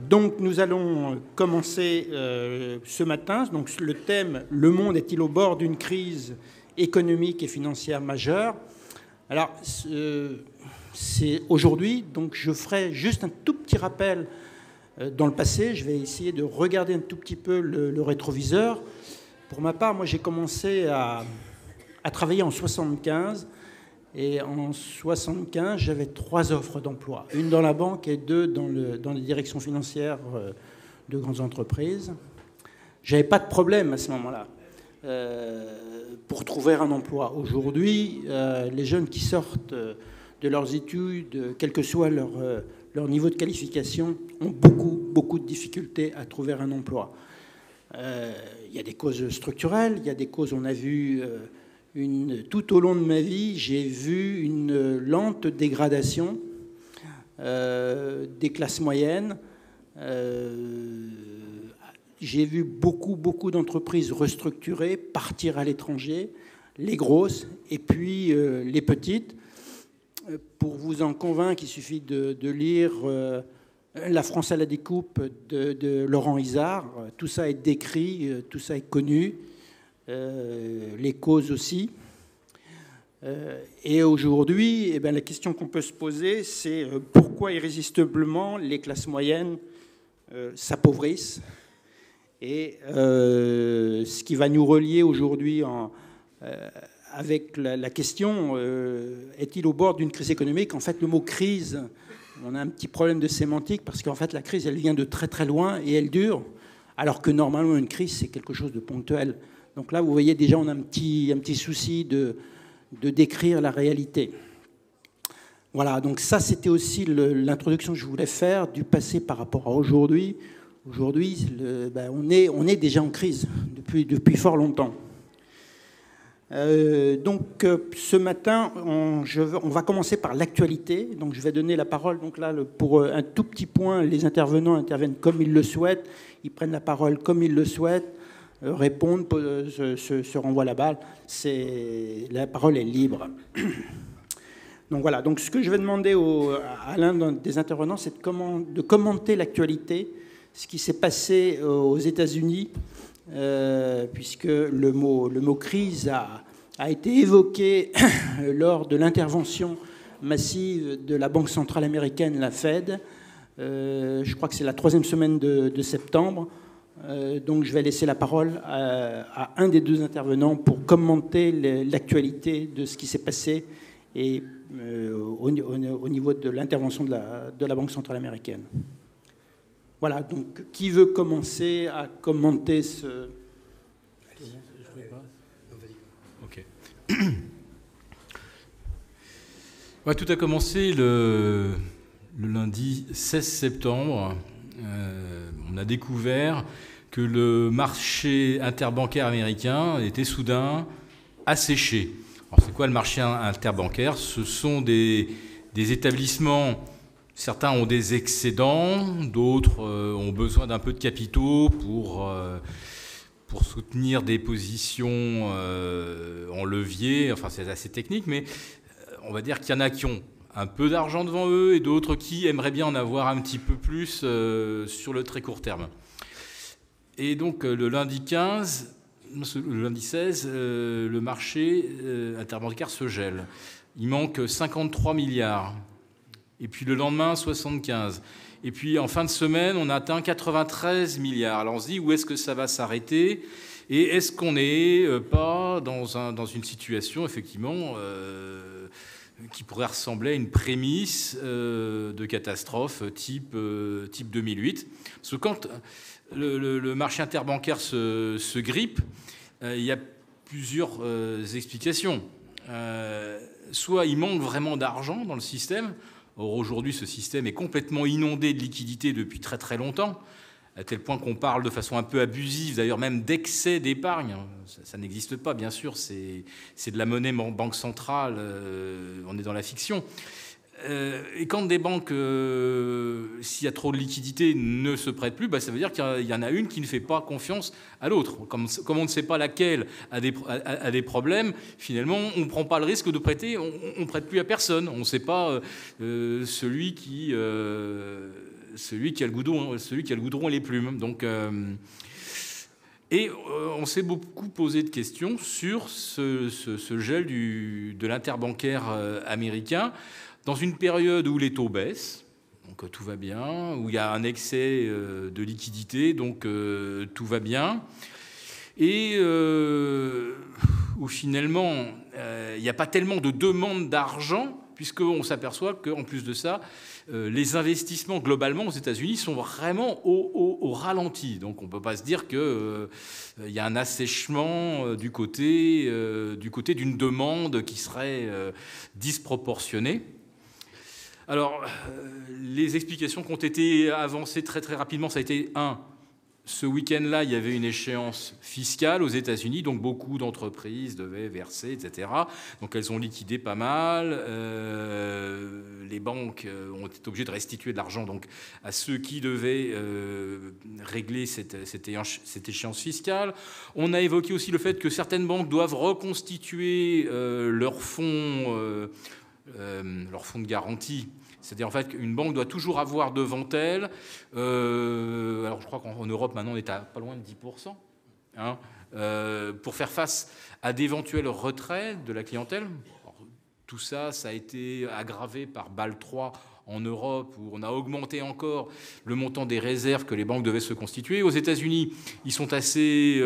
Donc nous allons commencer ce matin. Donc le thème « Le monde est-il au bord d'une crise économique et financière majeure ?» Alors c'est aujourd'hui, donc je ferai juste un tout petit rappel dans le passé. Je vais essayer de regarder un tout petit peu le rétroviseur. Pour ma part, moi j'ai commencé à travailler en 75. Et en 75, j'avais 3 offres d'emploi. Une dans la banque et 2 dans les directions financières de grandes entreprises. Je n'avais pas de problème à ce moment-là pour trouver un emploi. Aujourd'hui, les jeunes qui sortent de leurs études, quel que soit leur niveau de qualification, ont beaucoup de difficultés à trouver un emploi. Il y a des causes structurelles, il y a des causes, on a vu... tout au long de ma vie, j'ai vu une lente dégradation des classes moyennes. J'ai vu beaucoup d'entreprises restructurées, partir à l'étranger, les grosses et puis les petites. Pour vous en convaincre, il suffit de lire La France à la découpe de Laurent Izard. Tout ça est décrit, tout ça est connu. Les causes aussi. Et aujourd'hui, la question qu'on peut se poser, c'est pourquoi irrésistiblement les classes moyennes s'appauvrissent. Et ce qui va nous relier aujourd'hui avec la question est-il au bord d'une crise économique ? En fait, le mot crise, on a un petit problème de sémantique parce qu'en fait, la crise, elle vient de très loin et elle dure, alors que normalement, une crise, c'est quelque chose de ponctuel. Donc là, vous voyez déjà, on a un petit souci de décrire la réalité. Voilà, donc ça, c'était aussi l'introduction que je voulais faire du passé par rapport à aujourd'hui. Aujourd'hui, on est déjà en crise depuis fort longtemps. Donc ce matin, on va commencer par l'actualité. Donc je vais donner la parole. Donc là, pour un tout petit point, les intervenants interviennent comme ils le souhaitent. Ils prennent la parole comme ils le souhaitent. Répondre, se renvoie la balle. La parole est libre. Donc voilà. Donc ce que je vais demander à l'un des intervenants, c'est de commenter l'actualité, ce qui s'est passé aux États-Unis, puisque le mot crise a été évoqué lors de l'intervention massive de la Banque centrale américaine, la Fed. Je crois que c'est la 3e semaine de septembre. Donc je vais laisser la parole à un des 2 intervenants pour commenter l'actualité de ce qui s'est passé et au niveau de l'intervention de la Banque centrale américaine. Voilà, donc qui veut commencer à commenter ce... Allez-y, je ne pas. Ok. Ouais, tout a commencé le lundi 16 septembre. On a découvert que le marché interbancaire américain était soudain asséché. Alors, c'est quoi le marché interbancaire ? Ce sont des établissements, certains ont des excédents, d'autres ont besoin d'un peu de capitaux pour soutenir des positions en levier. Enfin, c'est assez technique, mais on va dire qu'il y en a qui ont un peu d'argent devant eux et d'autres qui aimeraient bien en avoir un petit peu plus sur le très court terme. Et donc le lundi 16, le marché interbancaire se gèle. Il manque 53 milliards. Et puis le lendemain, 75. Et puis en fin de semaine, on atteint 93 milliards. Alors on se dit, où est-ce que ça va s'arrêter ? Et est-ce qu'on n'est pas dans une situation, effectivement, qui pourrait ressembler à une prémisse de catastrophe type 2008. Parce que quand le marché interbancaire se grippe, il y a plusieurs explications. Soit il manque vraiment d'argent dans le système. Or, aujourd'hui, ce système est complètement inondé de liquidités depuis très longtemps, à tel point qu'on parle de façon un peu abusive, d'ailleurs même d'excès d'épargne. Ça n'existe pas, bien sûr, c'est de la monnaie banque centrale, on est dans la fiction. Et quand des banques, s'il y a trop de liquidités, ne se prêtent plus, ça veut dire qu'il y en a une qui ne fait pas confiance à l'autre. Comme on ne sait pas laquelle a des problèmes, finalement, on ne prend pas le risque de prêter, on ne prête plus à personne. On ne sait pas celui qui celui qui a le goudron et les plumes. Donc, et on s'est beaucoup posé de questions sur ce gel de l'interbancaire américain dans une période où les taux baissent, donc tout va bien, où il y a un excès de liquidité, donc tout va bien, et où finalement il n'y a pas tellement de demande d'argent, puisqu'on s'aperçoit qu'en plus de ça, les investissements globalement aux États-Unis sont vraiment au ralenti. Donc on ne peut pas se dire qu'il y a un assèchement du côté d'une demande qui serait disproportionnée. Alors, les explications qui ont été avancées très très rapidement, ça a été ce week-end-là, il y avait une échéance fiscale aux États-Unis, donc beaucoup d'entreprises devaient verser, etc. Donc elles ont liquidé pas mal. Les banques ont été obligées de restituer de l'argent donc à ceux qui devaient régler cette échéance fiscale. On a évoqué aussi le fait que certaines banques doivent reconstituer leur fonds de garantie. C'est-à-dire en fait qu'une banque doit toujours avoir devant elle, alors je crois qu'en Europe maintenant on est à pas loin de 10%, pour faire face à d'éventuels retraits de la clientèle. Alors, tout ça, ça a été aggravé par Bâle III en Europe, où on a augmenté encore le montant des réserves que les banques devaient se constituer. Aux États-Unis, ils sont assez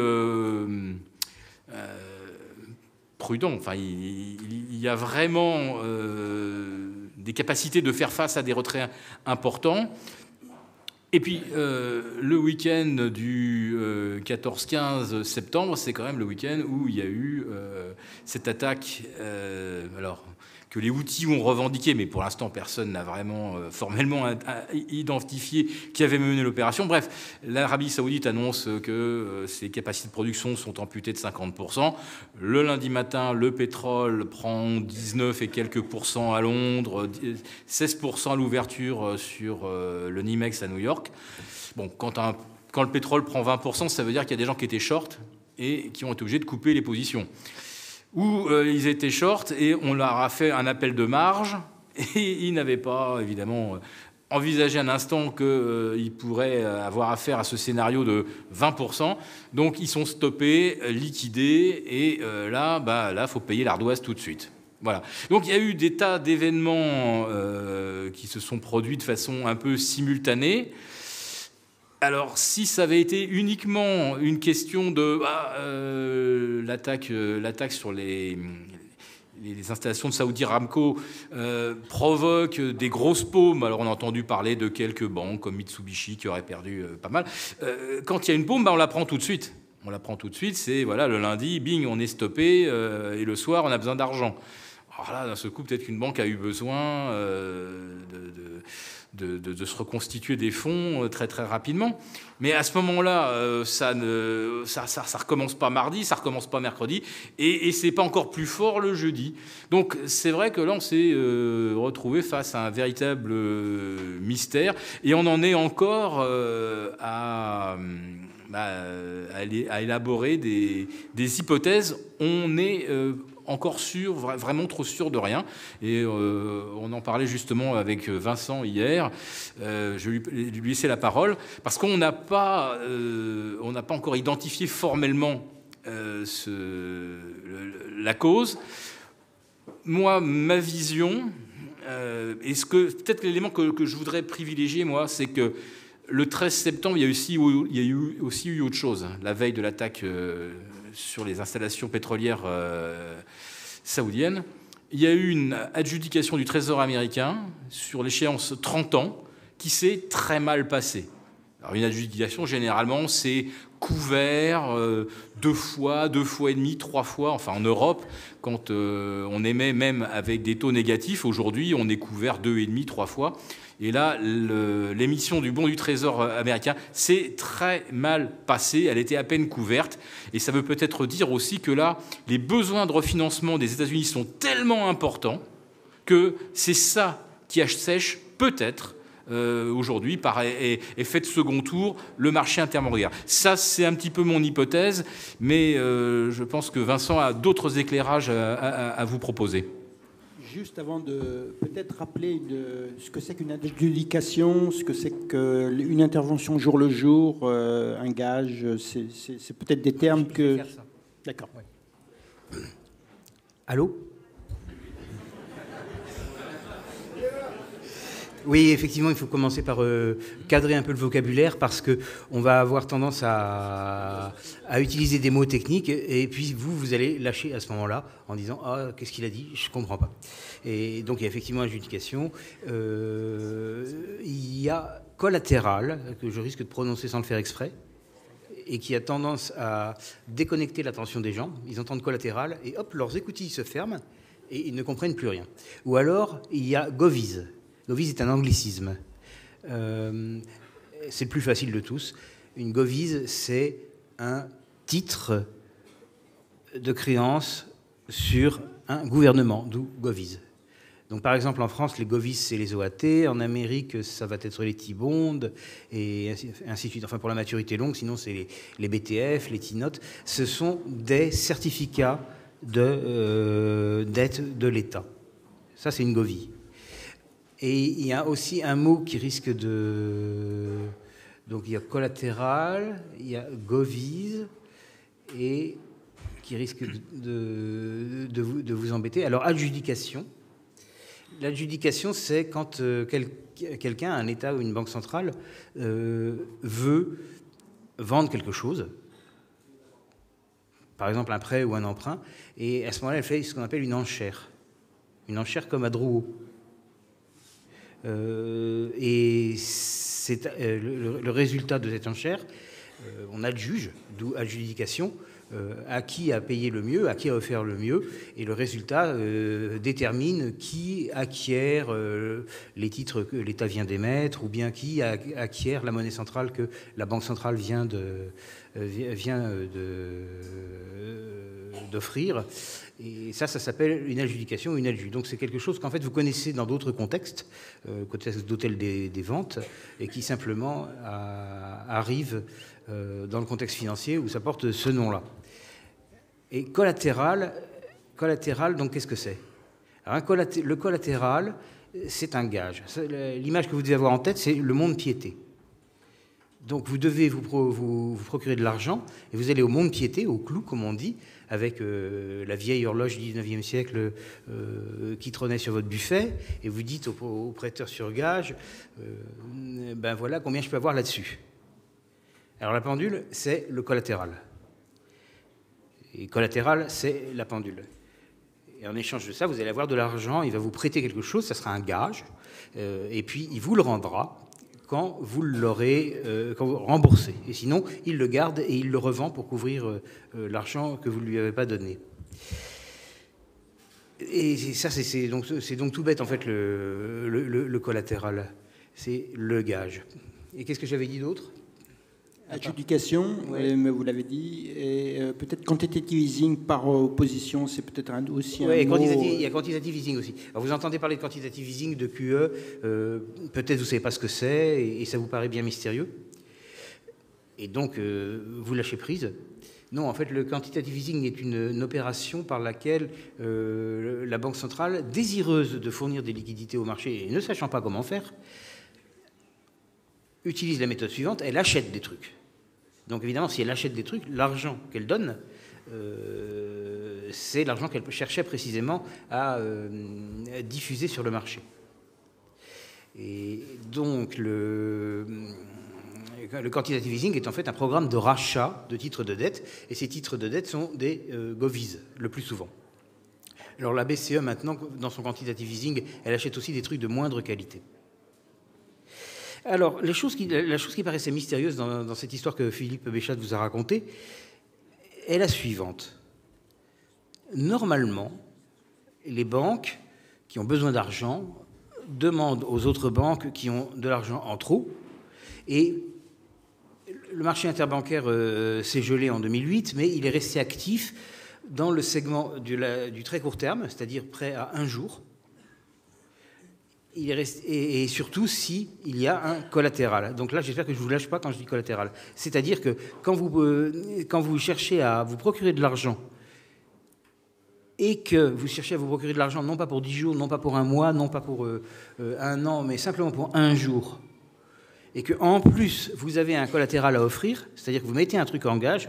prudents. Enfin, il y a vraiment des capacités de faire face à des retraits importants. Et puis, le week-end du 14-15 septembre, c'est quand même le week-end où il y a eu cette attaque que les Houthis ont revendiqué, mais pour l'instant, personne n'a vraiment formellement identifié qui avait mené l'opération. Bref, l'Arabie saoudite annonce que ses capacités de production sont amputées de 50%. Le lundi matin, le pétrole prend 19 et quelques pourcents à Londres, 16% à l'ouverture sur le NYMEX à New York. Bon, quand le pétrole prend 20%, ça veut dire qu'il y a des gens qui étaient short et qui ont été obligés de couper les positions. Où ils étaient short et on leur a fait un appel de marge et ils n'avaient pas, évidemment, envisagé un instant qu'ils pourraient avoir affaire à ce scénario de 20%. Donc, ils sont stoppés, liquidés et là, faut payer l'ardoise tout de suite. Voilà. Donc, il y a eu des tas d'événements qui se sont produits de façon un peu simultanée. Alors, si ça avait été uniquement une question de l'attaque sur les installations de Saudi Aramco provoque des grosses paumes. Alors, on a entendu parler de quelques banques comme Mitsubishi qui auraient perdu pas mal. Quand il y a une paume, on la prend tout de suite. On la prend tout de suite. C'est le lundi, bing, on est stoppé et le soir, on a besoin d'argent. Alors là, d'un seul coup, peut-être qu'une banque a eu besoin de se reconstituer des fonds très très rapidement. Mais à ce moment-là, ça recommence pas mardi, ça recommence pas mercredi, et c'est pas encore plus fort le jeudi. Donc c'est vrai que là, on s'est retrouvé face à un véritable mystère, et on en est encore à élaborer des hypothèses. On est encore sûr, vraiment trop sûr de rien. Et on en parlait justement avec Vincent hier. Je lui laissais la parole parce qu'on n'a pas encore identifié formellement la cause. Moi, ma vision, peut-être l'élément que je voudrais privilégier, moi, c'est que le 13 septembre, il y a aussi eu autre chose. La veille de l'attaque sur les installations pétrolières saoudiennes, il y a eu une adjudication du Trésor américain sur l'échéance 30 ans qui s'est très mal passée. Alors une adjudication, généralement, c'est couvert 2 fois et demi, 3 fois. Enfin, en Europe, quand on émet même avec des taux négatifs, aujourd'hui, on est couvert 2,5, 3 fois. Et là, l'émission du bon du Trésor américain s'est très mal passée. Elle était à peine couverte. Et ça veut peut-être dire aussi que là, les besoins de refinancement des États-Unis sont tellement importants que c'est ça qui assèche peut-être aujourd'hui par effet de second tour le marché interbancaire. Ça, c'est un petit peu mon hypothèse, mais je pense que Vincent a d'autres éclairages à vous proposer. Juste avant de peut-être rappeler ce que c'est qu'une adjudication, ce que c'est qu'une intervention jour le jour, un gage, c'est peut-être des termes que... D'accord. Ouais. Allô ? Oui, effectivement, il faut commencer par cadrer un peu le vocabulaire parce qu'on va avoir tendance à utiliser des mots techniques et puis vous allez lâcher à ce moment-là en disant « Ah, qu'est-ce qu'il a dit ? Je ne comprends pas ». Et donc, il y a effectivement adjudication. Il y a collatéral, que je risque de prononcer sans le faire exprès, et qui a tendance à déconnecter l'attention des gens. Ils entendent collatéral et hop, leurs écoutilles se ferment et ils ne comprennent plus rien. Ou alors, il y a govise. Govise est un anglicisme. C'est le plus facile de tous. Une govise, c'est un titre de créance sur un gouvernement, d'où govise. Donc, par exemple, en France, les govises, c'est les OAT. En Amérique, ça va être les T-bonds et ainsi de suite. Enfin, pour la maturité longue, sinon, c'est les BTF, les T-notes. Ce sont des certificats de dette de l'État. Ça, c'est une govie. Et il y a aussi un mot qui risque de... Donc, il y a collatéral, il y a govise, et qui risque de vous embêter. Alors, adjudication. L'adjudication, c'est quand quelqu'un, un État ou une banque centrale, veut vendre quelque chose, par exemple un prêt ou un emprunt, et à ce moment-là, elle fait ce qu'on appelle une enchère comme à Drouot. Et c'est le résultat de cette enchère, on adjuge, d'où adjudication, à qui a payé le mieux, à qui a offert le mieux, et le résultat détermine qui acquiert les titres que l'État vient d'émettre, ou bien qui acquiert la monnaie centrale que la Banque centrale vient d'offrir. Et ça s'appelle une adjudication ou une adju. Donc c'est quelque chose qu'en fait vous connaissez dans d'autres contextes, contexte d'hôtel des ventes, et qui simplement arrive dans le contexte financier où ça porte ce nom-là. Et collatéral, donc qu'est-ce que c'est ? Alors, le collatéral, c'est un gage. L'image que vous devez avoir en tête, c'est le mont-de-piété. Donc vous devez vous procurer de l'argent, et vous allez au mont-de-piété, au clou, comme on dit, avec la vieille horloge du 19e siècle qui trônait sur votre buffet, et vous dites au prêteur sur gage, ben voilà combien je peux avoir là-dessus. Alors la pendule, c'est le collatéral. Et collatéral, c'est la pendule. Et en échange de ça, vous allez avoir de l'argent, il va vous prêter quelque chose, ça sera un gage, et puis il vous le rendra quand vous l'aurez remboursé. Et sinon, il le garde et il le revend pour couvrir l'argent que vous ne lui avez pas donné. Et ça, c'est donc tout bête, en fait, le collatéral. C'est le gage. Et qu'est-ce que j'avais dit d'autre ? Adjudication, ouais. Mais vous l'avez dit, et peut-être quantitative easing par opposition, c'est peut-être aussi un mot... Il y a quantitative easing aussi. Alors vous entendez parler de quantitative easing, de QE, peut-être vous ne savez pas ce que c'est, et ça vous paraît bien mystérieux. Et donc, vous lâchez prise. Non, en fait, le quantitative easing est une opération par laquelle la Banque centrale, désireuse de fournir des liquidités au marché et ne sachant pas comment faire, utilise la méthode suivante, elle achète des trucs. Donc évidemment, si elle achète des trucs, l'argent qu'elle donne, c'est l'argent qu'elle cherchait précisément à diffuser sur le marché. Et donc le quantitative easing est en fait un programme de rachat de titres de dette, et ces titres de dette sont des govies, le plus souvent. Alors la BCE, maintenant, dans son quantitative easing, elle achète aussi des trucs de moindre qualité. Alors, la chose qui paraissait mystérieuse dans cette histoire que Philippe Béchat vous a racontée est la suivante. Normalement, les banques qui ont besoin d'argent demandent aux autres banques qui ont de l'argent en trop, et le marché interbancaire s'est gelé en 2008, mais il est resté actif dans le segment du très court terme, c'est-à-dire prêt à un jour, et surtout s'il y a un collatéral. Donc là, j'espère que je ne vous lâche pas quand je dis collatéral. C'est-à-dire que quand vous cherchez à vous procurer de l'argent et que vous cherchez à vous procurer de l'argent, non pas pour 10 jours, non pas pour un mois, non pas pour un an, mais simplement pour un jour, et qu'en plus, vous avez un collatéral à offrir, c'est-à-dire que vous mettez un truc en gage,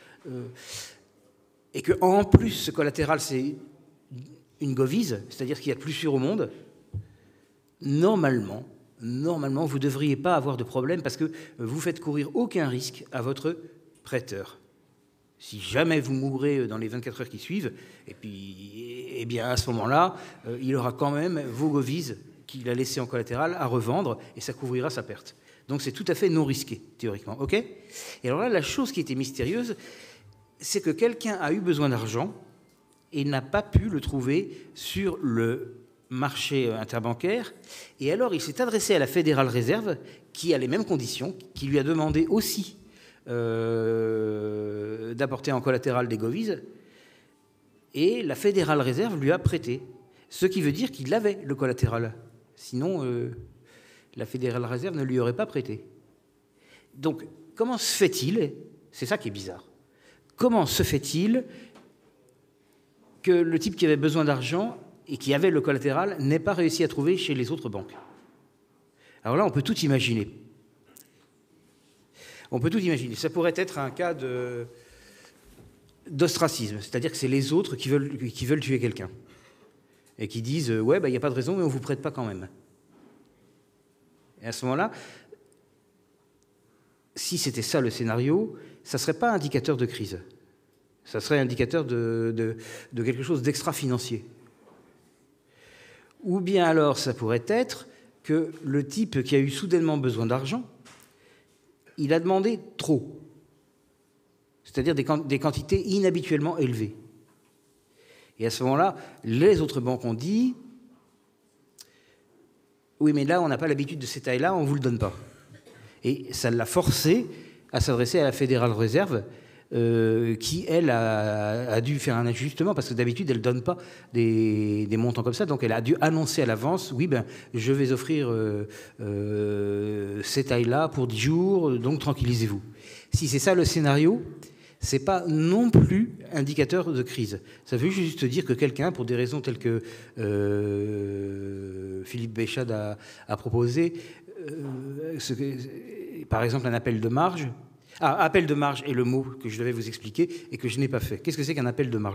et qu'en plus, ce collatéral, c'est une govise, c'est-à-dire ce qu'il y a de plus sûr au monde, normalement, vous ne devriez pas avoir de problème parce que vous faites courir aucun risque à votre prêteur. Si jamais vous mourrez dans les 24 heures qui suivent, eh bien à ce moment-là, il aura quand même vos govies qu'il a laissées en collatéral à revendre et ça couvrira sa perte. Donc c'est tout à fait non risqué, théoriquement. Ok ? Et alors là, la chose qui était mystérieuse, c'est que quelqu'un a eu besoin d'argent et n'a pas pu le trouver sur le marché interbancaire. Et alors, il s'est adressé à la Fédérale Réserve, qui a les mêmes conditions, qui lui a demandé aussi d'apporter en collatéral des govies, et la Fédérale Réserve lui a prêté, ce qui veut dire qu'il avait le collatéral. Sinon, la Fédérale Réserve ne lui aurait pas prêté. Donc, comment se fait-il, c'est ça qui est bizarre, comment se fait-il que le type qui avait besoin d'argent et qui avait le collatéral n'ait pas réussi à trouver chez les autres banques? Alors là, on peut tout imaginer. Ça pourrait être un cas d'ostracisme, c'est-à-dire que c'est les autres qui veulent tuer quelqu'un et qui disent « ouais, il n'y a pas de raison, mais on ne vous prête pas quand même ». Et à ce moment-là, si c'était ça le scénario, ça ne serait pas indicateur de crise. Ça serait indicateur de quelque chose d'extra-financier. Ou bien alors, ça pourrait être que le type qui a eu soudainement besoin d'argent, il a demandé trop, c'est-à-dire des quantités inhabituellement élevées. Et à ce moment-là, les autres banques ont dit « oui, mais là, on n'a pas l'habitude de ces tailles-là, on ne vous le donne pas ». Et ça l'a forcé à s'adresser à la Fédérale Réserve, qui, elle, a dû faire un ajustement, parce que d'habitude, elle ne donne pas des montants comme ça, donc elle a dû annoncer à l'avance, oui, je vais offrir ces tailles-là pour 10 jours, donc tranquillisez-vous. Si c'est ça le scénario, ce n'est pas non plus indicateur de crise. Ça veut juste dire que quelqu'un, pour des raisons telles que Philippe Béchade a proposé, par exemple un appel de marge. Appel de marge est le mot que je devais vous expliquer et que je n'ai pas fait. Qu'est-ce que c'est qu'un appel de marge ?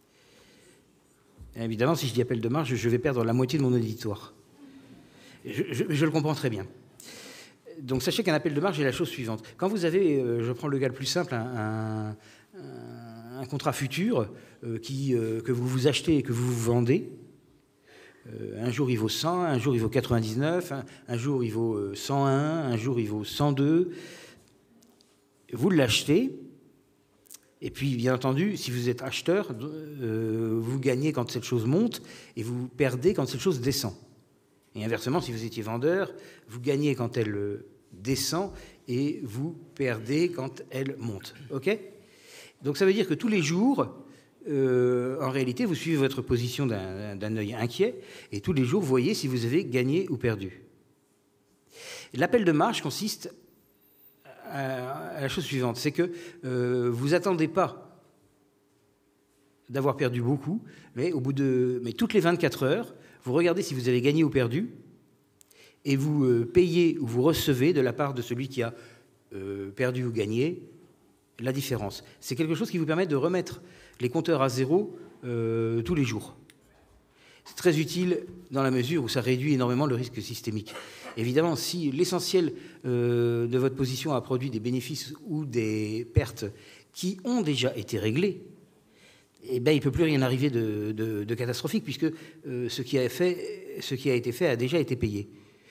Et évidemment, si je dis appel de marge, je vais perdre la moitié de mon auditoire. Je le comprends très bien. Donc sachez qu'un appel de marge est la chose suivante. Quand vous avez, je prends le cas le plus simple, un contrat futur que vous achetez et que vous vendez, un jour il vaut 100, un jour il vaut 99, un jour il vaut 101, un jour il vaut 102. Vous l'achetez, et puis, bien entendu, si vous êtes acheteur, vous gagnez quand cette chose monte, et vous perdez quand cette chose descend. Et inversement, si vous étiez vendeur, vous gagnez quand elle descend, et vous perdez quand elle monte. OK ? Donc ça veut dire que tous les jours, en réalité, vous suivez votre position d'un œil inquiet, et tous les jours, vous voyez si vous avez gagné ou perdu. L'appel de marge consiste à la chose suivante, c'est que vous attendez pas d'avoir perdu beaucoup, mais toutes les 24 heures, vous regardez si vous avez gagné ou perdu, et vous payez ou vous recevez de la part de celui qui a perdu ou gagné la différence. C'est quelque chose qui vous permet de remettre les compteurs à zéro tous les jours. C'est très utile dans la mesure où ça réduit énormément le risque systémique. Évidemment, si l'essentiel de votre position a produit des bénéfices ou des pertes qui ont déjà été réglées, il ne peut plus rien arriver de catastrophique, puisque ce qui a été fait a déjà été payé.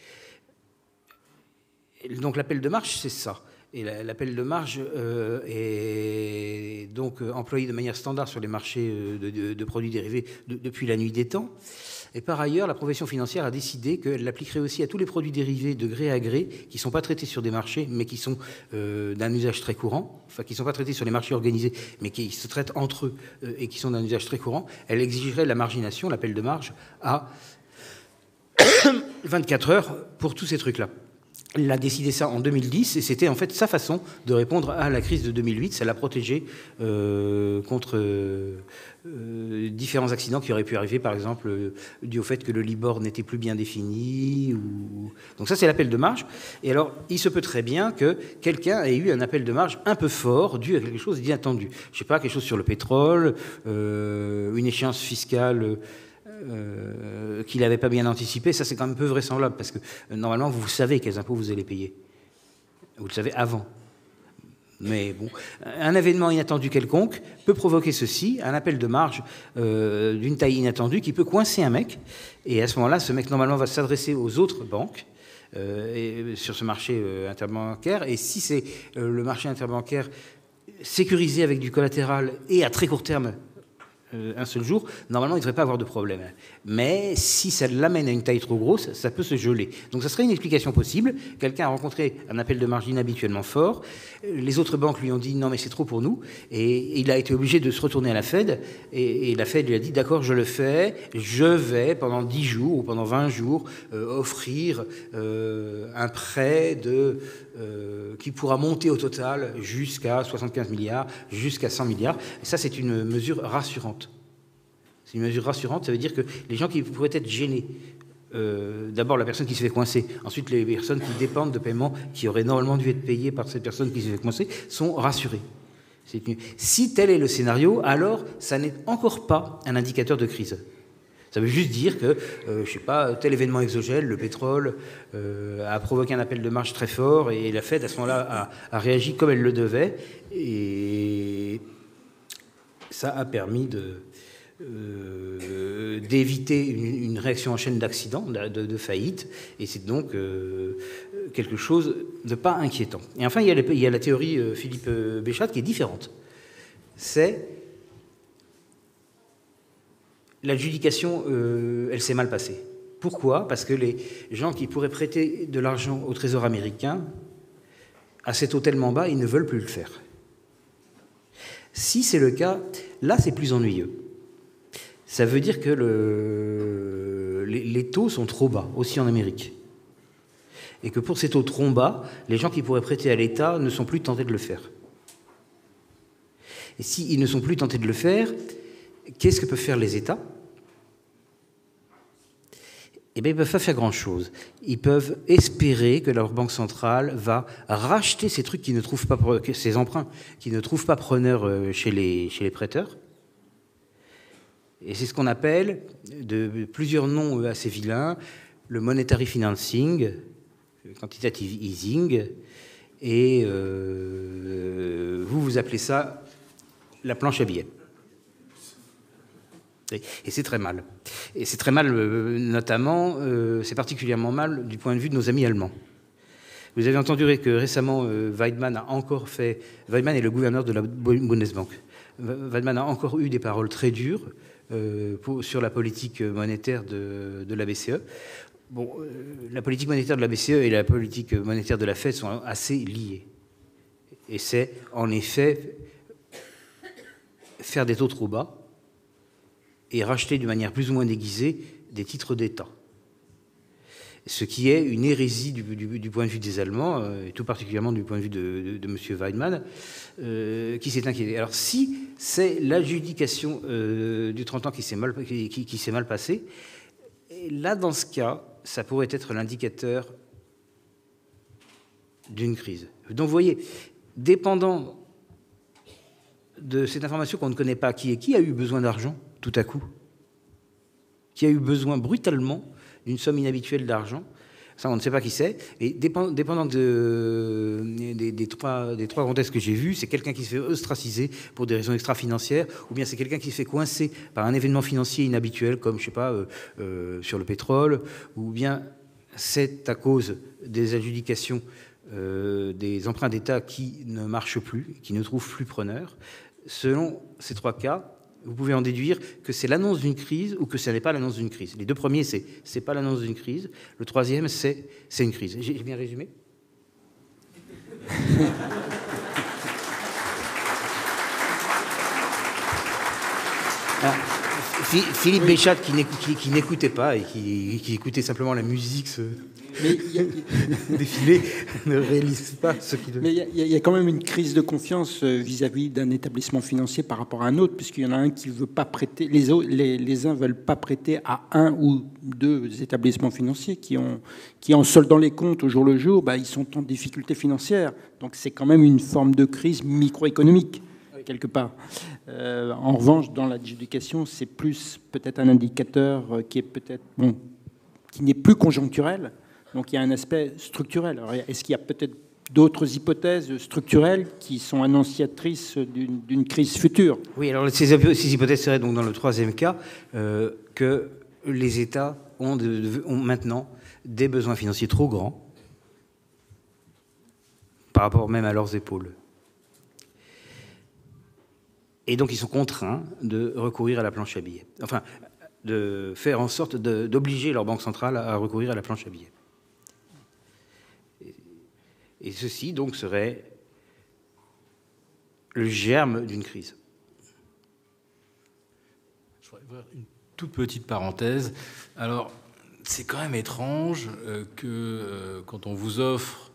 Donc l'appel de marge, c'est ça. Et l'appel de marge est donc employé de manière standard sur les marchés de produits dérivés depuis la nuit des temps. Et par ailleurs, la profession financière a décidé qu'elle l'appliquerait aussi à tous les produits dérivés de gré à gré qui ne sont pas traités sur des marchés, mais qui sont d'un usage très courant, enfin qui ne sont pas traités sur les marchés organisés, mais qui se traitent entre eux et qui sont d'un usage très courant. Elle exigerait la margination, l'appel de marge, à 24 heures pour tous ces trucs-là. Il a décidé ça en 2010 et c'était en fait sa façon de répondre à la crise de 2008. Ça l'a protégé contre différents accidents qui auraient pu arriver, par exemple, dû au fait que le Libor n'était plus bien défini. Donc ça, c'est l'appel de marge. Et alors, il se peut très bien que quelqu'un ait eu un appel de marge un peu fort, dû à quelque chose d'inattendu. Je ne sais pas, quelque chose sur le pétrole, une échéance fiscale qu'il n'avait pas bien anticipé. Ça, c'est quand même peu vraisemblable, parce que normalement, vous savez quels impôts vous allez payer. Vous le savez avant. Mais bon, un événement inattendu quelconque peut provoquer ceci, un appel de marge d'une taille inattendue qui peut coincer un mec. Et à ce moment-là, ce mec, normalement, va s'adresser aux autres banques sur ce marché interbancaire. Et si c'est le marché interbancaire sécurisé avec du collatéral et à très court terme, un seul jour, normalement, il ne devrait pas avoir de problème. Mais si ça l'amène à une taille trop grosse, ça peut se geler. Donc ça serait une explication possible. Quelqu'un a rencontré un appel de marge inhabituellement fort. Les autres banques lui ont dit « non, mais c'est trop pour nous ». Et il a été obligé de se retourner à la Fed. Et la Fed lui a dit « d'accord, je le fais. Je vais, pendant 10 jours ou pendant 20 jours, offrir un prêt qui pourra monter au total jusqu'à 75 milliards, jusqu'à 100 milliards ». Et ça, c'est une mesure rassurante. C'est une mesure rassurante, ça veut dire que les gens qui pourraient être gênés, d'abord la personne qui se fait coincer, ensuite les personnes qui dépendent de paiements qui auraient normalement dû être payés par cette personne qui se fait coincer, sont rassurés. Si tel est le scénario, alors ça n'est encore pas un indicateur de crise. Ça veut juste dire que, je ne sais pas, tel événement exogène, le pétrole, a provoqué un appel de marge très fort et la Fed, à ce moment-là, a réagi comme elle le devait. Et ça a permis d'éviter une réaction en chaîne d'accidents, de faillite, et c'est donc quelque chose de pas inquiétant. Et enfin, il y a la théorie Philippe Béchat qui est différente. C'est l'adjudication, elle s'est mal passée. Pourquoi ? Parce que les gens qui pourraient prêter de l'argent au Trésor américain, à ces taux tellement bas, ils ne veulent plus le faire. Si c'est le cas, là, c'est plus ennuyeux. Ça veut dire que les taux sont trop bas, aussi en Amérique. Et que pour ces taux trop bas, les gens qui pourraient prêter à l'État ne sont plus tentés de le faire. Et s'ils ne sont plus tentés de le faire, qu'est-ce que peuvent faire les États ? Eh bien, ils ne peuvent pas faire grand-chose. Ils peuvent espérer que leur banque centrale va racheter ces trucs qui ne trouvent pas, ces emprunts qui ne trouvent pas preneurs chez les prêteurs. Et c'est ce qu'on appelle, de plusieurs noms assez vilains, le monetary financing, le quantitative easing, et vous appelez ça la planche à billets. Et c'est très mal. Et c'est très mal, notamment, c'est particulièrement mal du point de vue de nos amis allemands. Vous avez entendu que récemment, Weidmann est le gouverneur de la Bundesbank. Weidmann a encore eu des paroles très dures sur la politique monétaire de la BCE. Bon, la politique monétaire de la BCE et la politique monétaire de la Fed sont assez liées. Et c'est, en effet, faire des taux trop bas et racheter d'une manière plus ou moins déguisée des titres d'État. Ce qui est une hérésie du point de vue des Allemands, et tout particulièrement du point de vue de M. Weidmann, qui s'est inquiété. Alors si c'est l'adjudication du 30 ans qui s'est mal passée, là, dans ce cas, ça pourrait être l'indicateur d'une crise. Donc vous voyez, dépendant de cette information qu'on ne connaît pas, qui a eu besoin d'argent tout à coup, qui a eu besoin brutalement d'une somme inhabituelle d'argent, ça on ne sait pas qui c'est, et dépendant des trois contextes que j'ai vus, c'est quelqu'un qui se fait ostraciser pour des raisons extra-financières, ou bien c'est quelqu'un qui se fait coincer par un événement financier inhabituel, comme, je ne sais pas, sur le pétrole, ou bien c'est à cause des adjudications des emprunts d'État qui ne marchent plus, qui ne trouvent plus preneur. Selon ces trois cas, vous pouvez en déduire que c'est l'annonce d'une crise ou que ce n'est pas l'annonce d'une crise. Les deux premiers, c'est pas l'annonce d'une crise. Le troisième, c'est une crise. J'ai bien résumé ? Philippe Béchat, qui n'écoutait pas et qui écoutait simplement la musique, Mais défilé ne réalise pas ce qu'il veut. Mais il y a quand même une crise de confiance vis-à-vis d'un établissement financier par rapport à un autre, puisqu'il y en a un qui veut pas prêter, les uns veulent pas prêter à un ou deux établissements financiers qui en soldant les comptes au jour le jour, ils sont en difficulté financière. Donc c'est quand même une forme de crise microéconomique, quelque part. En revanche, dans l'adjudication, c'est plus peut-être un indicateur qui est peut-être qui n'est plus conjoncturel. Donc il y a un aspect structurel. Alors, est-ce qu'il y a peut-être d'autres hypothèses structurelles qui sont annonciatrices d'une crise future? Oui, alors ces hypothèses seraient donc dans le troisième cas que les États ont maintenant des besoins financiers trop grands par rapport même à leurs épaules. Et donc ils sont contraints de recourir à la planche à billets. Enfin, de faire en sorte d'obliger leur banque centrale à recourir à la planche à billets. Et ceci, donc, serait le germe d'une crise. Je voudrais ouvrir une toute petite parenthèse. Alors, c'est quand même étrange que quand on vous offre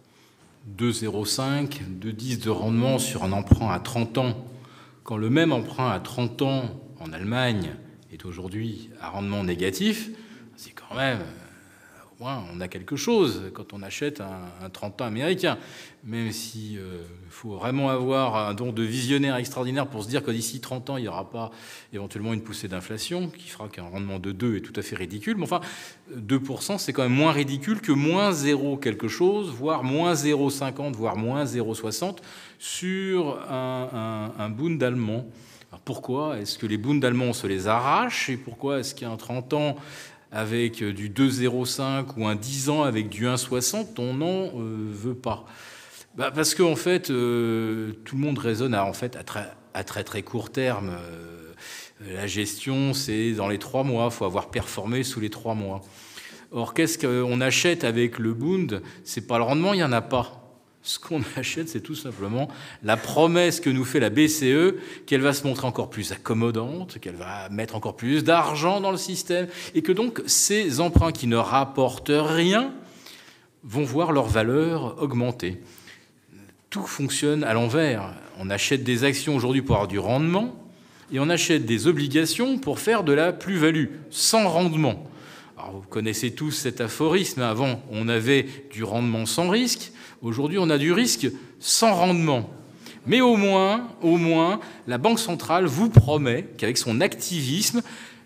2,05, 2,10 de rendement sur un emprunt à 30 ans, quand le même emprunt à 30 ans en Allemagne est aujourd'hui à rendement négatif, c'est quand même... au moins, on a quelque chose quand on achète un 30 ans américain. Même s'il faut vraiment avoir un don de visionnaire extraordinaire pour se dire que d'ici 30 ans, il n'y aura pas éventuellement une poussée d'inflation qui fera qu'un rendement de 2 est tout à fait ridicule. Mais enfin, 2%, c'est quand même moins ridicule que moins 0 quelque chose, voire moins 0,50, voire moins 0,60 sur un Bund allemand. Alors pourquoi est-ce que les Bunds allemands, on se les arrache? Et pourquoi est-ce qu'il y a un 30 ans avec du 2,05 ou un 10 ans avec du 1,60, on n'en veut pas? Parce qu'en fait, tout le monde raisonne à très court terme. La gestion, c'est dans les 3 mois. Il faut avoir performé sous les 3 mois. Or, qu'est-ce qu'on achète avec le Bund? C'est pas le rendement, il n'y en a pas. Ce qu'on achète, c'est tout simplement la promesse que nous fait la BCE qu'elle va se montrer encore plus accommodante, qu'elle va mettre encore plus d'argent dans le système, et que donc ces emprunts qui ne rapportent rien vont voir leur valeur augmenter. Tout fonctionne à l'envers. On achète des actions aujourd'hui pour avoir du rendement, et on achète des obligations pour faire de la plus-value, sans rendement. Alors, vous connaissez tous cet aphorisme. Avant, on avait du rendement sans risque. Aujourd'hui, on a du risque sans rendement. Mais au moins, la Banque centrale vous promet qu'avec son activisme,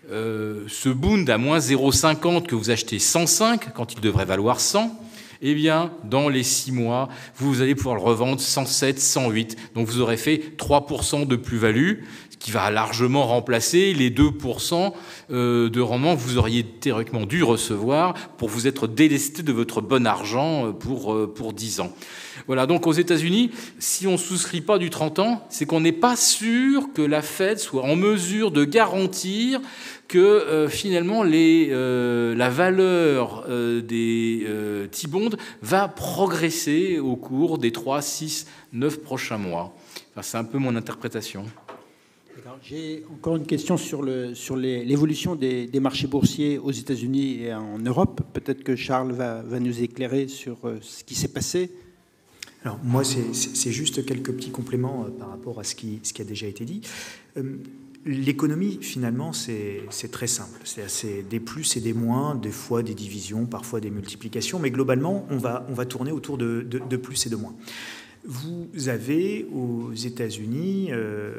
ce Bund à moins 0,50 que vous achetez 105 quand il devrait valoir 100, eh bien, dans les 6 mois, vous allez pouvoir le revendre 107, 108. Donc, vous aurez fait 3% de plus-value, ce qui va largement remplacer les 2% de rendement que vous auriez théoriquement dû recevoir pour vous être délesté de votre bon argent pour 10 ans. Voilà, donc aux États-Unis, si on ne souscrit pas du 30 ans, c'est qu'on n'est pas sûr que la Fed soit en mesure de garantir que finalement la valeur des T-bonds va progresser au cours des 3, 6, 9 prochains mois. Enfin, c'est un peu mon interprétation. J'ai encore une question sur l'évolution des marchés boursiers aux États-Unis et en Europe. Peut-être que Charles va nous éclairer sur ce qui s'est passé. Alors moi, c'est juste quelques petits compléments par rapport à ce qui a déjà été dit. L'économie, finalement, c'est très simple. C'est des plus et des moins, des fois des divisions, parfois des multiplications, mais globalement, on va tourner autour de plus et de moins. Vous avez aux États-Unis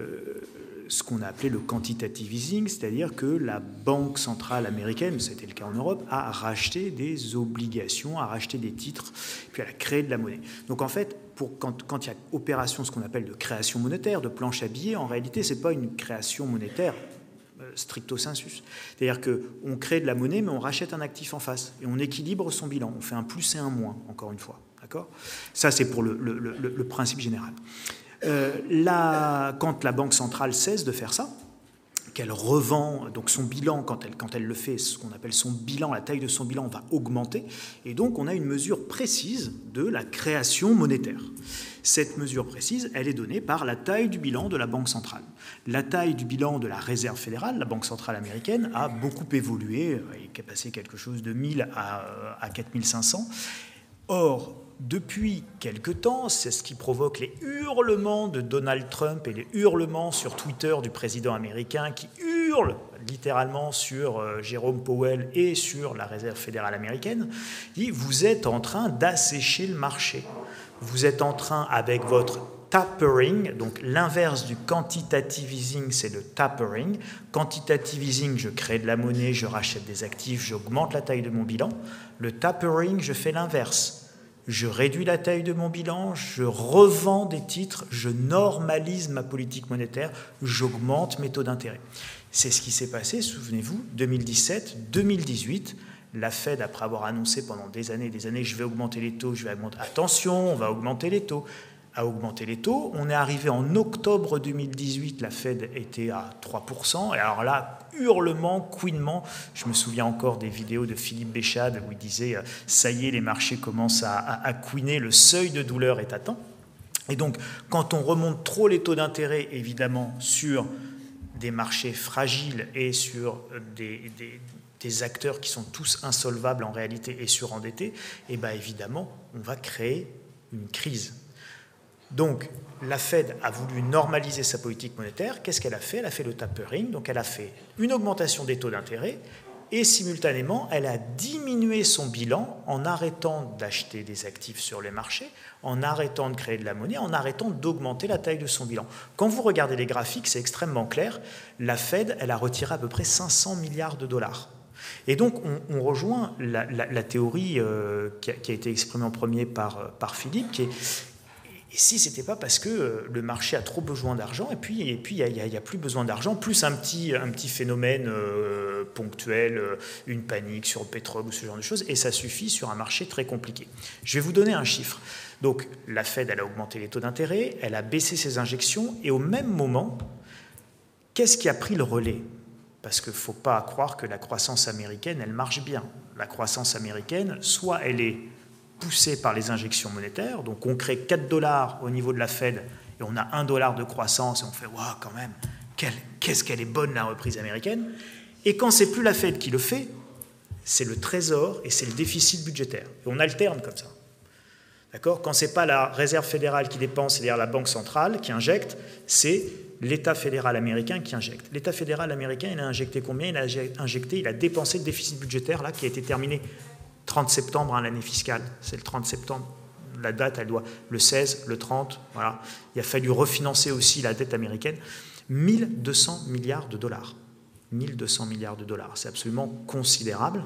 ce qu'on a appelé le quantitative easing, c'est-à-dire que la Banque centrale américaine, c'était le cas en Europe, a racheté des obligations, a racheté des titres, puis elle a créé de la monnaie. Donc en fait, quand il y a opération, ce qu'on appelle de création monétaire, de planche à billets, en réalité, ce n'est pas une création monétaire stricto sensu. C'est-à-dire qu'on crée de la monnaie, mais on rachète un actif en face, et on équilibre son bilan. On fait un plus et un moins, encore une fois. D'accord ? Ça, c'est pour le principe général. Quand la Banque centrale cesse de faire ça, qu'elle revend, donc son bilan, quand elle le fait, ce qu'on appelle son bilan, la taille de son bilan va augmenter, et donc on a une mesure précise de la création monétaire. Cette mesure précise, elle est donnée par la taille du bilan de la Banque centrale. La taille du bilan de la Réserve fédérale, la Banque centrale américaine, a beaucoup évolué, et est passé quelque chose de 1000 à 4500. Or, depuis quelque temps, c'est ce qui provoque les hurlements de Donald Trump et les hurlements sur Twitter du président américain qui hurle littéralement sur Jérôme Powell et sur la Réserve fédérale américaine. Il dit, vous êtes en train d'assécher le marché. Vous êtes en train, avec votre tapering, donc l'inverse du quantitative easing, c'est le tapering. Quantitative easing, je crée de la monnaie, je rachète des actifs, j'augmente la taille de mon bilan. Le tapering, je fais l'inverse. Je réduis la taille de mon bilan, je revends des titres, je normalise ma politique monétaire, j'augmente mes taux d'intérêt. C'est ce qui s'est passé, souvenez-vous, 2017, 2018. La Fed, après avoir annoncé pendant des années, je vais augmenter les taux, attention, on va augmenter les taux. A augmenté les taux. On est arrivé en octobre 2018, la Fed était à 3%. Et alors là, hurlement, couinement. Je me souviens encore des vidéos de Philippe Béchade où il disait « ça y est, les marchés commencent à couiner, le seuil de douleur est atteint ». Et donc, quand on remonte trop les taux d'intérêt, évidemment, sur des marchés fragiles et sur des acteurs qui sont tous insolvables en réalité et surendettés, et bien évidemment, on va créer une crise. Donc, la Fed a voulu normaliser sa politique monétaire. Qu'est-ce qu'elle a fait? Elle a fait le tapering, donc elle a fait une augmentation des taux d'intérêt et simultanément, elle a diminué son bilan en arrêtant d'acheter des actifs sur les marchés, en arrêtant de créer de la monnaie, en arrêtant d'augmenter la taille de son bilan. Quand vous regardez les graphiques, c'est extrêmement clair. La Fed, elle a retiré à peu près 500 milliards de dollars. Et donc, on rejoint la théorie qui a été exprimée en premier par Philippe, qui est et si ce n'était pas parce que le marché a trop besoin d'argent, et puis il n'y a plus besoin d'argent, plus un petit phénomène ponctuel, une panique sur le pétrole ou ce genre de choses, et ça suffit sur un marché très compliqué. Je vais vous donner un chiffre. Donc la Fed, elle a augmenté les taux d'intérêt, elle a baissé ses injections, et au même moment, qu'est-ce qui a pris le relais? Parce qu'il ne faut pas croire que la croissance américaine, elle marche bien. La croissance américaine, soit elle est poussée par les injections monétaires, donc on crée 4 $ au niveau de la Fed et on a 1 $ de croissance et on fait « waouh, quand même, qu'est-ce qu'elle est bonne la reprise américaine ?» Et quand c'est plus la Fed qui le fait, c'est le Trésor et c'est le déficit budgétaire. Et on alterne comme ça. D'accord? Quand c'est pas la Réserve fédérale qui dépense, c'est-à-dire la Banque centrale qui injecte, c'est l'État fédéral américain qui injecte. L'État fédéral américain, il a injecté combien? Il a dépensé le déficit budgétaire là qui a été terminé 30 septembre, hein, l'année fiscale, c'est le 30 septembre. La date, elle doit le 16, le 30, voilà. Il a fallu refinancer aussi la dette américaine. 1200 milliards de dollars. 1200 milliards de dollars, c'est absolument considérable.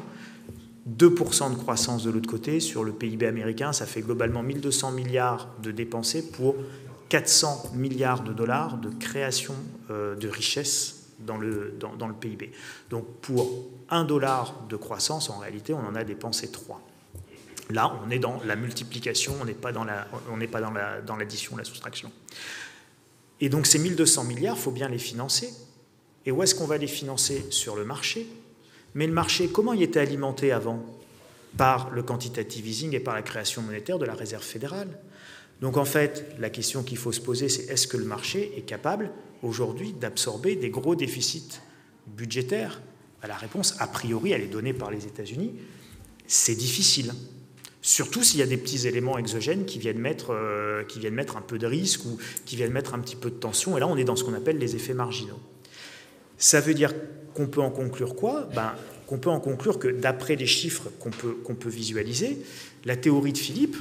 2% de croissance de l'autre côté, sur le PIB américain, ça fait globalement 1200 milliards de dépensés pour 400 milliards de dollars de création de richesse dans le PIB. Donc pour 1 $ de croissance, en réalité, on en a dépensé 3. Là, on est dans la multiplication, on n'est pas dans l'addition, la soustraction. Et donc ces 1200 milliards, il faut bien les financer. Et où est-ce qu'on va les financer? Sur le marché. Mais le marché, comment il était alimenté avant? Par le quantitative easing et par la création monétaire de la Réserve fédérale. Donc en fait, la question qu'il faut se poser, c'est est-ce que le marché est capable aujourd'hui d'absorber des gros déficits budgétaires? La réponse, a priori, elle est donnée par les États-Unis. C'est difficile. Surtout s'il y a des petits éléments exogènes qui viennent mettre un peu de risque ou qui viennent mettre un petit peu de tension. Et là, on est dans ce qu'on appelle les effets marginaux. Ça veut dire qu'on peut en conclure quoi? Qu'on peut en conclure que d'après les chiffres qu'on peut visualiser, la théorie de Philippe,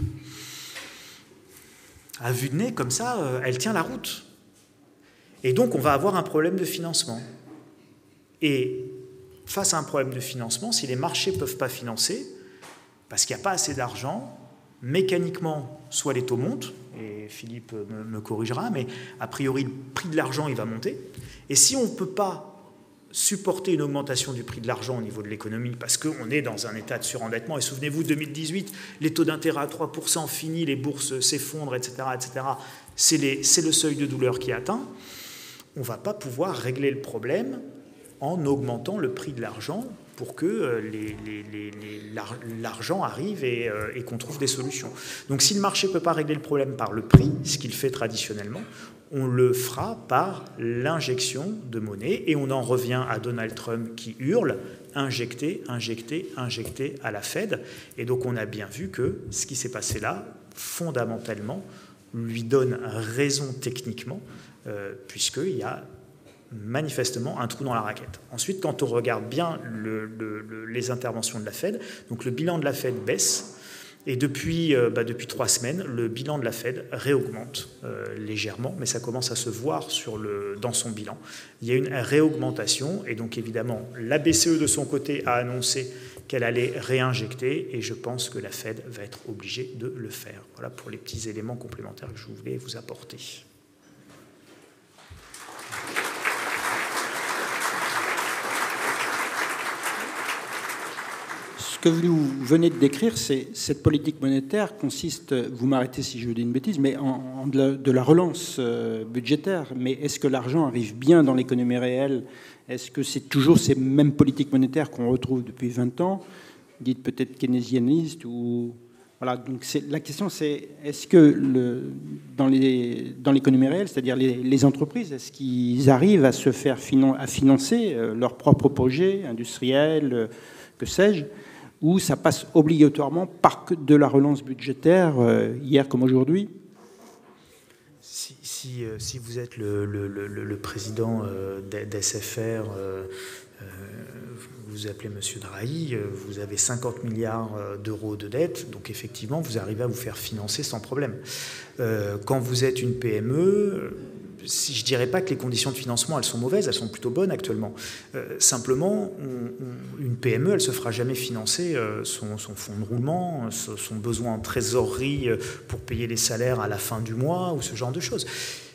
à vue de nez, comme ça, elle tient la route. Et donc, on va avoir un problème de financement. Et face à un problème de financement, si les marchés ne peuvent pas financer, parce qu'il n'y a pas assez d'argent, mécaniquement, soit les taux montent, et Philippe me corrigera, mais a priori, le prix de l'argent, il va monter. Et si on ne peut pas supporter une augmentation du prix de l'argent au niveau de l'économie, parce qu'on est dans un état de surendettement, et souvenez-vous, 2018, les taux d'intérêt à 3%, fini, les bourses s'effondrent, etc., etc., c'est le seuil de douleur qui est atteint, on ne va pas pouvoir régler le problème en augmentant le prix de l'argent pour que l'argent arrive et qu'on trouve des solutions. Donc si le marché ne peut pas régler le problème par le prix, ce qu'il fait traditionnellement, on le fera par l'injection de monnaie, et on en revient à Donald Trump qui hurle « injecter, injecter, injecter » à la Fed. Et donc on a bien vu que ce qui s'est passé là, fondamentalement, lui donne raison techniquement, puisqu'il y a manifestement un trou dans la raquette. Ensuite, quand on regarde bien les interventions de la Fed, donc le bilan de la Fed baisse, et depuis 3 semaines, le bilan de la Fed réaugmente légèrement, mais ça commence à se voir dans son bilan. Il y a une réaugmentation, et donc évidemment, la BCE de son côté a annoncé qu'elle allait réinjecter, et je pense que la Fed va être obligée de le faire. Voilà pour les petits éléments complémentaires que je voulais vous apporter. Ce que vous venez de décrire, c'est cette politique monétaire consiste, vous m'arrêtez si je vous dis une bêtise, mais en de la relance budgétaire. Mais est-ce que l'argent arrive bien dans l'économie réelle? Est-ce que c'est toujours ces mêmes politiques monétaires qu'on retrouve depuis 20 ans, dites peut-être keynésianistes ou... Voilà, donc la question c'est, est-ce que dans l'économie réelle, c'est-à-dire les entreprises, est-ce qu'ils arrivent à se faire financer leurs propres projets industriels, que sais-je, ou ça passe obligatoirement par de la relance budgétaire, hier comme aujourd'hui? Si vous êtes le président d'SFR, vous appelez M. Drahi, vous avez 50 milliards d'euros de dette, donc effectivement, vous arrivez à vous faire financer sans problème. Quand vous êtes une PME, je ne dirais pas que les conditions de financement, elles sont mauvaises, elles sont plutôt bonnes actuellement. Simplement, une PME, elle ne se fera jamais financer son fonds de roulement, son besoin en trésorerie pour payer les salaires à la fin du mois, ou ce genre de choses.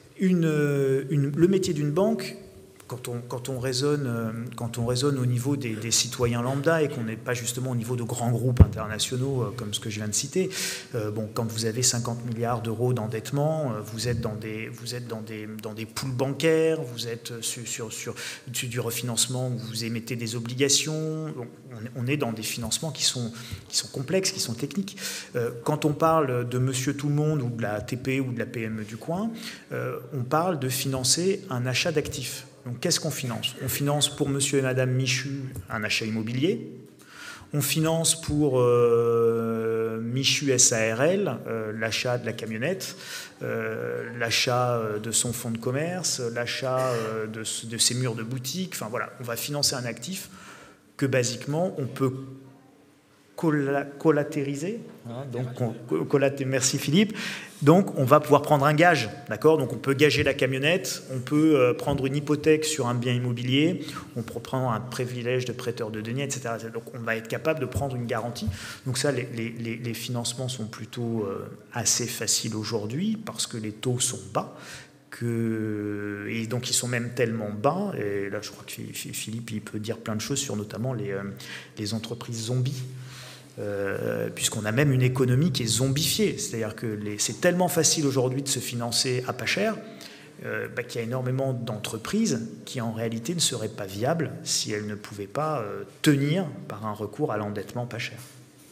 Le métier d'une banque, quand on raisonne au niveau des citoyens lambda et qu'on n'est pas justement au niveau de grands groupes internationaux comme ce que je viens de citer, quand vous avez 50 milliards d'euros d'endettement, vous êtes dans des poules bancaires, vous êtes sur du refinancement où vous émettez des obligations. On est dans des financements qui sont complexes, qui sont techniques. Quand on parle de Monsieur Tout-le-Monde ou de la TPE ou de la PME du coin, on parle de financer un achat d'actifs. Donc, qu'est-ce qu'on finance? On finance pour monsieur et madame Michu un achat immobilier. On finance pour Michu SARL l'achat de la camionnette, l'achat de son fonds de commerce, l'achat de ses murs de boutique. Enfin voilà, on va financer un actif que basiquement on peut collatériser. Merci Philippe. Donc on va pouvoir prendre un gage, d'accord? Donc on peut gager la camionnette, on peut prendre une hypothèque sur un bien immobilier, on peut prendre un privilège de prêteur de deniers, etc. Donc on va être capable de prendre une garantie. Donc ça, les financements sont plutôt assez faciles aujourd'hui parce que les taux sont bas. Et donc ils sont même tellement bas, et là je crois que Philippe il peut dire plein de choses sur notamment les entreprises zombies. Puisqu'on a même une économie qui est zombifiée. C'est-à-dire que c'est tellement facile aujourd'hui de se financer à pas cher qu'il y a énormément d'entreprises qui en réalité ne seraient pas viables si elles ne pouvaient pas tenir par un recours à l'endettement pas cher.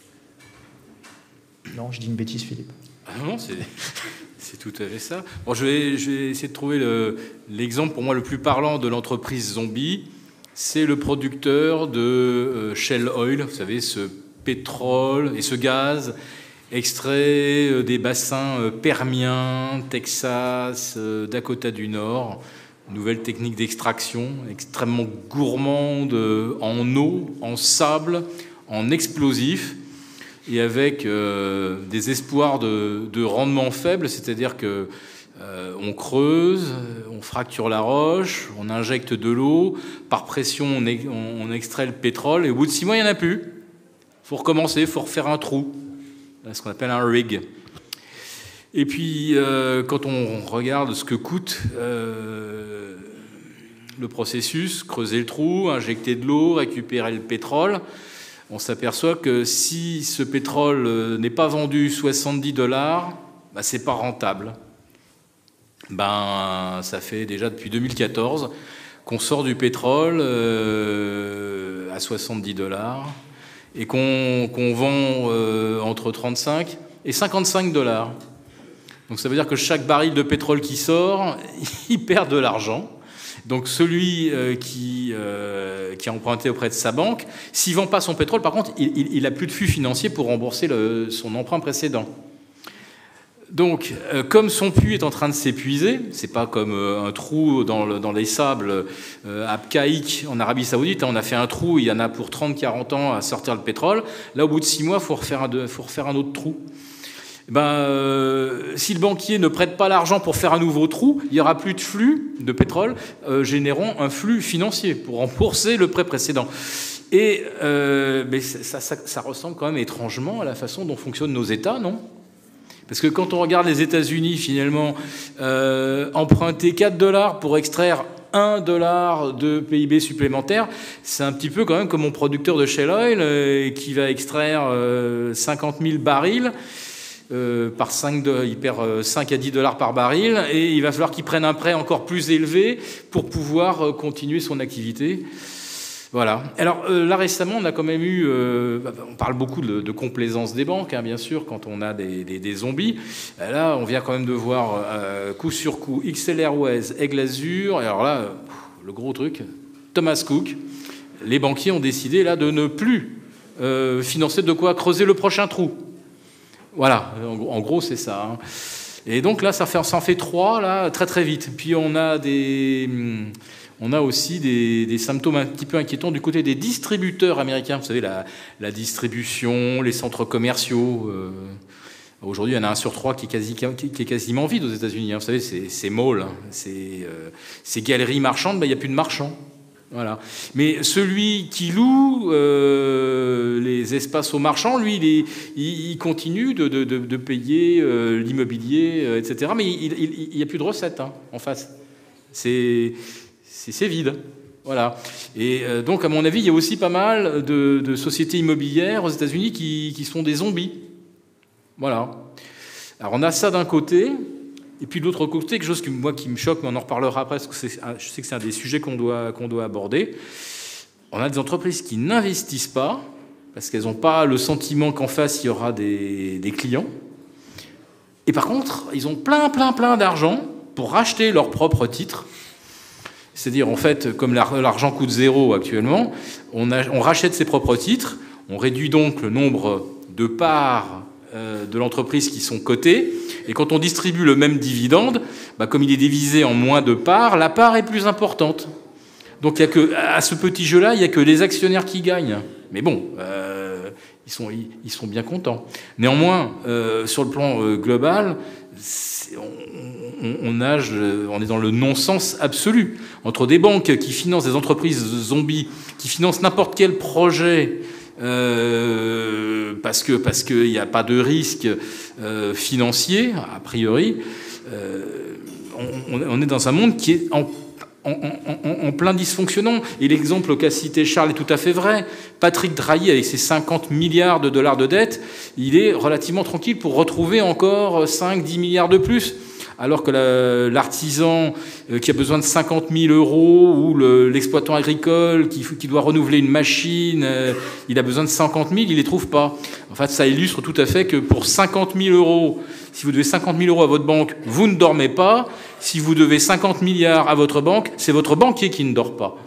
Non, je dis une bêtise, Philippe. Non, c'est tout à fait ça. Bon, je vais essayer de trouver l'exemple pour moi le plus parlant de l'entreprise zombie. C'est le producteur de Shell Oil, vous savez, ce pétrole et ce gaz extrait des bassins permiens, Texas, Dakota du Nord. Nouvelle technique d'extraction extrêmement gourmande en eau, en sable, en explosifs et avec des espoirs de rendement faible, c'est-à-dire que on creuse, on fracture la roche, on injecte de l'eau, par pression on extrait le pétrole et au bout de 6 mois il n'y en a plus. Il faut recommencer, il faut refaire un trou, ce qu'on appelle un rig. Et puis, quand on regarde ce que coûte le processus, creuser le trou, injecter de l'eau, récupérer le pétrole, on s'aperçoit que si ce pétrole n'est pas vendu $70, c'est pas rentable. Ça fait déjà depuis 2014 qu'on sort du pétrole à $70 et qu'on vend entre 35 et $55. Donc ça veut dire que chaque baril de pétrole qui sort, il perd de l'argent. Donc celui qui a emprunté auprès de sa banque, s'il ne vend pas son pétrole, par contre, il n'a plus de flux financier pour rembourser son emprunt précédent. Donc, comme son puits est en train de s'épuiser, c'est pas comme un trou dans les sables à Kaïk en Arabie Saoudite, on a fait un trou, il y en a pour 30-40 ans à sortir le pétrole. Là, au bout de 6 mois, il faut refaire un autre trou. Si le banquier ne prête pas l'argent pour faire un nouveau trou, il n'y aura plus de flux de pétrole générant un flux financier pour rembourser le prêt précédent. Et mais ça ressemble quand même étrangement à la façon dont fonctionnent nos États, non ? Parce que quand on regarde les États-Unis, finalement, emprunter $4 pour extraire $1 de PIB supplémentaire, c'est un petit peu quand même comme mon producteur de Shell Oil qui va extraire 50 000 barils par 5, il perd 5 à $10 par baril, et il va falloir qu'il prenne un prêt encore plus élevé pour pouvoir continuer son activité. Voilà. Alors là récemment, on a quand même eu, on parle beaucoup de complaisance des banques, hein, bien sûr, quand on a des zombies. Là, on vient quand même de voir coup sur coup XL Airways, Aigle Azur. Et alors là, le gros truc, Thomas Cook. Les banquiers ont décidé là de ne plus financer, de quoi creuser le prochain trou. Voilà. En gros, c'est ça. Hein. Et donc là, ça en fait 3 là très très vite. Puis on a aussi des symptômes un petit peu inquiétants du côté des distributeurs américains. Vous savez, la distribution, les centres commerciaux. Aujourd'hui, il y en a 1 sur 3 qui est quasiment vide aux États-Unis. Vous savez, c'est malls, hein, ces galeries marchandes, il n'y a plus de marchands. Voilà. Mais celui qui loue les espaces aux marchands, lui, il continue de payer l'immobilier, etc. Mais il n'y a plus de recettes en face. C'est vide. Voilà. Et donc, à mon avis, il y a aussi pas mal de sociétés immobilières aux États-Unis qui sont des zombies. Voilà. Alors, on a ça d'un côté, et puis de l'autre côté, quelque chose qui me choque, mais on en reparlera après, parce que je sais que c'est un des sujets qu'on doit aborder. On a des entreprises qui n'investissent pas, parce qu'elles n'ont pas le sentiment qu'en face, il y aura des clients. Et par contre, ils ont plein d'argent pour racheter leurs propres titres. C'est-à-dire, en fait, comme l'argent coûte 0 actuellement, on rachète ses propres titres, on réduit donc le nombre de parts de l'entreprise qui sont cotées, et quand on distribue le même dividende, comme il est divisé en moins de parts, la part est plus importante. Donc à ce petit jeu-là, il n'y a que les actionnaires qui gagnent. Mais bon, ils sont bien contents. Néanmoins, sur le plan global, on est dans le non-sens absolu. Entre des banques qui financent des entreprises zombies, qui financent n'importe quel projet parce qu'il n'y a pas de risque financier, a priori, on est dans un monde qui est en plein dysfonctionnant. Et l'exemple qu'a cité Charles est tout à fait vrai. Patrick Drahi, avec ses 50 milliards de dollars de dette, il est relativement tranquille pour retrouver encore 5-10 milliards de plus. Alors que l'artisan qui a besoin de 50 000 euros ou l'exploitant agricole qui doit renouveler une machine, il a besoin de 50 000, il ne les trouve pas. En fait, ça illustre tout à fait que pour 50 000 euros, si vous devez 50 000 euros à votre banque, vous ne dormez pas. Si vous devez 50 milliards à votre banque, c'est votre banquier qui ne dort pas.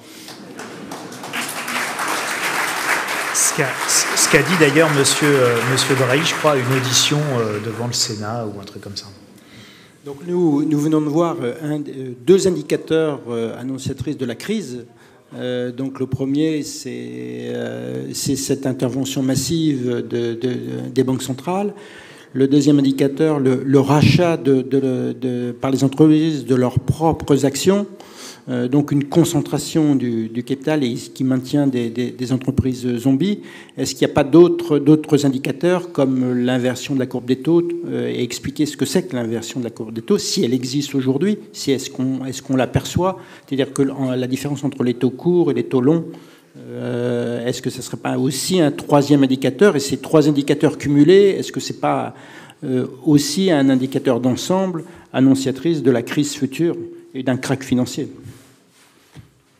Ce qu'a dit d'ailleurs monsieur Drahi, je crois, à une audition devant le Sénat ou un truc comme ça. Donc nous venons de voir 2 indicateurs annonciatrices de la crise. Donc le premier, c'est cette intervention massive des banques centrales. Le deuxième indicateur, le rachat par les entreprises de leurs propres actions. Donc une concentration du capital et qui maintient des entreprises zombies. Est-ce qu'il n'y a pas d'autres indicateurs comme l'inversion de la courbe des taux et expliquer ce que c'est que l'inversion de la courbe des taux, si elle existe aujourd'hui, est-ce qu'on l'aperçoit, c'est-à-dire que la différence entre les taux courts et les taux longs, est-ce que ce ne serait pas aussi un troisième indicateur, et ces 3 indicateurs cumulés, est-ce que ce n'est pas aussi un indicateur d'ensemble annonciatrice de la crise future et d'un krach financier?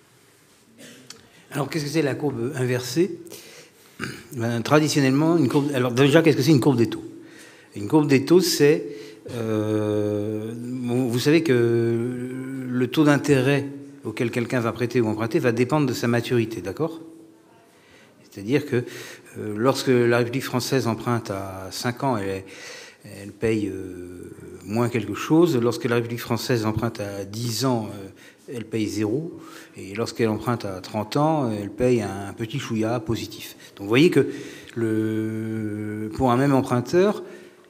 Alors, qu'est-ce que c'est la courbe inversée? Traditionnellement, une courbe... Alors, déjà, qu'est-ce que c'est une courbe des taux? Une courbe des taux, c'est... vous savez que le taux d'intérêt auquel quelqu'un va prêter ou emprunter va dépendre de sa maturité, d'accord? C'est-à-dire que lorsque la République française emprunte à 5 ans, elle paye moins quelque chose. Lorsque la République française emprunte à 10 ans, elle paye 0. Et lorsqu'elle emprunte à 30 ans, elle paye un petit chouïa positif. Donc vous voyez que pour un même emprunteur,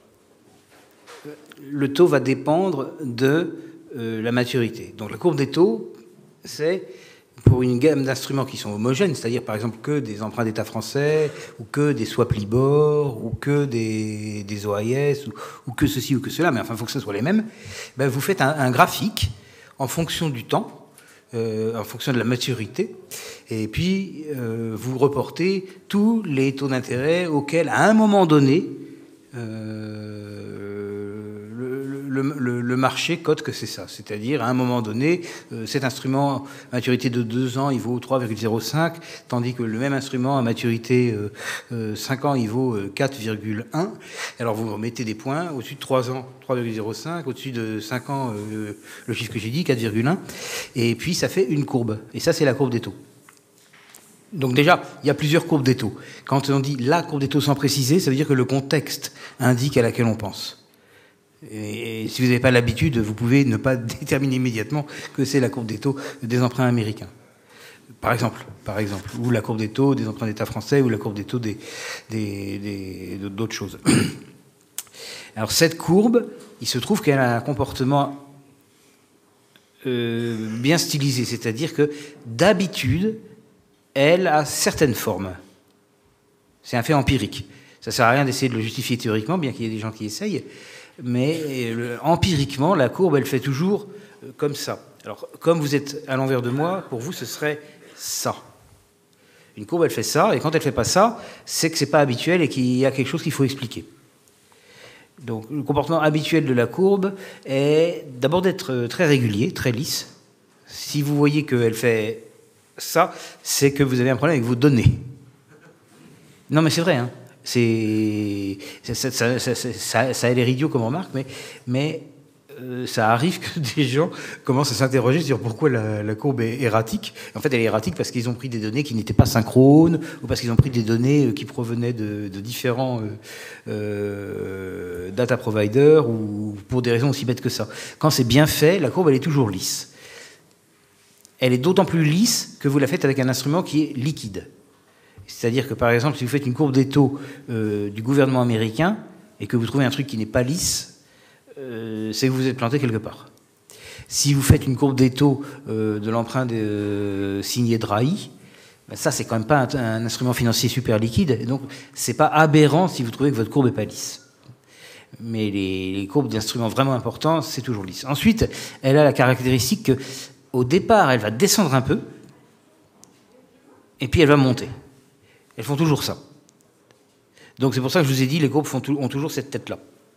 le taux va dépendre de la maturité. Donc la courbe des taux, c'est pour une gamme d'instruments qui sont homogènes, c'est-à-dire par exemple que des emprunts d'État français, ou que des swaps Libor, ou que des OAS, ou que ceci ou que cela, mais enfin il faut que ce soit les mêmes, ben, vous faites un graphique en fonction du temps, en fonction de la maturité, et puis vous reportez tous les taux d'intérêt auxquels, à un moment donné, le marché cote que c'est ça. C'est-à-dire, à un moment donné, cet instrument à maturité de 2 ans, il vaut 3,05, tandis que le même instrument à maturité 5 ans, il vaut 4,1. Alors, vous mettez des points. Au-dessus de 3 ans, 3,05. Au-dessus de 5 ans, le chiffre que j'ai dit, 4,1. Et puis, ça fait une courbe. Et ça, c'est la courbe des taux. Donc déjà, il y a plusieurs courbes des taux. Quand on dit la courbe des taux sans préciser, ça veut dire que le contexte indique à laquelle on pense. Et si vous n'avez pas l'habitude, vous pouvez ne pas déterminer immédiatement que c'est la courbe des taux des emprunts américains. Par exemple, ou la courbe des taux des emprunts d'État français, ou la courbe des taux d'autres choses. Alors cette courbe, il se trouve qu'elle a un comportement bien stylisé, c'est-à-dire que d'habitude, elle a certaines formes. C'est un fait empirique. Ça ne sert à rien d'essayer de le justifier théoriquement, bien qu'il y ait des gens qui essayent. Mais empiriquement, la courbe, elle fait toujours comme ça. Alors, comme vous êtes à l'envers de moi, pour vous, ce serait ça. Une courbe, elle fait ça, et quand elle ne fait pas ça, c'est que ce n'est pas habituel et qu'il y a quelque chose qu'il faut expliquer. Donc, le comportement habituel de la courbe est d'abord d'être très régulier, très lisse. Si vous voyez qu'elle fait ça, c'est que vous avez un problème avec vos données. Non, mais c'est vrai, hein. Ça a l'air idiot comme remarque, mais ça arrive que des gens commencent à s'interroger sur pourquoi la courbe est erratique. En fait, elle est erratique parce qu'ils ont pris des données qui n'étaient pas synchrones, ou parce qu'ils ont pris des données qui provenaient de différents data providers, ou pour des raisons aussi bêtes que ça. Quand c'est bien fait, la courbe, elle est toujours lisse. Elle est d'autant plus lisse que vous la faites avec un instrument qui est liquide. C'est-à-dire que, par exemple, si vous faites une courbe des taux du gouvernement américain et que vous trouvez un truc qui n'est pas lisse, c'est que vous vous êtes planté quelque part. Si vous faites une courbe des taux de l'emprunt signé Drahi, ben ça, c'est quand même pas un instrument financier super liquide. Et donc, c'est pas aberrant si vous trouvez que votre courbe n'est pas lisse. Mais les courbes d'instruments vraiment importants, c'est toujours lisse. Ensuite, elle a la caractéristique qu'au départ, elle va descendre un peu et puis elle va monter. Elles font toujours ça. Donc c'est pour ça que je vous ai dit, les courbes ont toujours cette tête-là.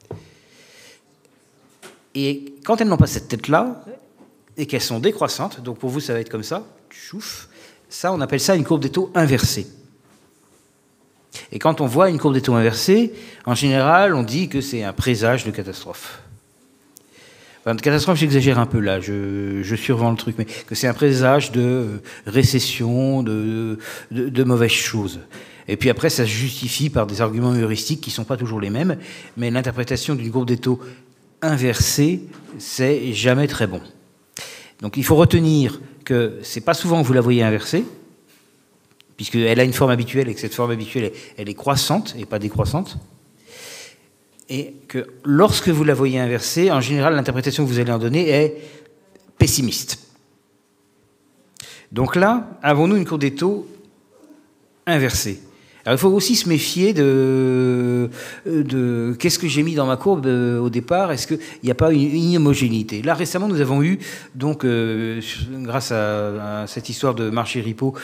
Et quand elles n'ont pas cette tête-là, et qu'elles sont décroissantes, donc pour vous ça va être comme ça, chouf, ça on appelle ça une courbe des taux inversée. Et quand on voit une courbe des taux inversée, en général on dit que c'est un présage de catastrophe. Enfin, de catastrophe, j'exagère un peu là, je survends le truc, mais que c'est un présage de récession, de mauvaises choses. Et puis après, ça se justifie par des arguments heuristiques qui ne sont pas toujours les mêmes, mais l'interprétation d'une courbe des taux inversée, c'est jamais très bon. Donc il faut retenir que c'est pas souvent que vous la voyez inversée, puisqu'elle a une forme habituelle et que cette forme habituelle, elle est croissante et pas décroissante. Et que lorsque vous la voyez inversée, en général, l'interprétation que vous allez en donner est pessimiste. Donc là, avons-nous une courbe des taux inversée? Alors il faut aussi se méfier de qu'est-ce que j'ai mis dans ma courbe au départ, est-ce qu'il n'y a pas une homogénéité? Là récemment nous avons eu, donc grâce à cette histoire de marché repo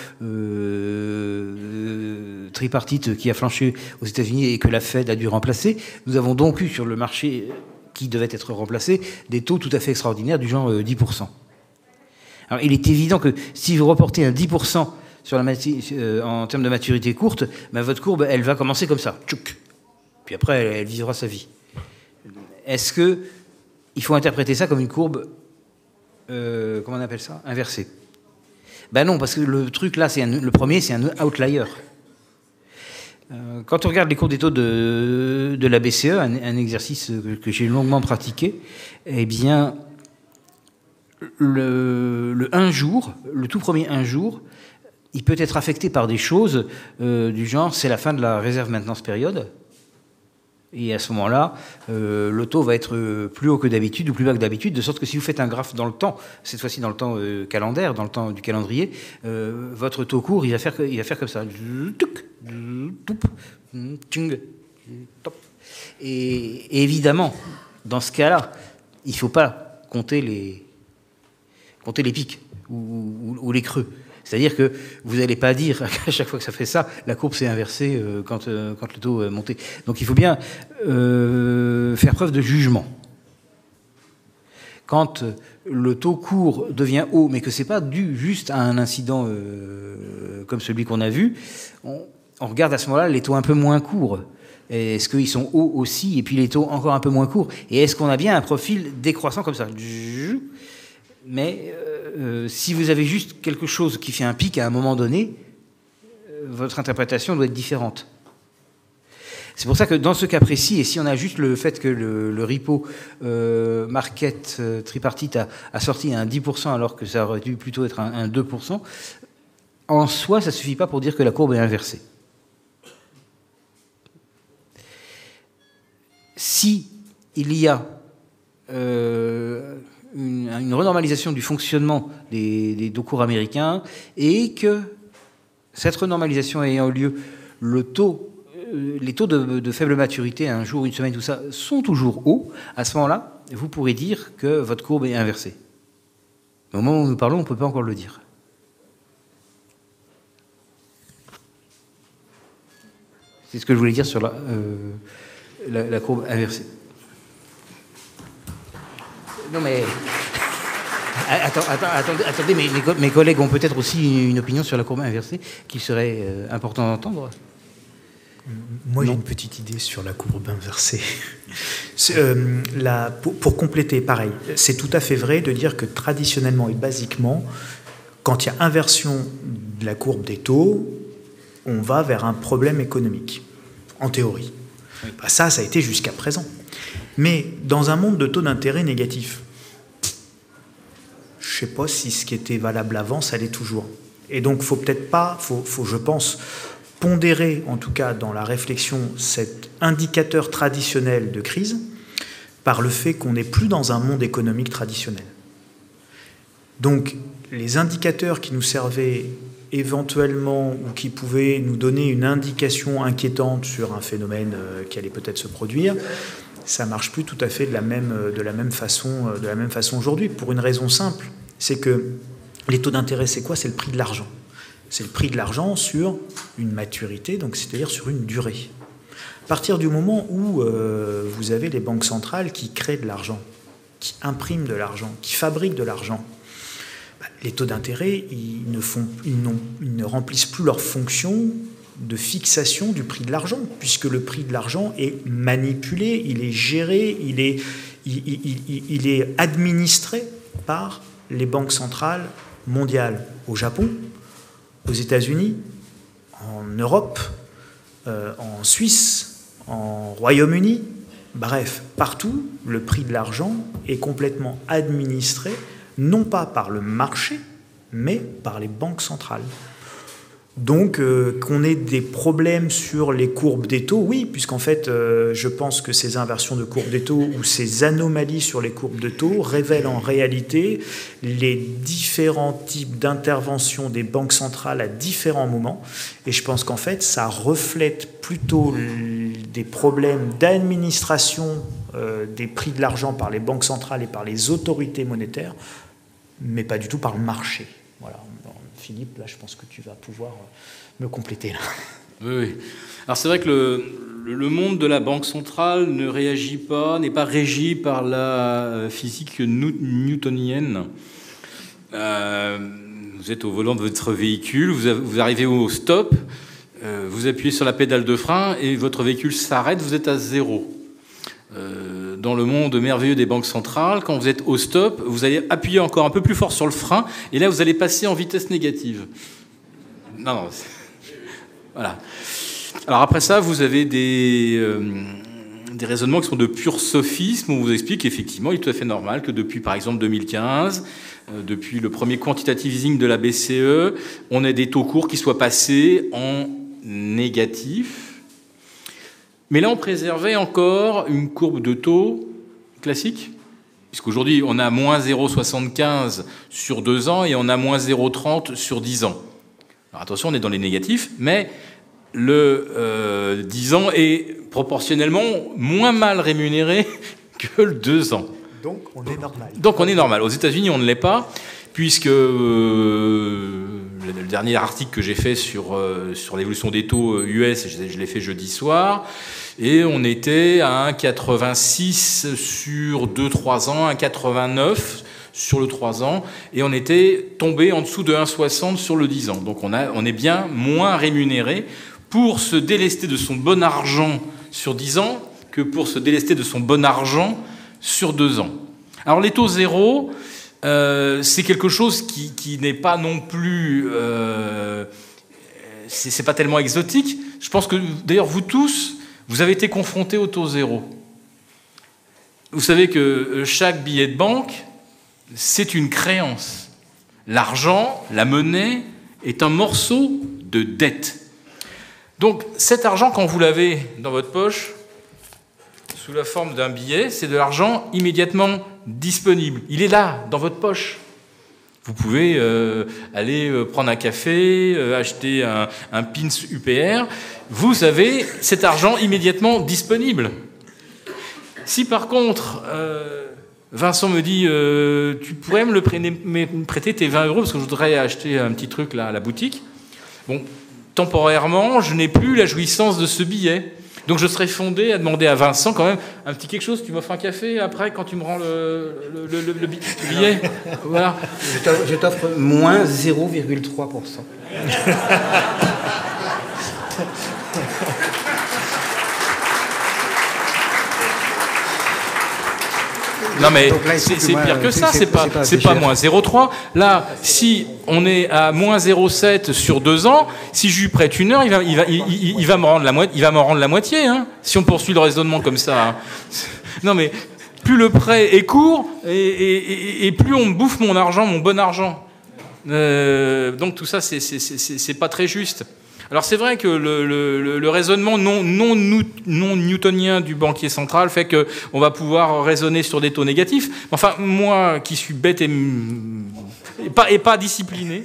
tripartite qui a flanché aux États-Unis et que la Fed a dû remplacer, nous avons donc eu sur le marché qui devait être remplacé des taux tout à fait extraordinaires du genre 10%. Alors il est évident que si vous reportez un 10% en termes de maturité courte, ben votre courbe, elle va commencer comme ça, tchouk. Puis après, elle vivra sa vie. Est-ce qu'il faut interpréter ça comme une courbe, comment on appelle ça, inversée? Ben non, parce que le truc là, le premier, c'est un outlier. Quand on regarde les cours des taux de la BCE, un exercice que j'ai longuement pratiqué, eh bien, le 1 jour, le tout premier 1 jour, il peut être affecté par des choses du genre, c'est la fin de la réserve maintenance période, et à ce moment-là, le taux va être plus haut que d'habitude ou plus bas que d'habitude, de sorte que si vous faites un graphe dans le temps, cette fois-ci dans le temps calendaire, dans le temps du calendrier, votre taux court, il va faire comme ça. Et évidemment, dans ce cas-là, il ne faut pas compter les pics ou les creux. C'est-à-dire que vous n'allez pas dire à chaque fois que ça fait ça, la courbe s'est inversée quand le taux est monté. Donc il faut bien faire preuve de jugement. Quand le taux court devient haut, mais que ce n'est pas dû juste à un incident comme celui qu'on a vu, on regarde à ce moment-là les taux un peu moins courts. Est-ce qu'ils sont hauts aussi, et puis les taux encore un peu moins courts? Et est-ce qu'on a bien un profil décroissant comme ça? Mais si vous avez juste quelque chose qui fait un pic à un moment donné, votre interprétation doit être différente. C'est pour ça que dans ce cas précis, et si on a juste le fait que le repo market tripartite a sorti à un 10% alors que ça aurait dû plutôt être un 2%, en soi, ça ne suffit pas pour dire que la courbe est inversée. Si il y a une renormalisation du fonctionnement des taux courts américains et que cette renormalisation ayant lieu, les taux de faible maturité, un jour, une semaine, tout ça, sont toujours hauts, à ce moment-là, vous pourrez dire que votre courbe est inversée. Mais au moment où nous parlons, on ne peut pas encore le dire. C'est ce que je voulais dire sur la courbe inversée. Non mais... Attendez, mes collègues ont peut-être aussi une opinion sur la courbe inversée qu'il serait important d'entendre. Moi, j'ai une petite idée sur la courbe inversée. Pour compléter, pareil, c'est tout à fait vrai de dire que traditionnellement et basiquement, quand il y a inversion de la courbe des taux, on va vers un problème économique, en théorie. Oui. Ça a été jusqu'à présent. Mais dans un monde de taux d'intérêt négatifs, je ne sais pas si ce qui était valable avant, ça l'est toujours. Et donc, faut, je pense, pondérer, en tout cas dans la réflexion, cet indicateur traditionnel de crise par le fait qu'on n'est plus dans un monde économique traditionnel. Donc, les indicateurs qui nous servaient éventuellement ou qui pouvaient nous donner une indication inquiétante sur un phénomène qui allait peut-être se produire, ça ne marche plus tout à fait de la même façon aujourd'hui, pour une raison simple, c'est que les taux d'intérêt, c'est quoi? C'est le prix de l'argent. C'est le prix de l'argent sur une maturité, donc c'est-à-dire sur une durée. À partir du moment où vous avez les banques centrales qui créent de l'argent, qui impriment de l'argent, qui fabriquent de l'argent, les taux d'intérêt, ils ne remplissent plus leur fonction de fixation du prix de l'argent, puisque le prix de l'argent est manipulé, il est géré, il est administré par les banques centrales mondiales au Japon, aux États-Unis, en Europe, en Suisse, en Royaume-Uni, bref, partout, le prix de l'argent est complètement administré, non pas par le marché, mais par les banques centrales. Donc, qu'on ait des problèmes sur les courbes des taux, oui, puisqu'en fait, je pense que ces inversions de courbes des taux ou ces anomalies sur les courbes de taux révèlent en réalité les différents types d'interventions des banques centrales à différents moments. Et je pense qu'en fait, ça reflète plutôt des problèmes d'administration des prix de l'argent par les banques centrales et par les autorités monétaires, mais pas du tout par le marché. Voilà. Philippe, là, je pense que tu vas pouvoir me compléter. Là. Oui. Alors, c'est vrai que le monde de la banque centrale ne réagit pas, n'est pas régi par la physique newtonienne. Vous êtes au volant de votre véhicule, vous arrivez au stop, vous appuyez sur la pédale de frein et votre véhicule s'arrête, vous êtes à 0. Dans le monde merveilleux des banques centrales, quand vous êtes au stop, vous allez appuyer encore un peu plus fort sur le frein et là, vous allez passer en vitesse négative. Non. Voilà. Alors après ça, vous avez des raisonnements qui sont de pur sophisme, où on vous explique qu'effectivement, il est tout à fait normal que depuis, par exemple, 2015, depuis le premier quantitative easing de la BCE, on ait des taux courts qui soient passés en négatif. Mais là, on préservait encore une courbe de taux classique, puisqu'aujourd'hui, on a moins 0,75 sur 2 ans et on a moins 0,30 sur 10 ans. Alors attention, on est dans les négatifs, mais le 10 ans est proportionnellement moins mal rémunéré que le 2 ans. Donc on est normal. Donc on est normal. Aux États-Unis, on ne l'est pas, puisque le dernier article que j'ai fait sur l'évolution des taux US, je l'ai fait jeudi soir, et on était à 1,86 sur 2-3 ans, 1,89 sur le 3 ans, et on était tombé en dessous de 1,60 sur le 10 ans. Donc on est bien moins rémunéré pour se délester de son bon argent sur 10 ans que pour se délester de son bon argent sur 2 ans. Alors les taux zéro, c'est quelque chose qui n'est pas non plus... c'est pas tellement exotique. Je pense que, d'ailleurs, vous tous, vous avez été confrontés au taux zéro. Vous savez que chaque billet de banque, c'est une créance. L'argent, la monnaie, est un morceau de dette. Donc cet argent, quand vous l'avez dans votre poche, sous la forme d'un billet, c'est de l'argent immédiatement disponible. Il est là, dans votre poche. Vous pouvez aller prendre un café, acheter un pins UPR. Vous avez cet argent immédiatement disponible. Si par contre, Vincent me dit tu pourrais me prêter tes 20 euros parce que je voudrais acheter un petit truc là à la boutique. Bon, temporairement, je n'ai plus la jouissance de ce billet. Donc je serais fondé à demander à Vincent quand même un petit quelque chose. Tu m'offres un café après quand tu me rends le billet. Voilà. Je t'offre moins 0,3%. Non mais c'est pire que ça, c'est pas moins 0,3. Là, si on est à moins 0,7 sur 2 ans, si je lui prête 1 heure, il va me rendre la moitié, hein, si on poursuit le raisonnement comme ça. Hein. Non mais plus le prêt est court et plus on me bouffe mon argent, mon bon argent. Donc tout ça, c'est pas très juste. Alors c'est vrai que le raisonnement non newtonien du banquier central fait qu'on va pouvoir raisonner sur des taux négatifs. Enfin, moi qui suis bête et pas discipliné,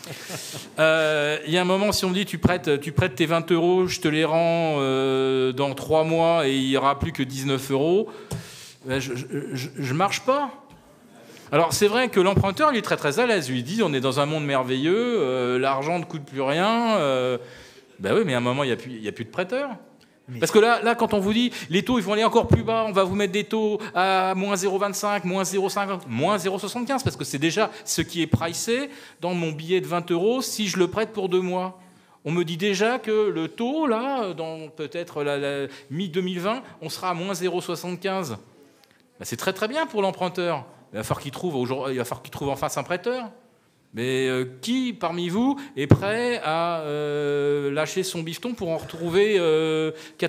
il y a un moment, si on me dit tu prêtes tes 20 euros, je te les rends dans 3 mois et il n'y aura plus que 19 euros, ben je marche pas. Alors c'est vrai que l'emprunteur, il est très très à l'aise. Il dit on est dans un monde merveilleux, l'argent ne coûte plus rien. Ben oui, mais à un moment, il n'y a plus de prêteurs. Parce que là, quand on vous dit les taux, ils vont aller encore plus bas, on va vous mettre des taux à moins 0,25, moins 0,50, moins 0,75, parce que c'est déjà ce qui est pricé dans mon billet de 20 euros si je le prête pour 2 mois. On me dit déjà que le taux, là, dans peut-être la mi-2020, on sera à moins 0,75. Ben, c'est très très bien pour l'emprunteur. Il va falloir qu'il trouve en face un prêteur. Mais qui, parmi vous, est prêt à lâcher son bifton pour en retrouver 90% ?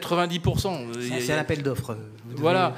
C'est un appel d'offres. Voilà.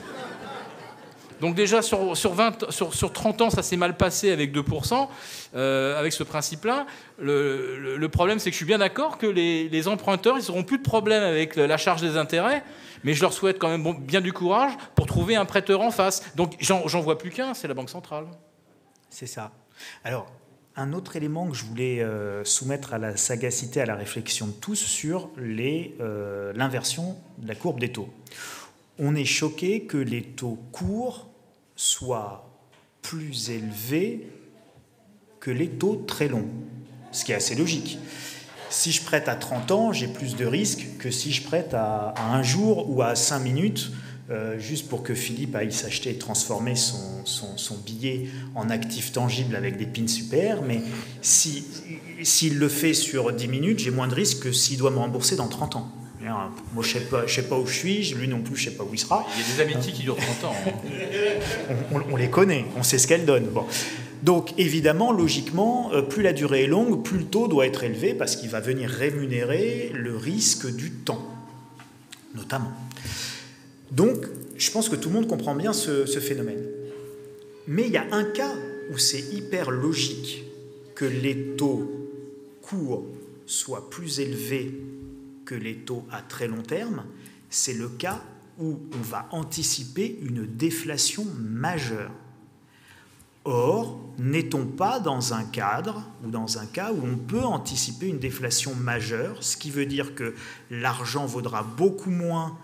Donc déjà, sur 30 ans, ça s'est mal passé avec 2%, avec ce principe-là. Le problème, c'est que je suis bien d'accord que les emprunteurs, ils n'auront plus de problème avec la charge des intérêts, mais je leur souhaite quand même bien du courage pour trouver un prêteur en face. Donc j'en vois plus qu'un, c'est la Banque centrale. C'est ça. Alors, un autre élément que je voulais soumettre à la sagacité, à la réflexion de tous sur l'inversion de la courbe des taux. On est choqué que les taux courts soient plus élevés que les taux très longs, ce qui est assez logique. Si je prête à 30 ans, j'ai plus de risques que si je prête à 1 jour ou à 5 minutes juste pour que Philippe aille s'acheter et transformer son billet en actif tangible avec des pins super, mais s'il le fait sur 10 minutes, j'ai moins de risques que s'il doit me rembourser dans 30 ans. Moi, je sais pas où je suis, lui non plus, je sais pas où il sera. Il y a des amitiés qui durent 30 ans. On les connaît, on sait ce qu'elles donnent. Bon. Donc, évidemment, logiquement, plus la durée est longue, plus le taux doit être élevé parce qu'il va venir rémunérer le risque du temps, notamment. Donc, je pense que tout le monde comprend bien ce phénomène. Mais il y a un cas où c'est hyper logique que les taux courts soient plus élevés que les taux à très long terme, c'est le cas où on va anticiper une déflation majeure. Or, n'est-on pas dans un cadre ou dans un cas où on peut anticiper une déflation majeure, ce qui veut dire que l'argent vaudra beaucoup moins,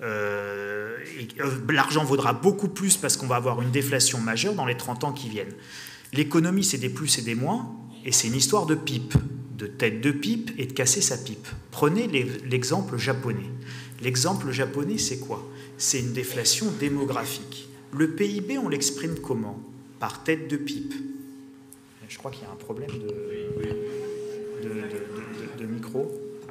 l'argent vaudra beaucoup plus parce qu'on va avoir une déflation majeure dans les 30 ans qui viennent. L'économie, c'est des plus et des moins, et c'est une histoire de pipe, de tête de pipe et de casser sa pipe. Prenez l'exemple japonais. L'exemple japonais, c'est quoi? C'est une déflation démographique. Le PIB, on l'exprime comment? Par tête de pipe. Je crois qu'il y a un problème de micro.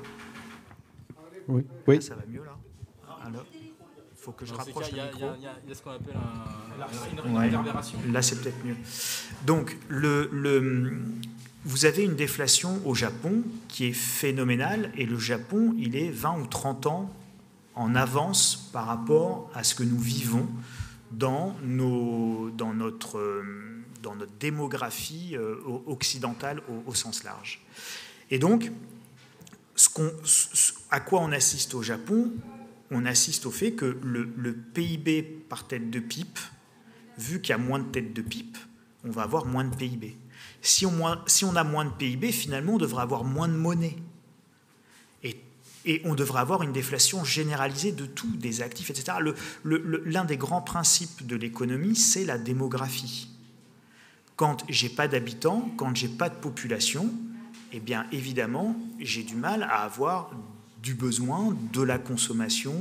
Oui. Ah, ça va mieux là. Alors, il faut que je rapproche le micro. Il y a ce qu'on appelle une réverbération. Là, c'est peut-être mieux. Donc, vous avez une déflation au Japon qui est phénoménale, et le Japon, il est 20 ou 30 ans en avance par rapport à ce que nous vivons dans notre démographie occidentale au sens large. Et donc, à quoi on assiste au Japon? On assiste au fait que le PIB par tête de pipe, vu qu'il y a moins de têtes de pipe, on va avoir moins de PIB. Si on a moins de PIB, finalement, on devrait avoir moins de monnaie. Et on devrait avoir une déflation généralisée de tout, des actifs, etc. L'un des grands principes de l'économie, c'est la démographie. Quand j'ai pas d'habitants, quand j'ai pas de population, eh bien, évidemment, j'ai du mal à avoir du besoin, de la consommation,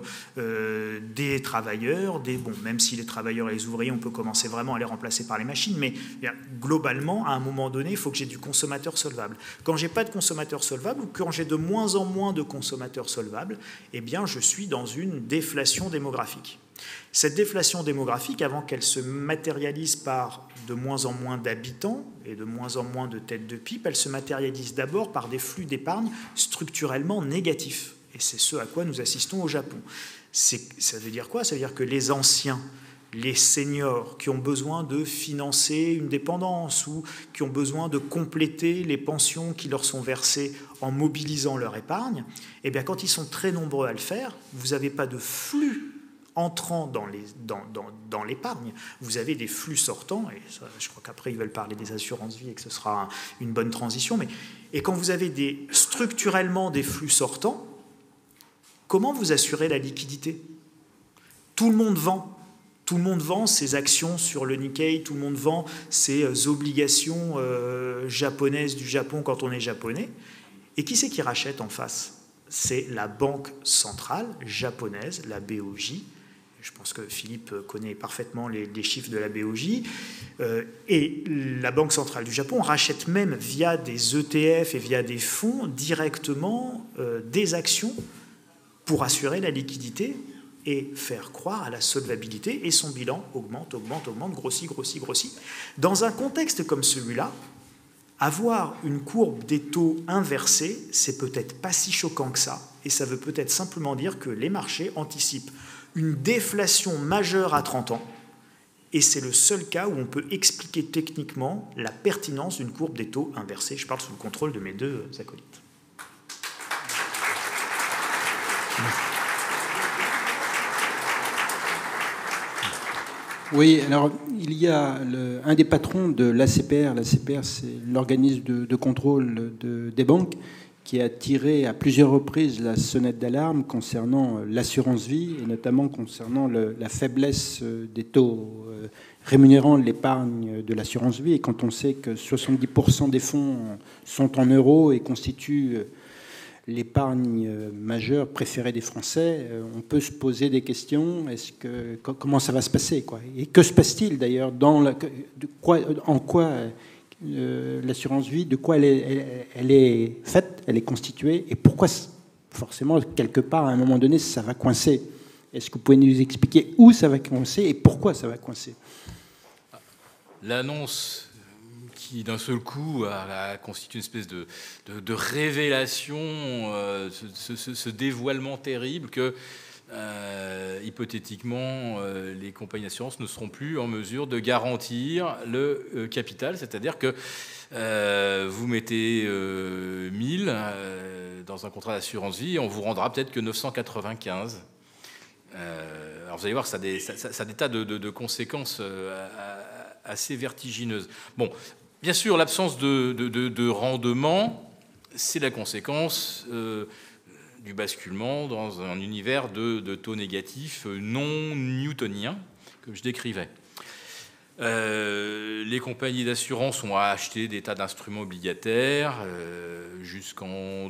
des travailleurs, même si les travailleurs et les ouvriers, on peut commencer vraiment à les remplacer par les machines, mais globalement, à un moment donné, il faut que j'ai du consommateur solvable. Quand j'ai pas de consommateur solvable, ou quand j'ai de moins en moins de consommateurs solvables, eh bien, je suis dans une déflation démographique. Cette déflation démographique, avant qu'elle se matérialise par de moins en moins d'habitants et de moins en moins de têtes de pipe, elle se matérialise d'abord par des flux d'épargne structurellement négatifs. Et c'est ce à quoi nous assistons au Japon. Ça veut dire quoi? Ça veut dire que les anciens, les seniors qui ont besoin de financer une dépendance ou qui ont besoin de compléter les pensions qui leur sont versées en mobilisant leur épargne, eh bien, quand ils sont très nombreux à le faire, vous n'avez pas de flux entrant dans l'épargne, vous avez des flux sortants, et ça, je crois qu'après ils veulent parler des assurances-vie et que ce sera une bonne transition, et quand vous avez structurellement des flux sortants, comment vous assurez la liquidité? Tout le monde vend ses actions sur le Nikkei, tout le monde vend ses obligations japonaises du Japon quand on est japonais, et qui c'est qui rachète en face? C'est la banque centrale japonaise, la BOJ. Je pense que Philippe connaît parfaitement les chiffres de la BOJ. Et la Banque centrale du Japon rachète même via des ETF et via des fonds directement des actions pour assurer la liquidité et faire croire à la solvabilité. Et son bilan augmente, grossit. Dans un contexte comme celui-là, avoir une courbe des taux inversée, c'est peut-être pas si choquant que ça. Et ça veut peut-être simplement dire que les marchés anticipent une déflation majeure à 30 ans. Et c'est le seul cas où on peut expliquer techniquement la pertinence d'une courbe des taux inversée. Je parle sous le contrôle de mes deux acolytes. Oui, alors il y a un des patrons de l'ACPR. L'ACPR, c'est l'organisme de contrôle des banques, qui a tiré à plusieurs reprises la sonnette d'alarme concernant l'assurance vie, et notamment concernant la faiblesse des taux rémunérant l'épargne de l'assurance vie. Et quand on sait que 70% des fonds sont en euros et constituent l'épargne majeure préférée des Français, on peut se poser des questions. Comment ça va se passer, quoi? Et que se passe-t-il d'ailleurs en quoi l'assurance vie, de quoi elle est faite, elle est constituée, et pourquoi forcément quelque part à un moment donné ça va coincer? Est-ce que vous pouvez nous expliquer où ça va coincer et pourquoi ça va coincer? L'annonce qui d'un seul coup a constitué une espèce de révélation, ce dévoilement terrible que hypothétiquement les compagnies d'assurance ne seront plus en mesure de garantir le capital, c'est-à-dire que vous mettez 1000 dans un contrat d'assurance vie et on vous rendra peut-être que 995. Alors vous allez voir, ça a des tas de conséquences assez vertigineuses. Bon, bien sûr, l'absence de rendement, c'est la conséquence du basculement dans un univers de taux négatifs non newtoniens, comme je décrivais. Les compagnies d'assurance ont acheté des tas d'instruments obligataires jusqu'en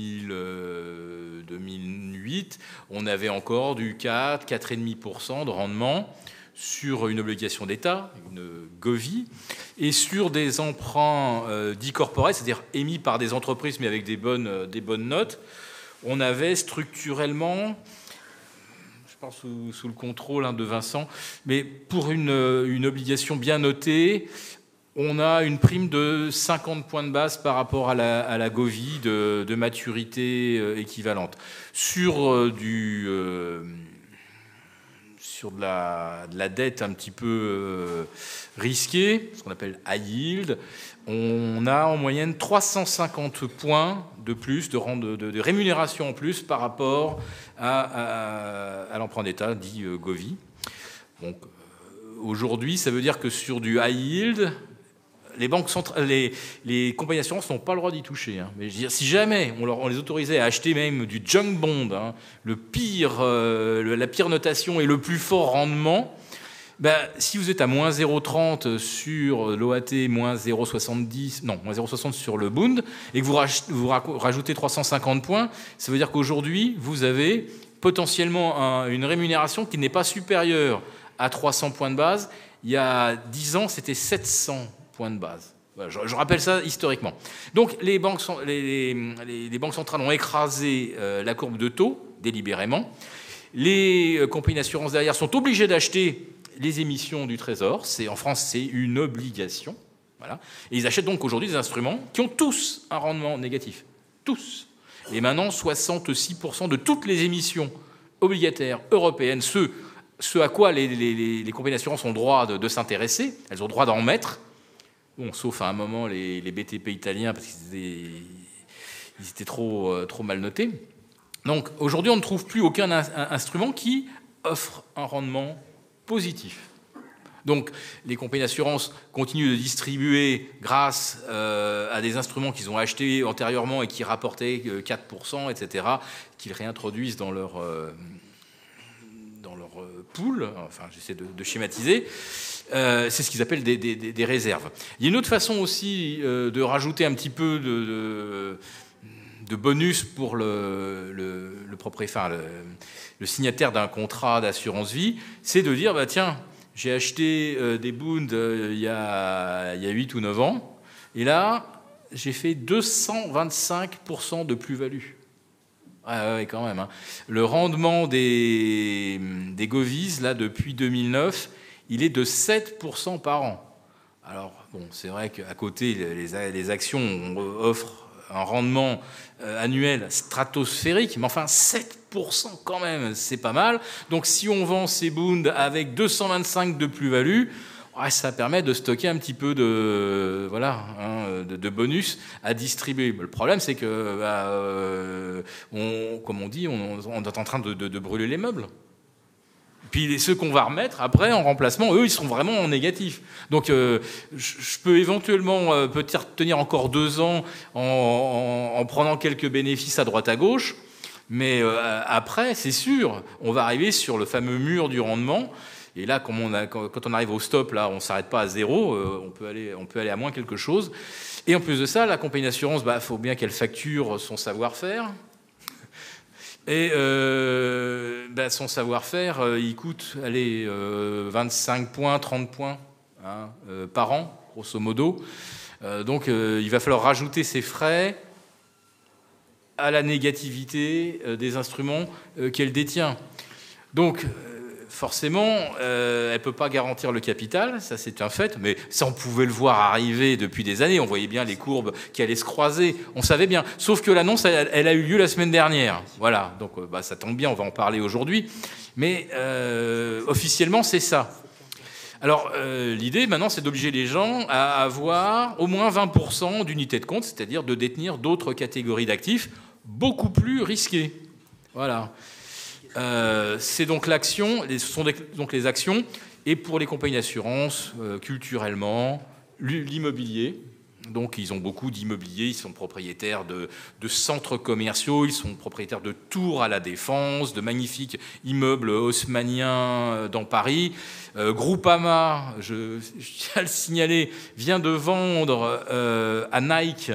2008. On avait encore du 4, 4,5% de rendement sur une obligation d'État, une Govie, et sur des emprunts dits corporels, c'est-à-dire émis par des entreprises mais avec des bonnes notes. On avait structurellement, je pense sous le contrôle de Vincent, mais pour une obligation bien notée, on a une prime de 50 points de base par rapport à la Govie de maturité équivalente. Sur de la dette un petit peu risquée, ce qu'on appelle high yield, on a en moyenne 350 points de plus, de rémunération en plus par rapport à l'emprunt d'État, dit Govie. Donc, aujourd'hui, ça veut dire que sur du high yield, les compagnies d'assurance n'ont pas le droit d'y toucher. Mais je veux dire, si jamais on les autorisait à acheter même du junk bond, la pire notation et le plus fort rendement, si vous êtes à moins 0,30 sur l'OAT, moins 0,60 sur le Bund, et que vous rajoutez 350 points, ça veut dire qu'aujourd'hui, vous avez potentiellement une rémunération qui n'est pas supérieure à 300 points de base. Il y a 10 ans, c'était 700 points de base. Voilà, je rappelle ça historiquement. Donc les banques centrales ont écrasé la courbe de taux délibérément. Les compagnies d'assurance derrière sont obligées d'acheter les émissions du Trésor. En France, c'est une obligation. Voilà. Et ils achètent donc aujourd'hui des instruments qui ont tous un rendement négatif. Tous. Et maintenant, 66% de toutes les émissions obligataires européennes, ce à quoi les compagnies d'assurance ont le droit de s'intéresser, elles ont le droit d'en mettre. Bon, sauf à un moment les BTP italiens, parce qu'ils étaient trop mal notés. Donc aujourd'hui, on ne trouve plus aucun instrument qui offre un rendement positif. Donc les compagnies d'assurance continuent de distribuer grâce à des instruments qu'ils ont achetés antérieurement et qui rapportaient 4%, etc., qu'ils réintroduisent dans leur pool. Enfin, j'essaie de schématiser. C'est ce qu'ils appellent des réserves. Il y a une autre façon aussi de rajouter un petit peu de bonus pour le propriétaire, le signataire d'un contrat d'assurance vie, c'est de dire, tiens, j'ai acheté des Bund il y a 8 ou 9 ans, et là, j'ai fait 225% de plus-value. Ouais, quand même. Le rendement des Govies, là, depuis 2009, il est de 7% par an. Alors, bon, c'est vrai qu'à côté, les actions offrent un rendement annuel stratosphérique, mais enfin, 7% quand même, c'est pas mal. Donc, si on vend ces Bund avec 225 de plus-value, ça permet de stocker un petit peu de bonus à distribuer. Le problème, c'est que, comme on dit, on est en train de brûler les meubles. Puis ceux qu'on va remettre après en remplacement, eux, ils seront vraiment en négatif. Donc, je peux éventuellement peut-être tenir encore 2 ans en prenant quelques bénéfices à droite à gauche, mais après, c'est sûr, on va arriver sur le fameux mur du rendement. Et là, quand on arrive au stop, là, on ne s'arrête pas à 0, on peut aller à moins quelque chose. Et en plus de ça, la compagnie d'assurance, faut bien qu'elle facture son savoir-faire. Et son savoir-faire, il coûte 25 points, 30 points par an, grosso modo. Donc il va falloir rajouter ces frais à la négativité des instruments qu'elle détient. Donc forcément, elle ne peut pas garantir le capital, ça c'est un fait, mais ça on pouvait le voir arriver depuis des années, on voyait bien les courbes qui allaient se croiser, on savait bien, sauf que l'annonce elle a eu lieu la semaine dernière, voilà, donc ça tombe bien, on va en parler aujourd'hui, mais officiellement c'est ça. Alors l'idée maintenant c'est d'obliger les gens à avoir au moins 20% d'unités de compte, c'est-à-dire de détenir d'autres catégories d'actifs beaucoup plus risquées, voilà. C'est donc l'action, ce sont donc les actions, et pour les compagnies d'assurance, culturellement, l'immobilier. Donc ils ont beaucoup d'immobilier, ils sont propriétaires de centres commerciaux, ils sont propriétaires de tours à la Défense, de magnifiques immeubles haussmanniens dans Paris. Groupama, je tiens à le signaler, vient de vendre à Nike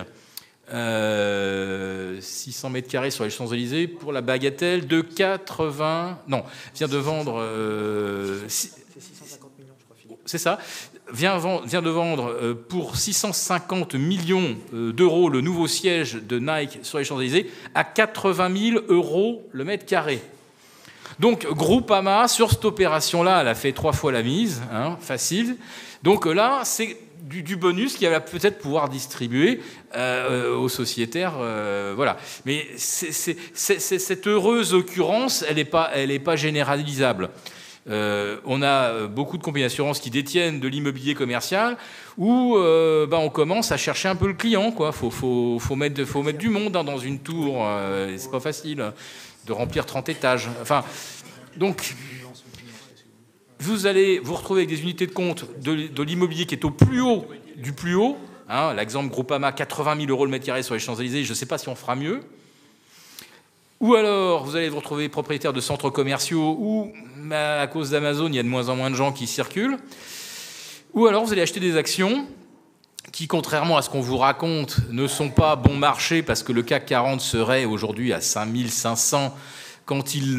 600 mètres carrés sur les Champs-Élysées pour la bagatelle de 80... Non, vient de vendre... c'est 650 millions, je crois. C'est ça. Vient de vendre pour 650 millions d'euros le nouveau siège de Nike sur les Champs-Élysées à 80 000 euros le mètre carré. Donc Groupama, sur cette opération-là, elle a fait 3 fois la mise, facile. Donc là, c'est du bonus qu'il va peut-être pouvoir distribuer aux sociétaires, voilà. Mais cette heureuse occurrence, elle n'est pas généralisable. On a beaucoup de compagnies d'assurance qui détiennent de l'immobilier commercial où on commence à chercher un peu le client, quoi. Faut mettre du monde dans une tour. C'est pas facile de remplir 30 étages. Enfin, donc vous allez vous retrouver avec des unités de compte de l'immobilier qui est au plus haut du plus haut. L'exemple Groupama, 80 000 euros le mètre carré sur les Champs-Élysées. Je ne sais pas si on fera mieux. Ou alors, vous allez vous retrouver propriétaire de centres commerciaux où, à cause d'Amazon, il y a de moins en moins de gens qui circulent. Ou alors, vous allez acheter des actions qui, contrairement à ce qu'on vous raconte, ne sont pas bon marché parce que le CAC 40 serait aujourd'hui à 5500 quand il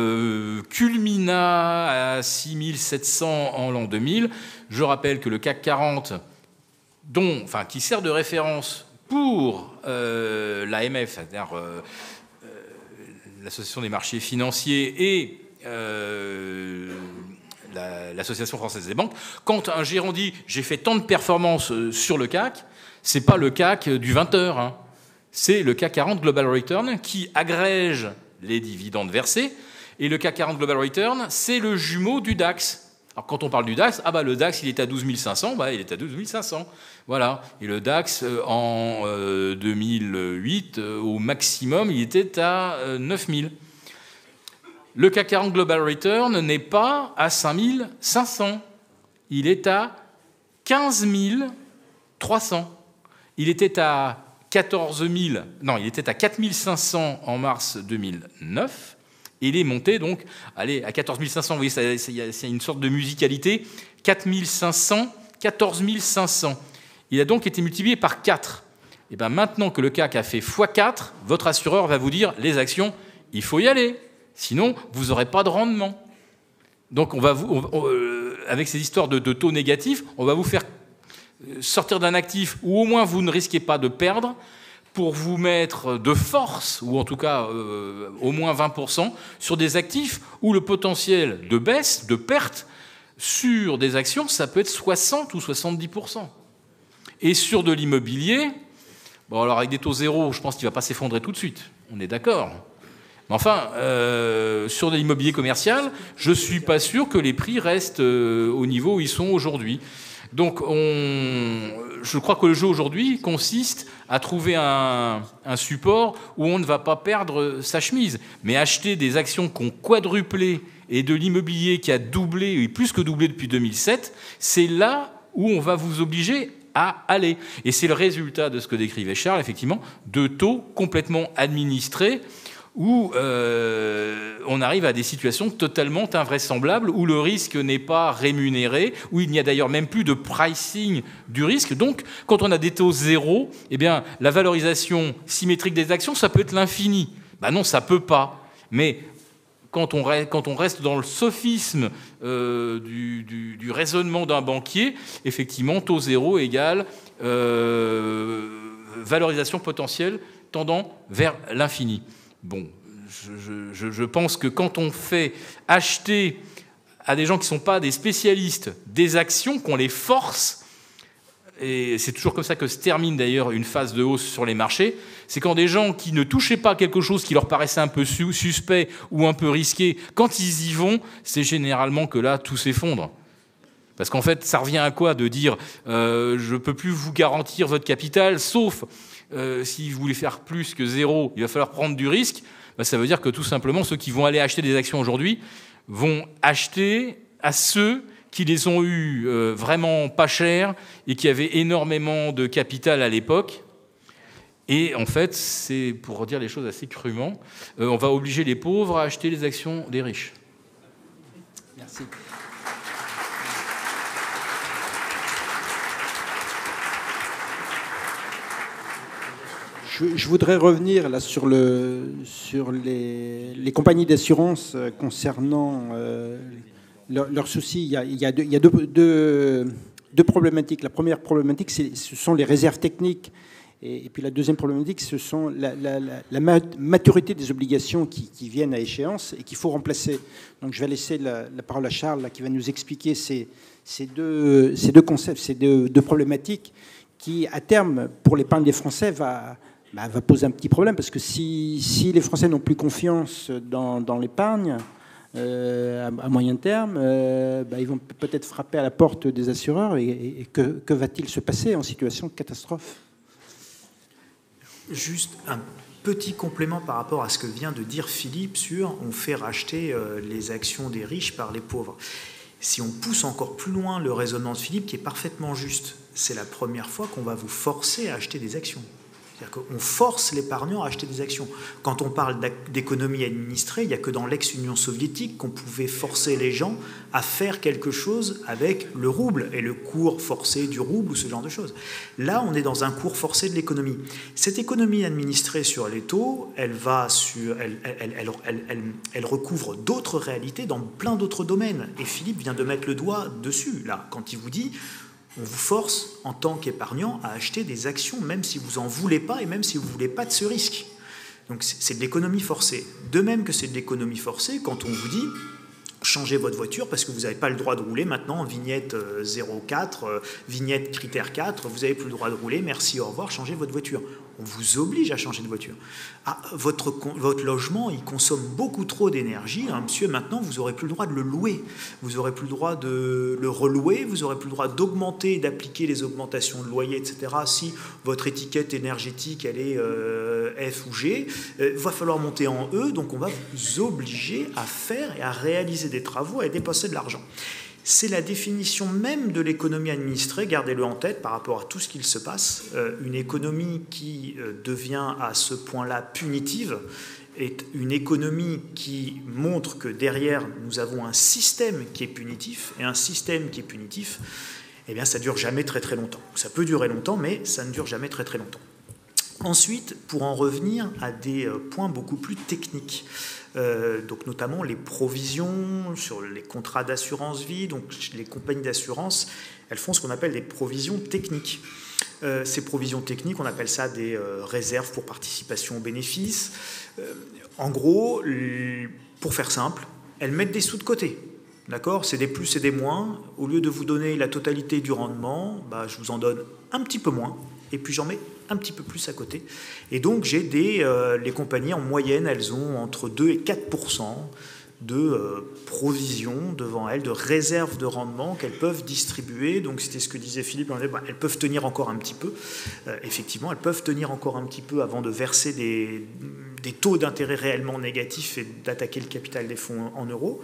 culmina à 6700 en l'an 2000. Je rappelle que le CAC 40, qui sert de référence pour l'AMF, c'est-à-dire l'Association des marchés financiers et l'Association française des banques, quand un gérant dit « j'ai fait tant de performances sur le CAC », c'est pas le CAC du 20h, c'est le CAC 40 Global Return qui agrège les dividendes versés, et le CAC 40 Global Return, c'est le jumeau du DAX. Alors quand on parle du DAX, le DAX il est à 12 500, il est à 12 500. Voilà. Et le DAX en 2008, au maximum, il était à 9 000. Le CAC 40 Global Return n'est pas à 5 500. Il est à 15 300. Il était à 4 500 en mars 2009. Et il est monté donc, à 14 500, vous voyez, il y a une sorte de musicalité, 4 500, 14 500. Il a donc été multiplié par 4. Et bien maintenant que le CAC a fait x4, votre assureur va vous dire, les actions, il faut y aller, sinon vous n'aurez pas de rendement. Donc avec ces histoires de taux négatifs, on va vous faire sortir d'un actif où au moins vous ne risquez pas de perdre, pour vous mettre de force, ou en tout cas au moins 20%, sur des actifs où le potentiel de baisse, de perte, sur des actions, ça peut être 60 ou 70%. Et sur de l'immobilier, alors avec des taux zéro, je pense qu'il ne va pas s'effondrer tout de suite, on est d'accord. Mais enfin, sur de l'immobilier commercial, je ne suis pas sûr que les prix restent au niveau où ils sont aujourd'hui. Donc, je crois que le jeu aujourd'hui consiste à trouver un support où on ne va pas perdre sa chemise, mais acheter des actions qui ont quadruplé et de l'immobilier qui a doublé, et plus que doublé depuis 2007, c'est là où on va vous obliger à aller. Et c'est le résultat de ce que décrivait Charles, effectivement, de taux complètement administrés, où on arrive à des situations totalement invraisemblables, où le risque n'est pas rémunéré, où il n'y a d'ailleurs même plus de pricing du risque. Donc, quand on a des taux zéro, eh bien, la valorisation symétrique des actions, ça peut être l'infini. Ben non, ça peut pas. Mais quand on reste dans le sophisme du raisonnement d'un banquier, effectivement, taux zéro égale valorisation potentielle tendant vers l'infini. Bon, je pense que quand on fait acheter à des gens qui ne sont pas des spécialistes des actions, qu'on les force, et c'est toujours comme ça que se termine d'ailleurs une phase de hausse sur les marchés, c'est quand des gens qui ne touchaient pas quelque chose qui leur paraissait un peu suspect ou un peu risqué, quand ils y vont, c'est généralement que là, tout s'effondre. Parce qu'en fait, ça revient à quoi de dire je ne peux plus vous garantir votre capital, sauf si vous voulez faire plus que zéro, il va falloir prendre du risque. Ben, ça veut dire que tout simplement, ceux qui vont aller acheter des actions aujourd'hui vont acheter à ceux qui les ont eues vraiment pas chères et qui avaient énormément de capital à l'époque. Et en fait, c'est, pour dire les choses assez crûment, on va obliger les pauvres à acheter les actions des riches. Merci. Je voudrais revenir là sur les compagnies d'assurance concernant leurs soucis. Il y a deux problématiques. La première problématique, ce sont les réserves techniques. Et puis la deuxième problématique, ce sont la maturité des obligations qui viennent à échéance et qu'il faut remplacer. Donc je vais laisser la parole à Charles là, qui va nous expliquer ces deux concepts, ces deux problématiques qui, à terme, pour l'épargne des Français, va poser un petit problème, parce que si les Français n'ont plus confiance dans l'épargne à moyen terme, ils vont peut-être frapper à la porte des assureurs. Et que va-t-il se passer en situation de catastrophe ? Juste un petit complément par rapport à ce que vient de dire Philippe sur on fait racheter les actions des riches par les pauvres. Si on pousse encore plus loin le raisonnement de Philippe, qui est parfaitement juste, c'est la première fois qu'on va vous forcer à acheter des actions. C'est-à-dire qu'on force l'épargnant à acheter des actions. Quand on parle d'économie administrée, il n'y a que dans l'ex-Union soviétique qu'on pouvait forcer les gens à faire quelque chose avec le rouble et le cours forcé du rouble ou ce genre de choses. Là, on est dans un cours forcé de l'économie. Cette économie administrée sur les taux, elle recouvre d'autres réalités dans plein d'autres domaines. Et Philippe vient de mettre le doigt dessus, là, quand il vous dit... On vous force, en tant qu'épargnant, à acheter des actions, même si vous n'en voulez pas et même si vous ne voulez pas de ce risque. Donc c'est de l'économie forcée. De même que c'est de l'économie forcée, quand on vous dit changez votre voiture parce que vous n'avez pas le droit de rouler maintenant, vignette 04, vignette critère 4, vous n'avez plus le droit de rouler, merci, au revoir, changez votre voiture. On vous oblige à changer de voiture. Ah, votre logement, il consomme beaucoup trop d'énergie. Hein, monsieur, maintenant, vous n'aurez plus le droit de le louer. Vous n'aurez plus le droit de le relouer. Vous n'aurez plus le droit d'augmenter, d'appliquer les augmentations de loyer, etc. Si votre étiquette énergétique, elle est F ou G, il va falloir monter en E. Donc, on va vous obliger à faire et à réaliser des travaux et à dépenser de l'argent. C'est la définition même de l'économie administrée, gardez-le en tête par rapport à tout ce qu'il se passe. Une économie qui devient à ce point-là punitive est une économie qui montre que derrière, nous avons un système qui est punitif, et un système qui est punitif, eh bien, ça ne dure jamais très très longtemps. Ça peut durer longtemps, mais ça ne dure jamais très très longtemps. Ensuite, pour en revenir à des points beaucoup plus techniques, donc notamment les provisions sur les contrats d'assurance vie, donc les compagnies d'assurance, elles font ce qu'on appelle des provisions techniques. Ces provisions techniques, on appelle ça des réserves pour participation aux bénéfices. En gros, pour faire simple, elles mettent des sous de côté. D'accord ? C'est des plus et des moins. Au lieu de vous donner la totalité du rendement, je vous en donne un petit peu moins, et puis j'en mets un petit peu plus à côté. Et donc, j'ai les compagnies, en moyenne, elles ont entre 2 et 4% de provisions devant elles, de réserves de rendement qu'elles peuvent distribuer. Donc, c'était ce que disait Philippe, elles peuvent tenir encore un petit peu. Effectivement, elles peuvent tenir encore un petit peu avant de verser des taux d'intérêt réellement négatifs et d'attaquer le capital des fonds en euros.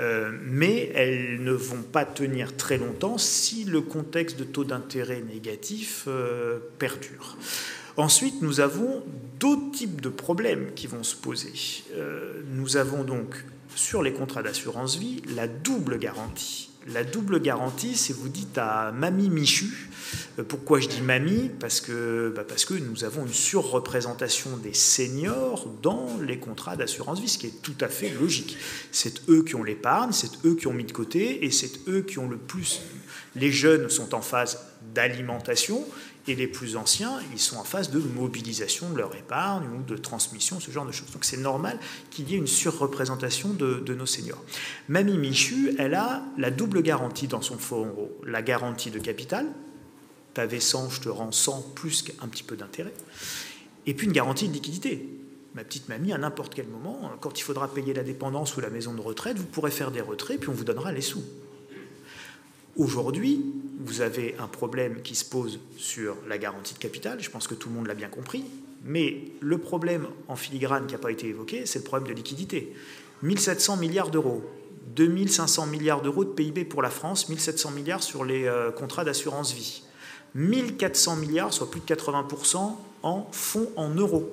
Mais elles ne vont pas tenir très longtemps si le contexte de taux d'intérêt négatif perdure. Ensuite, nous avons d'autres types de problèmes qui vont se poser. Nous avons donc, sur les contrats d'assurance vie, la double garantie. La double garantie, c'est vous dites à Mamie Michu. Pourquoi je dis Mamie ? Parce que nous avons une surreprésentation des seniors dans les contrats d'assurance vie, ce qui est tout à fait logique. C'est eux qui ont l'épargne, c'est eux qui ont mis de côté, et c'est eux qui ont le plus... Les jeunes sont en phase d'alimentation, et les plus anciens, ils sont en phase de mobilisation de leur épargne ou de transmission, ce genre de choses. Donc c'est normal qu'il y ait une surreprésentation de nos seniors. Mamie Michu, elle a la double garantie dans son fonds euro. La garantie de capital, t'avais 100, je te rends 100 plus qu'un petit peu d'intérêt. Et puis une garantie de liquidité. Ma petite mamie, à n'importe quel moment, quand il faudra payer la dépendance ou la maison de retraite, vous pourrez faire des retraits, puis on vous donnera les sous. Aujourd'hui, vous avez un problème qui se pose sur la garantie de capital, je pense que tout le monde l'a bien compris, mais le problème en filigrane qui n'a pas été évoqué, c'est le problème de liquidité. 1700 milliards d'euros, 2500 milliards d'euros de PIB pour la France, 1700 milliards sur les contrats d'assurance vie, 1400 milliards, soit plus de 80% en fonds en euros.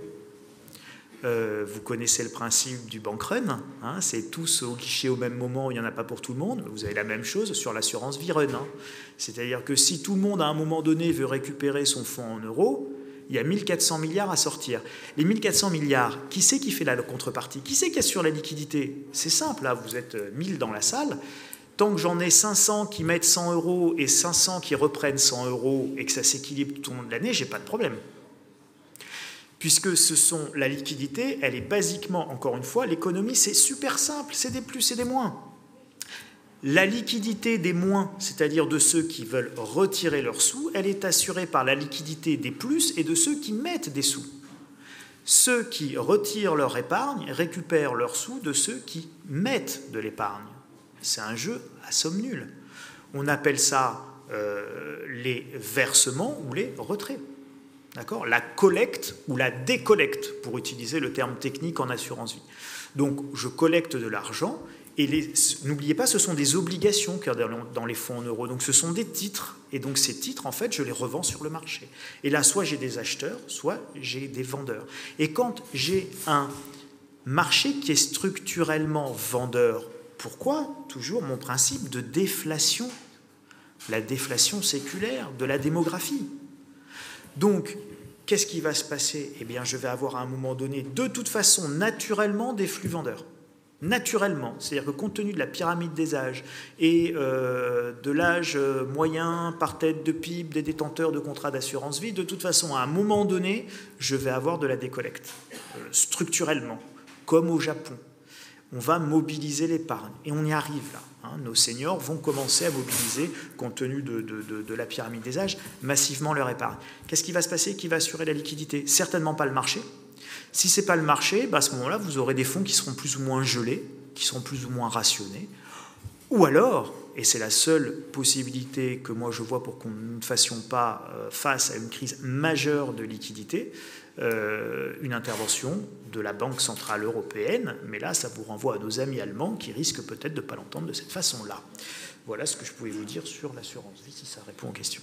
Vous connaissez le principe du bank run, hein, c'est tous au guichet au même moment, il n'y en a pas pour tout le monde. Vous avez la même chose sur l'assurance vie run. Hein. C'est-à-dire que si tout le monde, à un moment donné, veut récupérer son fonds en euros, il y a 1400 milliards à sortir. Les 1400 milliards, qui c'est qui fait la contrepartie ? Qui c'est qui assure la liquidité ? C'est simple, là, vous êtes 1000 dans la salle. Tant que j'en ai 500 qui mettent 100 euros et 500 qui reprennent 100 euros et que ça s'équilibre tout au long de l'année, j'ai pas de problème. Puisque la liquidité, elle est basiquement, encore une fois, l'économie, c'est super simple, c'est des plus et des moins. La liquidité des moins, c'est-à-dire de ceux qui veulent retirer leurs sous, elle est assurée par la liquidité des plus et de ceux qui mettent des sous. Ceux qui retirent leur épargne récupèrent leurs sous de ceux qui mettent de l'épargne. C'est un jeu à somme nulle. On appelle ça les versements ou les retraits. D'accord ? La collecte ou la décollecte, pour utiliser le terme technique en assurance vie. Donc, je collecte de l'argent, et n'oubliez pas, ce sont des obligations qu'il y a dans les fonds en euros. Donc, ce sont des titres, et donc ces titres, en fait, je les revends sur le marché. Et là, soit j'ai des acheteurs, soit j'ai des vendeurs. Et quand j'ai un marché qui est structurellement vendeur, pourquoi ? Toujours mon principe de déflation, la déflation séculaire de la démographie. Donc, qu'est-ce qui va se passer ? Eh bien, je vais avoir à un moment donné, de toute façon, naturellement, des flux vendeurs. Naturellement. C'est-à-dire que compte tenu de la pyramide des âges et de l'âge moyen par tête de PIB des détenteurs de contrats d'assurance vie, de toute façon, à un moment donné, je vais avoir de la décollecte. Structurellement, comme au Japon. On va mobiliser l'épargne. Et on y arrive là. Hein. Nos seniors vont commencer à mobiliser, compte tenu de la pyramide des âges, massivement leur épargne. Qu'est-ce qui va se passer ? Qui va assurer la liquidité ? Certainement pas le marché. Si ce n'est pas le marché, à ce moment-là, vous aurez des fonds qui seront plus ou moins gelés, qui seront plus ou moins rationnés. Ou alors, et c'est la seule possibilité que moi je vois pour qu'on ne fassions pas face à une crise majeure de liquidité, une intervention de la Banque Centrale Européenne, mais là ça vous renvoie à nos amis allemands qui risquent peut-être de ne pas l'entendre de cette façon-là. Voilà ce que je pouvais vous dire sur l'assurance vie, si ça répond aux questions.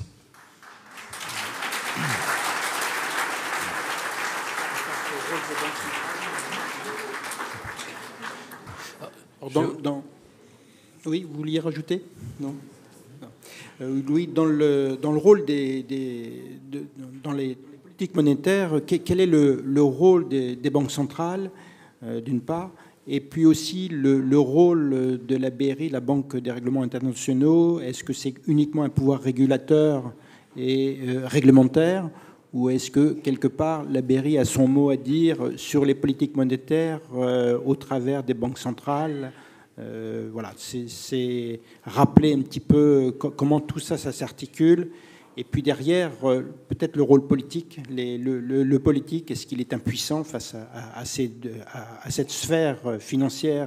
Oui, vous vouliez rajouter ? Non. Louis, dans le rôle dans les politiques monétaires, quel est le rôle des banques centrales, d'une part, et puis aussi le rôle de la BRI, la Banque des règlements internationaux? Est-ce que c'est uniquement un pouvoir régulateur et réglementaire, ou est-ce que, quelque part, la BRI a son mot à dire sur les politiques monétaires au travers des banques centrales ? Voilà, c'est rappeler un petit peu comment tout ça s'articule. Et puis derrière, peut-être le rôle politique. Le politique, est-ce qu'il est impuissant face à cette sphère financière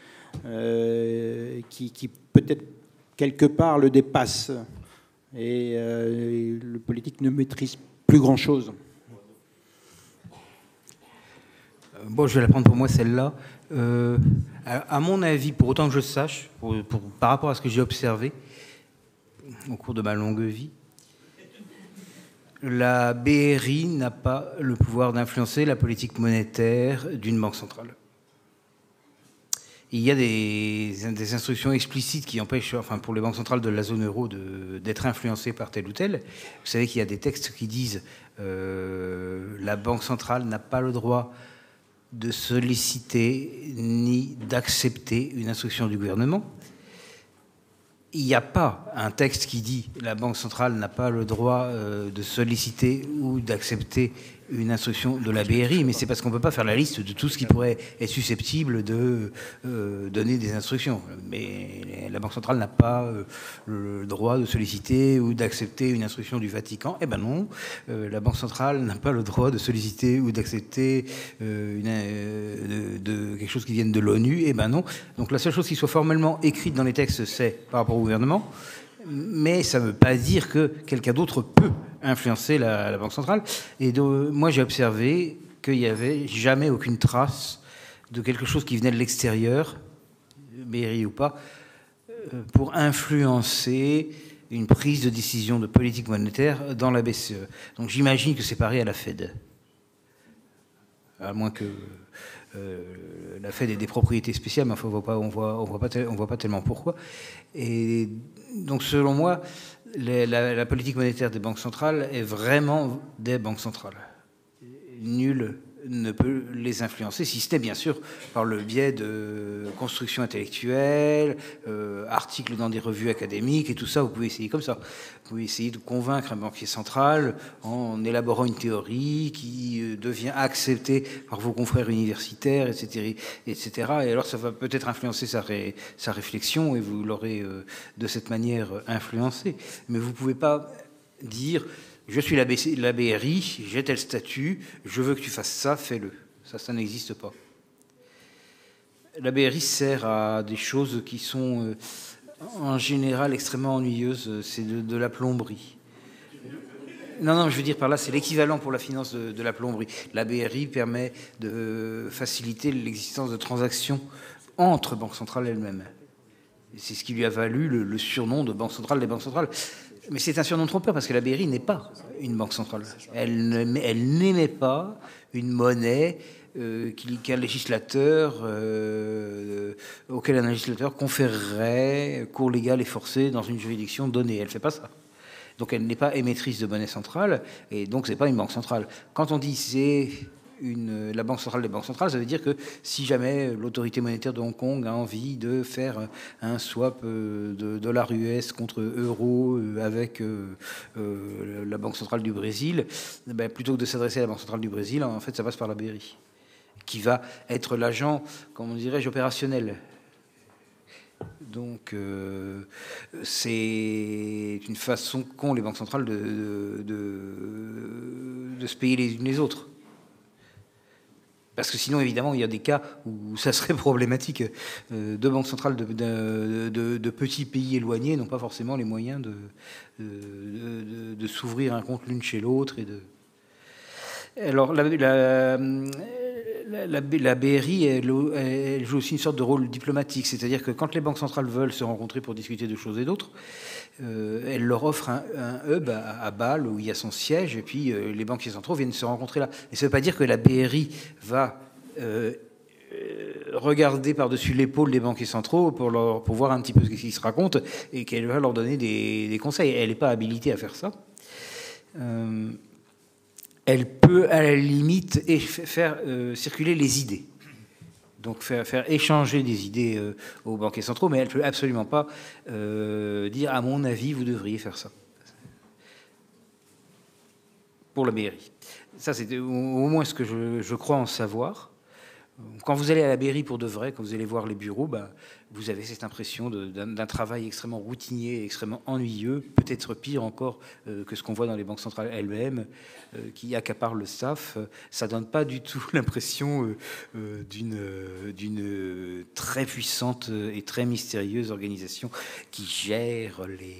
qui peut-être quelque part le dépasse, et le politique ne maîtrise plus grand-chose. Bon, je vais la prendre pour moi, celle-là. À mon avis, pour autant que je sache, par rapport à ce que j'ai observé au cours de ma longue vie, La BRI n'a pas le pouvoir d'influencer la politique monétaire d'une banque centrale. Il y a des instructions explicites qui empêchent, enfin pour les banques centrales de la zone euro, d'être influencées par tel ou tel. Vous savez qu'il y a des textes qui disent la banque centrale n'a pas le droit de solliciter ni d'accepter une instruction du gouvernement. Il n'y a pas un texte qui dit la banque centrale n'a pas le droit de solliciter ou d'accepter une instruction de la BRI, mais c'est parce qu'on ne peut pas faire la liste de tout ce qui pourrait être susceptible de donner des instructions. Mais la Banque centrale n'a pas le droit de solliciter ou d'accepter une instruction du Vatican. Eh ben non, la Banque centrale n'a pas le droit de solliciter ou d'accepter quelque chose qui vienne de l'ONU. Eh ben non. Donc la seule chose qui soit formellement écrite dans les textes, c'est par rapport au gouvernement. Mais ça ne veut pas dire que quelqu'un d'autre peut influencer la Banque centrale. Et donc, moi, j'ai observé qu'il n'y avait jamais aucune trace de quelque chose qui venait de l'extérieur, BRI ou pas, pour influencer une prise de décision de politique monétaire dans la BCE. Donc j'imagine que c'est pareil à la Fed. À moins que la Fed ait des propriétés spéciales, mais enfin, on voit pas tellement pourquoi. Et donc, selon moi, la politique monétaire des banques centrales est vraiment des banques centrales. Nul ne peut les influencer, si ce n'est bien sûr par le biais de construction intellectuelle, articles dans des revues académiques et tout ça. Vous pouvez essayer comme ça. Vous pouvez essayer de convaincre un banquier central en élaborant une théorie qui devient acceptée par vos confrères universitaires, etc., etc. Et alors ça va peut-être influencer sa réflexion et vous l'aurez de cette manière influencé. Mais vous ne pouvez pas dire... Je suis la BRI, j'ai tel statut, je veux que tu fasses ça, fais-le. Ça n'existe pas. La BRI sert à des choses qui sont en général extrêmement ennuyeuses. C'est de la plomberie. Non, je veux dire par là, c'est l'équivalent pour la finance de la plomberie. La BRI permet de faciliter l'existence de transactions entre banques centrales elles-mêmes. C'est ce qui lui a valu le surnom de banque centrale des banques centrales. Mais c'est un surnom trompeur parce que la BRI n'est pas une banque centrale. Elle n'émet pas une monnaie auquel un législateur conférerait cours légal et forcé dans une juridiction donnée. Elle ne fait pas ça. Donc elle n'est pas émettrice de monnaie centrale et donc c'est pas une banque centrale. Quand on dit c'est la banque centrale des banques centrales, ça veut dire que si jamais l'autorité monétaire de Hong Kong a envie de faire un swap de dollars US contre euros avec la banque centrale du Brésil, ben, plutôt que de s'adresser à la banque centrale du Brésil, en fait ça passe par la BRI, qui va être l'agent, comment dirais-je, opérationnel. Donc c'est une façon qu'ont les banques centrales de se payer les unes les autres. Parce que sinon, évidemment, il y a des cas où ça serait problématique. Deux banques centrales de petits pays éloignés n'ont pas forcément les moyens de s'ouvrir un compte l'une chez l'autre. Alors, la BRI, elle joue aussi une sorte de rôle diplomatique. C'est-à-dire que quand les banques centrales veulent se rencontrer pour discuter de choses et d'autres, elle leur offre un hub à Bâle où il y a son siège et puis les banquiers centraux viennent se rencontrer là. Et ça ne veut pas dire que la BRI va regarder par-dessus l'épaule des banquiers centraux pour voir un petit peu ce qu'ils se racontent et qu'elle va leur donner des conseils. Elle n'est pas habilitée à faire ça. Elle peut, à la limite, faire circuler les idées. Donc faire échanger des idées aux banquiers centraux, mais elle ne peut absolument pas dire « à mon avis, vous devriez faire ça ». Pour la BRI. Ça, c'est au moins ce que je crois en savoir. Quand vous allez à la BRI pour de vrai, quand vous allez voir les bureaux, vous avez cette impression d'un travail extrêmement routinier, extrêmement ennuyeux, peut-être pire encore que ce qu'on voit dans les banques centrales elles-mêmes, qui accaparent le staff. Ça ne donne pas du tout l'impression d'une très puissante et très mystérieuse organisation qui gère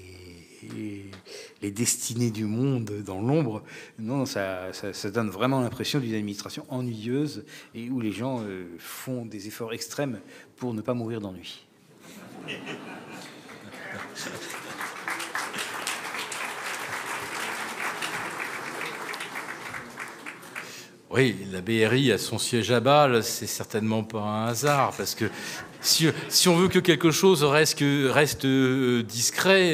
les destinées du monde dans l'ombre. Non, ça donne vraiment l'impression d'une administration ennuyeuse et où les gens font des efforts extrêmes pour ne pas mourir d'ennui. Oui, la BRI a son siège à Bâle, c'est certainement pas un hasard, parce que si on veut que quelque chose reste discret,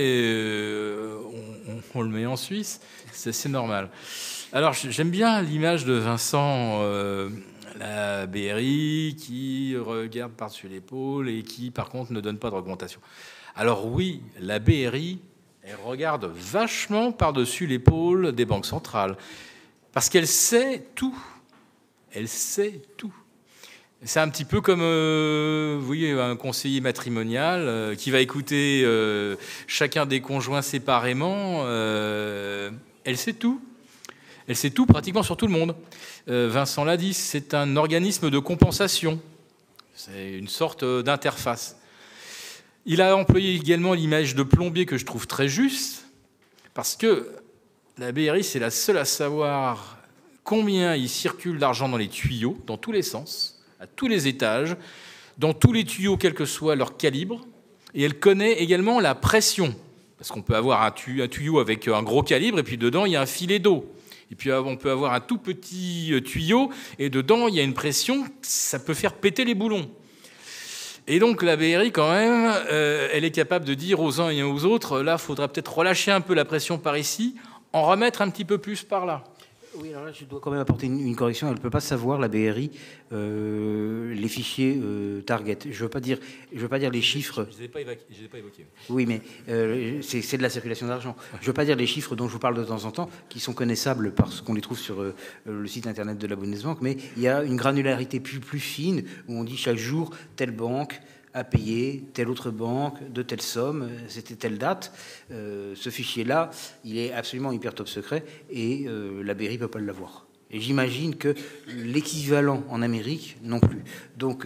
on le met en Suisse, c'est normal. Alors j'aime bien l'image de Vincent, la BRI qui regarde par-dessus l'épaule et qui par contre ne donne pas d'augmentation. Alors oui, la BRI, elle regarde vachement par-dessus l'épaule des banques centrales. Parce qu'elle sait tout. Elle sait tout. C'est un petit peu comme vous voyez, un conseiller matrimonial qui va écouter chacun des conjoints séparément. Elle sait tout. Elle sait tout pratiquement sur tout le monde. Vincent l'a dit, c'est un organisme de compensation. C'est une sorte d'interface. Il a employé également l'image de plombier que je trouve très juste, parce que la BRI, c'est la seule à savoir combien il circule d'argent dans les tuyaux, dans tous les sens, à tous les étages, dans tous les tuyaux, quel que soit leur calibre. Et elle connaît également la pression, parce qu'on peut avoir un tuyau avec un gros calibre, et puis dedans, il y a un filet d'eau. Et puis on peut avoir un tout petit tuyau, et dedans, il y a une pression, ça peut faire péter les boulons. Et donc la BRI, quand même, elle est capable de dire aux uns et aux autres, là, il faudra peut-être relâcher un peu la pression par ici, en remettre un petit peu plus par là. Oui, alors là, je dois quand même apporter une correction. Elle ne peut pas savoir, la BRI, les fichiers target. Je veux pas dire les chiffres. Je ne les ai pas évoqués. Oui, mais c'est de la circulation d'argent. Je ne veux pas dire les chiffres dont je vous parle de temps en temps, qui sont connaissables parce qu'on les trouve sur le site internet de la Bundesbank, mais il y a une granularité plus fine où on dit chaque jour telle banque à payer telle autre banque de telle somme, c'était telle date. Ce fichier-là, il est absolument hyper top secret et la BRI ne peut pas l'avoir. Et j'imagine que l'équivalent en Amérique non plus. Donc,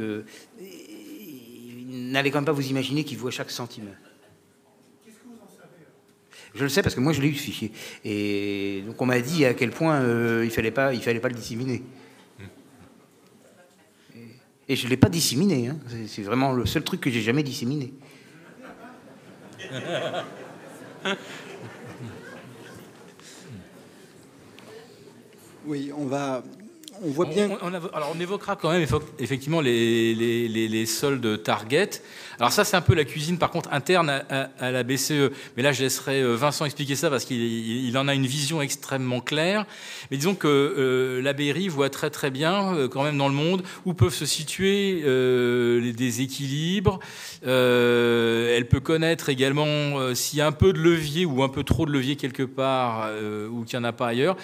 n'allez quand même pas vous imaginer qu'il voit chaque centime. Qu'est-ce que vous en savez ? Je le sais parce que moi je l'ai eu ce fichier. Et donc on m'a dit à quel point il fallait pas le disséminer. Et je ne l'ai pas disséminé. Hein. C'est vraiment le seul truc que j'ai jamais disséminé. Oui, on voit bien. On évoquera quand même effectivement les soldes target. Alors ça, c'est un peu la cuisine, par contre, interne à la BCE. Mais là, je laisserai Vincent expliquer ça parce qu'il en a une vision extrêmement claire. Mais disons que la BRI voit très très bien, quand même dans le monde, où peuvent se situer les déséquilibres. Elle peut connaître également s'il y a un peu de levier ou un peu trop de levier quelque part ou qu'il n'y en a pas ailleurs.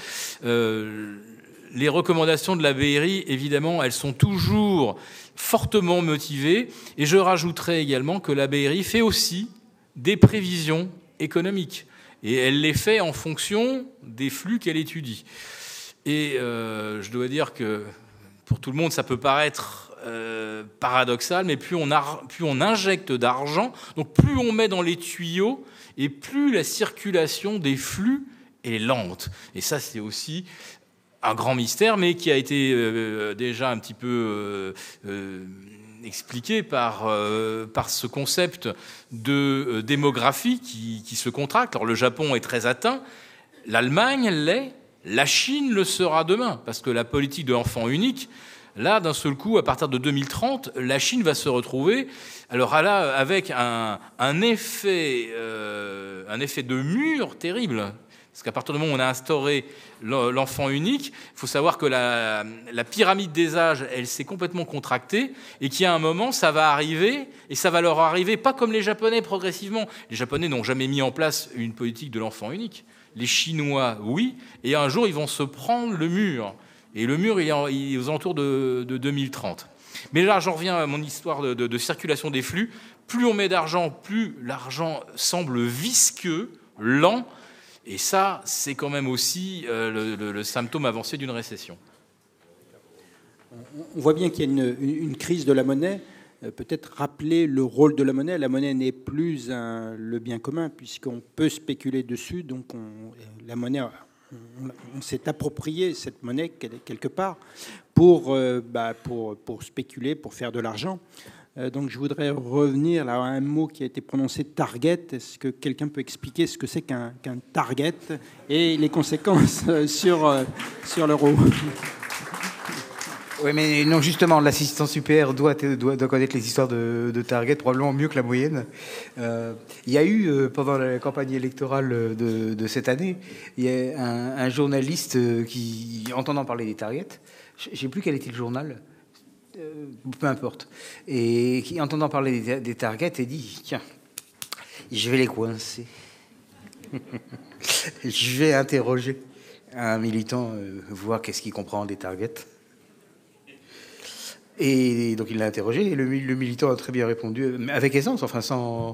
Les recommandations de la BRI, évidemment, elles sont toujours fortement motivées. Et je rajouterai également que la BRI fait aussi des prévisions économiques. Et elle les fait en fonction des flux qu'elle étudie. Et je dois dire que pour tout le monde, ça peut paraître paradoxal, mais plus on injecte d'argent, donc plus on met dans les tuyaux, et plus la circulation des flux est lente. Et ça, c'est aussi un grand mystère, mais qui a été déjà un petit peu expliqué par ce concept de démographie qui se contracte. Alors le Japon est très atteint, l'Allemagne l'est, la Chine le sera demain, parce que la politique de l'enfant unique, là, d'un seul coup, à partir de 2030, la Chine va se retrouver, alors là, avec un effet de mur terrible. Parce qu'à partir du moment où on a instauré l'enfant unique, il faut savoir que la pyramide des âges, elle s'est complètement contractée et qu'il y a un moment, ça va arriver, et ça va leur arriver pas comme les Japonais progressivement. Les Japonais n'ont jamais mis en place une politique de l'enfant unique. Les Chinois, oui, et un jour, ils vont se prendre le mur. Et le mur, il est aux alentours de 2030. Mais là, j'en reviens à mon histoire de circulation des flux. Plus on met d'argent, plus l'argent semble visqueux, lent. Et ça, c'est quand même aussi le symptôme avancé d'une récession. On voit bien qu'il y a une crise de la monnaie. Peut-être rappeler le rôle de la monnaie. La monnaie n'est plus le bien commun, puisqu'on peut spéculer dessus. Donc la monnaie, on s'est approprié cette monnaie quelque part pour spéculer, pour faire de l'argent. Donc je voudrais revenir là, à un mot qui a été prononcé, target. Est-ce que quelqu'un peut expliquer ce que c'est qu'un target et les conséquences sur l'euro ? Oui, mais non, justement, l'assistant supérieur doit connaître les histoires de Target, probablement mieux que la moyenne. Il y a eu, pendant la campagne électorale de cette année, il y a un journaliste qui, entendant parler des Target, je ne sais plus quel était le journal, peu importe, et qui, entendant parler des Target, a dit, tiens, je vais les coincer. Je vais interroger un militant, voir qu'est-ce qu'il comprend des Targets. Et donc il l'a interrogé, et le militant a très bien répondu, avec aisance, enfin sans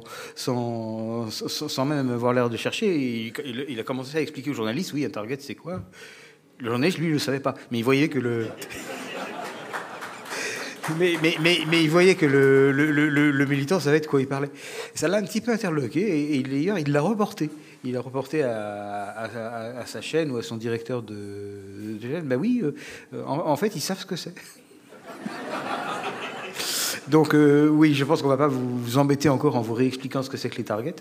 même avoir l'air de chercher. Il a commencé à expliquer au journaliste, oui, un target c'est quoi. Le journaliste, lui, ne le savait pas, mais il voyait que mais il voyait que le militant savait de quoi il parlait. Ça l'a un petit peu interloqué, et il l'a reporté. Il l'a reporté à sa chaîne ou à son directeur de chaîne. Ben oui, en fait, ils savent ce que c'est. Donc oui, je pense qu'on va pas vous embêter encore en vous réexpliquant ce que c'est que les targets.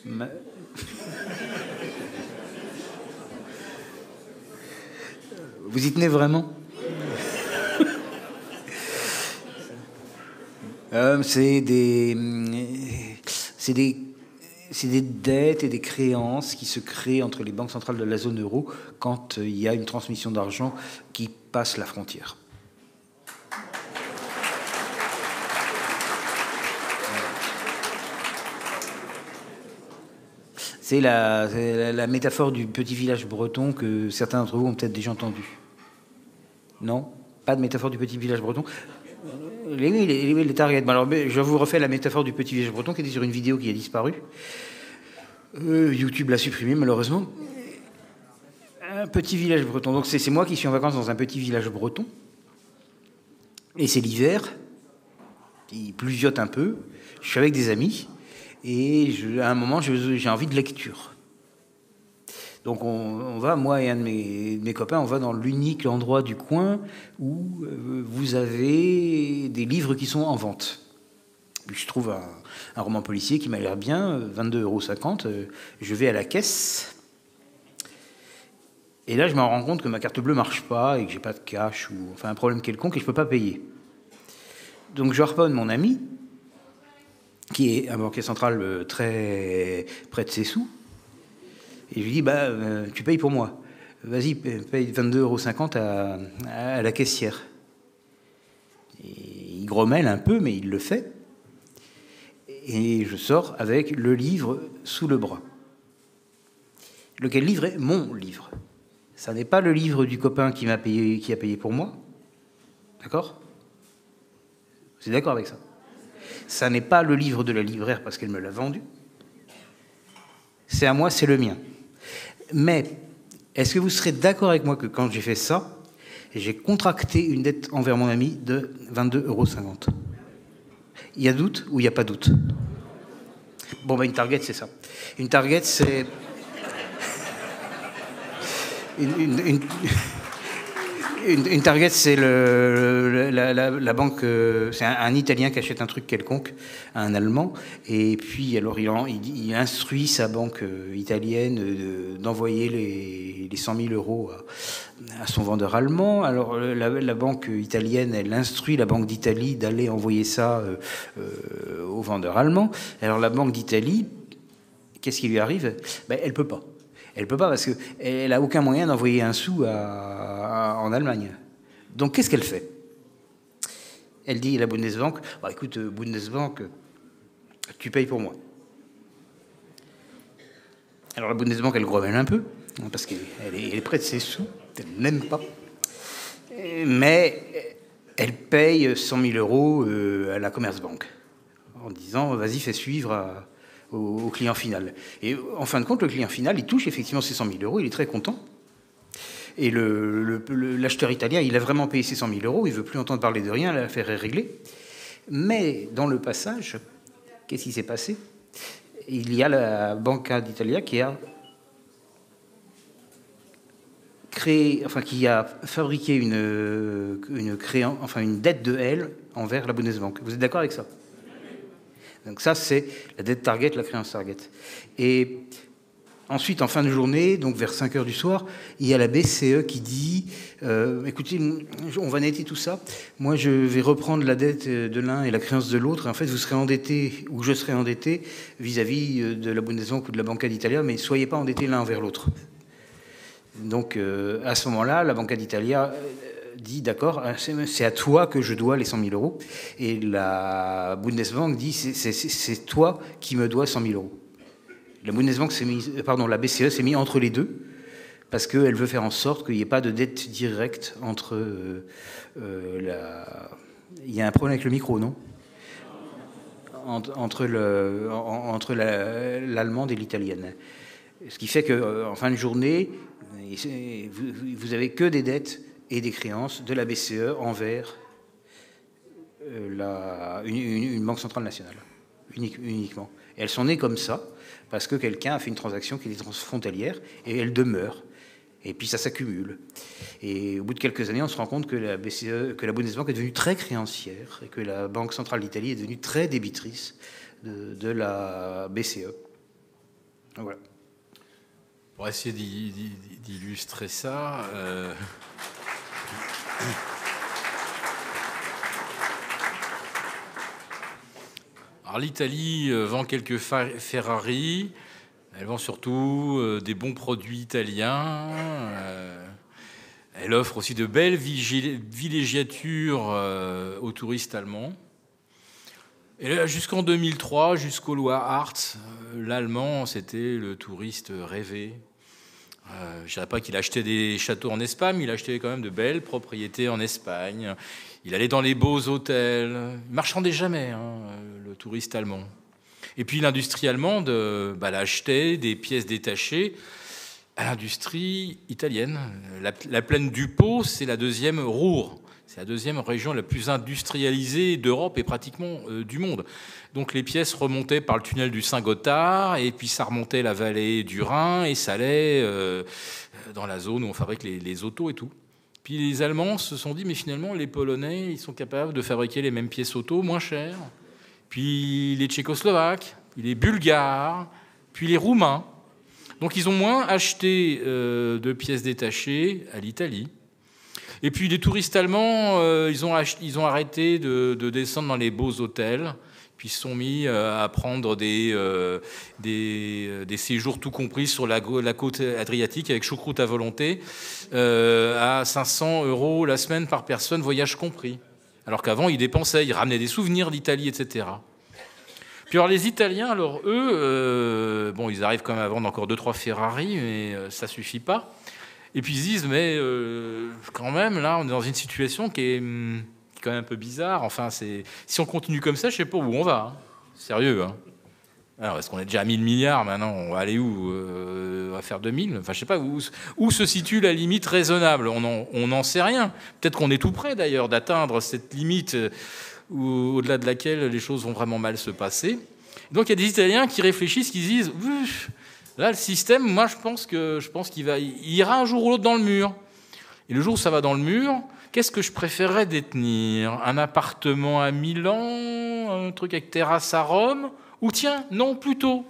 Vous y tenez vraiment? C'est des dettes et des créances qui se créent entre les banques centrales de la zone euro quand il y a une transmission d'argent qui passe la frontière. C'est la métaphore du petit village breton que certains d'entre vous ont peut-être déjà entendu. Non? Pas de métaphore du petit village breton? Les targets. Alors, je vous refais la métaphore du petit village breton qui était sur une vidéo qui a disparu. YouTube l'a supprimé malheureusement. Un petit village breton. Donc c'est moi qui suis en vacances dans un petit village breton. Et c'est l'hiver. Il pluviote un peu. Je suis avec des amis. Et à un moment, j'ai envie de lecture. Donc on va, moi et un de mes copains, on va dans l'unique endroit du coin où vous avez des livres qui sont en vente. Je trouve un roman policier qui m'a l'air bien, 22,50 €. Je vais à la caisse. Et là, je me rends compte que ma carte bleue marche pas et que j'ai pas de cash ou enfin un problème quelconque et je peux pas payer. Donc je harponne mon ami, qui est un banquier central très près de ses sous, et je lui dis tu payes pour moi. Vas-y, paye 22,50 € à la caissière. Et il grommelle un peu, mais il le fait. Et je sors avec le livre sous le bras. Lequel livre est mon livre. Ça n'est pas le livre du copain qui a payé pour moi. D'accord? Vous êtes d'accord avec ça? Ça n'est pas le livre de la libraire parce qu'elle me l'a vendu. C'est à moi, c'est le mien. Mais est-ce que vous serez d'accord avec moi que quand j'ai fait ça, j'ai contracté une dette envers mon ami de 22,50 €? Il y a doute ou il n'y a pas doute? Bon, une target, c'est ça. Une target, c'est... Une target, c'est la banque, c'est un Italien qui achète un truc quelconque à un Allemand, et puis alors il instruit sa banque italienne d'envoyer les 100 000 € à son vendeur allemand. Alors la banque italienne, elle instruit la Banque d'Italie d'aller envoyer ça au vendeur allemand. Alors la Banque d'Italie, qu'est-ce qui lui arrive? Elle peut pas. Elle peut pas parce qu'elle n'a aucun moyen d'envoyer un sou en Allemagne. Donc qu'est-ce qu'elle fait? Elle dit à la Bundesbank, écoute, Bundesbank, tu payes pour moi. Alors la Bundesbank, elle grommelle un peu, parce qu'elle est près de ses sous, elle n'aime pas. Mais elle paye 100 000 € à la Commerzbank, en disant, vas-y, fais suivre au client final. Et en fin de compte, le client final, il touche effectivement ces 100 000 €, il est très content. Et l'acheteur italien, il a vraiment payé ces 100 000 €, il ne veut plus entendre parler de rien, l'affaire est réglée. Mais dans le passage, qu'est-ce qui s'est passé? Il y a la Banca d'Italia qui a fabriqué une dette de elle envers la Bundesbank. Vous êtes d'accord avec ça? Donc ça, c'est la dette target, la créance target. Et Ensuite, en fin de journée, donc vers 5 heures du soir, il y a la BCE qui dit écoutez, on va netter tout ça. Moi, je vais reprendre la dette de l'un et la créance de l'autre. En fait, vous serez endetté, ou je serai endetté, vis-à-vis de la Bundesbank ou de la Banca d'Italia, mais soyez pas endettés l'un envers l'autre. Donc, à ce moment-là, la Banca d'Italia dit d'accord, c'est à toi que je dois les 100 000 euros. Et la Bundesbank dit c'est toi qui me dois 100 000 euros. La Bundesbank la BCE s'est mise entre les deux parce qu'elle veut faire en sorte qu'il n'y ait pas de dette directe entre Il y a un problème avec le micro, non ? Entre l'allemande et l'italienne. Ce qui fait qu'en fin de journée, vous avez que des dettes et des créances de la BCE envers une banque centrale nationale, uniquement. Et elles sont nées comme ça, parce que quelqu'un a fait une transaction qui est transfrontalière, et elle demeure. Et puis ça s'accumule. Et au bout de quelques années, on se rend compte que la Bundesbank est devenue très créancière, et que la Banque centrale d'Italie est devenue très débitrice de la BCE. Donc, voilà. Pour essayer d'illustrer ça... Alors l'Italie vend quelques Ferrari, elle vend surtout des bons produits italiens, elle offre aussi de belles villégiatures aux touristes allemands. Et là, jusqu'en 2003, jusqu'au Loi Hartz, l'allemand, c'était le touriste rêvé. Je ne dirais pas qu'il achetait des châteaux en Espagne, mais il achetait quand même de belles propriétés en Espagne. Il allait dans les beaux hôtels. Il marchandait jamais, le touriste allemand. Et puis l'industrie allemande, elle achetait des pièces détachées à l'industrie italienne. La plaine du Pô, c'est la deuxième Ruhr. C'est la deuxième région la plus industrialisée d'Europe et pratiquement du monde. Donc les pièces remontaient par le tunnel du Saint-Gothard, et puis ça remontait la vallée du Rhin, et ça allait dans la zone où on fabrique les autos et tout. Puis les Allemands se sont dit, mais finalement, les Polonais, ils sont capables de fabriquer les mêmes pièces auto moins chères. Puis les Tchécoslovaques, puis les Bulgares, puis les Roumains. Donc ils ont moins acheté de pièces détachées à l'Italie. Et puis les touristes allemands, ils ont arrêté de descendre dans les beaux hôtels, puis ils se sont mis à prendre des séjours tout compris sur la côte adriatique avec choucroute à volonté à 500 € la semaine par personne, voyage compris. Alors qu'avant, ils dépensaient, ils ramenaient des souvenirs d'Italie, etc. Puis alors les Italiens, alors eux, ils arrivent quand même à vendre encore 2-3 Ferrari, mais ça suffit pas. Et puis ils se disent, mais quand même, là, on est dans une situation qui est quand même un peu bizarre. Enfin, si on continue comme ça, je ne sais pas où on va. Sérieux. Alors, est-ce qu'on est déjà à 1000 milliards maintenant ? On va aller où ? On va faire 2000 ? Enfin, je ne sais pas où se situe la limite raisonnable. On n'en sait rien. Peut-être qu'on est tout près, d'ailleurs, d'atteindre cette limite au-delà de laquelle les choses vont vraiment mal se passer. Donc, il y a des Italiens qui réfléchissent, qui se disent... Là, le système, moi, je pense qu'il ira un jour ou l'autre dans le mur. Et le jour où ça va dans le mur, qu'est-ce que je préférerais détenir ? Un appartement à Milan, un truc avec terrasse à Rome ? Ou tiens, non, plutôt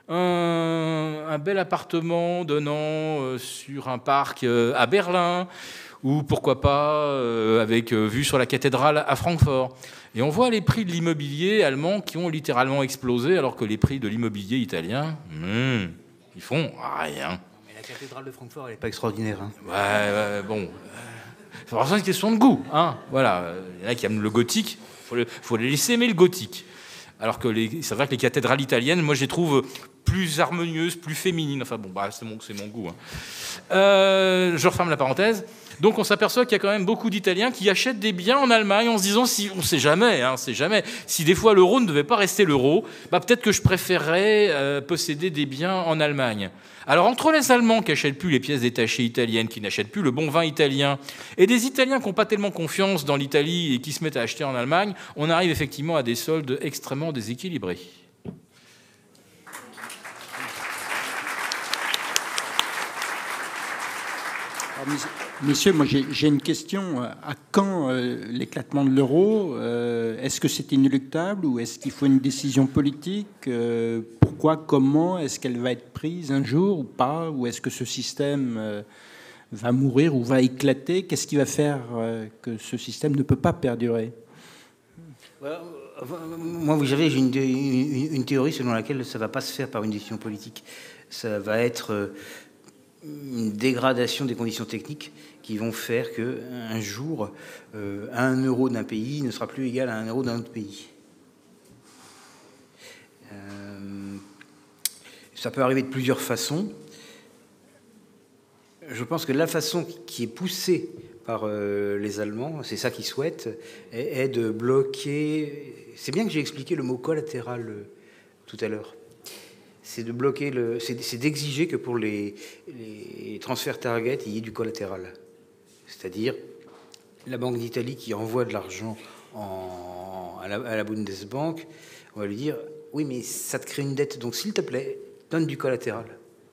un bel appartement donnant sur un parc à Berlin, ou pourquoi pas avec vue sur la cathédrale à Francfort. Et on voit les prix de l'immobilier allemand qui ont littéralement explosé, alors que les prix de l'immobilier italien... ils font rien. Mais la cathédrale de Francfort, elle n'est pas extraordinaire. Ouais, bon. C'est vraiment une question de goût. Voilà. Il y en a qui aiment le gothique. Il faut les laisser aimer le gothique. Alors que c'est vrai que les cathédrales italiennes, moi, je les trouve plus harmonieuses, plus féminines. Enfin, c'est mon goût. Je referme la parenthèse. Donc, on s'aperçoit qu'il y a quand même beaucoup d'Italiens qui achètent des biens en Allemagne en se disant, on ne sait jamais, si des fois l'euro ne devait pas rester l'euro, peut-être que je préférerais posséder des biens en Allemagne. Alors, entre les Allemands qui n'achètent plus les pièces détachées italiennes, qui n'achètent plus le bon vin italien, et des Italiens qui n'ont pas tellement confiance dans l'Italie et qui se mettent à acheter en Allemagne, on arrive effectivement à des soldes extrêmement déséquilibrés. Messieurs, moi j'ai une question. À quand l'éclatement de l'euro ? Est-ce que c'est inéluctable ou est-ce qu'il faut une décision politique ? pourquoi, comment? Est-ce qu'elle va être prise un jour ou pas? Ou est-ce que ce système va mourir ou va éclater? Qu'est-ce qui va faire que ce système ne peut pas perdurer? Moi, vous savez, j'ai une théorie selon laquelle ça ne va pas se faire par une décision politique. Ça va être une dégradation des conditions techniques qui vont faire qu'un jour, 1 euro d'un pays ne sera plus égal à 1 euro d'un autre pays. Ça peut arriver de plusieurs façons. Je pense que la façon qui est poussée par les Allemands, c'est ça qu'ils souhaitent, est de bloquer... C'est bien que j'ai expliqué le mot collatéral tout à l'heure. C'est de bloquer c'est d'exiger que pour les transferts target, il y ait du collatéral. C'est-à-dire la Banque d'Italie qui envoie de l'argent à la Bundesbank, on va lui dire « Oui, mais ça te crée une dette, donc s'il te plaît, donne du collatéral. »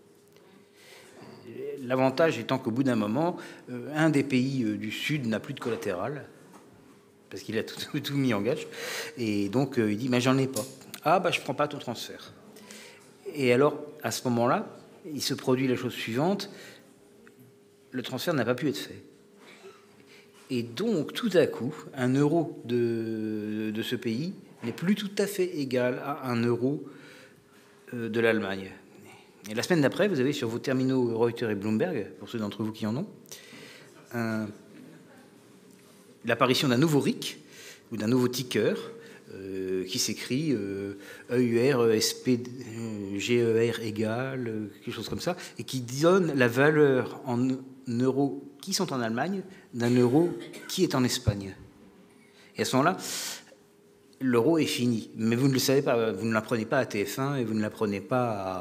L'avantage étant qu'au bout d'un moment, un des pays du Sud n'a plus de collatéral, parce qu'il a tout mis en gage, et donc il dit « J'en ai pas. Ah, je prends pas ton transfert. » Et alors, à ce moment-là, il se produit la chose suivante, le transfert n'a pas pu être fait. Et donc, tout à coup, 1 euro de ce pays n'est plus tout à fait égal à 1 euro de l'Allemagne. Et la semaine d'après, vous avez sur vos terminaux Reuters et Bloomberg, pour ceux d'entre vous qui en ont, l'apparition d'un nouveau RIC, ou d'un nouveau ticker, qui s'écrit EUR, ESP, GER égale, quelque chose comme ça, et qui donne la valeur en euros qui sont en Allemagne d'un euro qui est en Espagne. Et à ce moment-là, l'euro est fini. Mais vous ne le savez pas, vous ne l'apprenez pas à TF1 et vous ne l'apprenez pas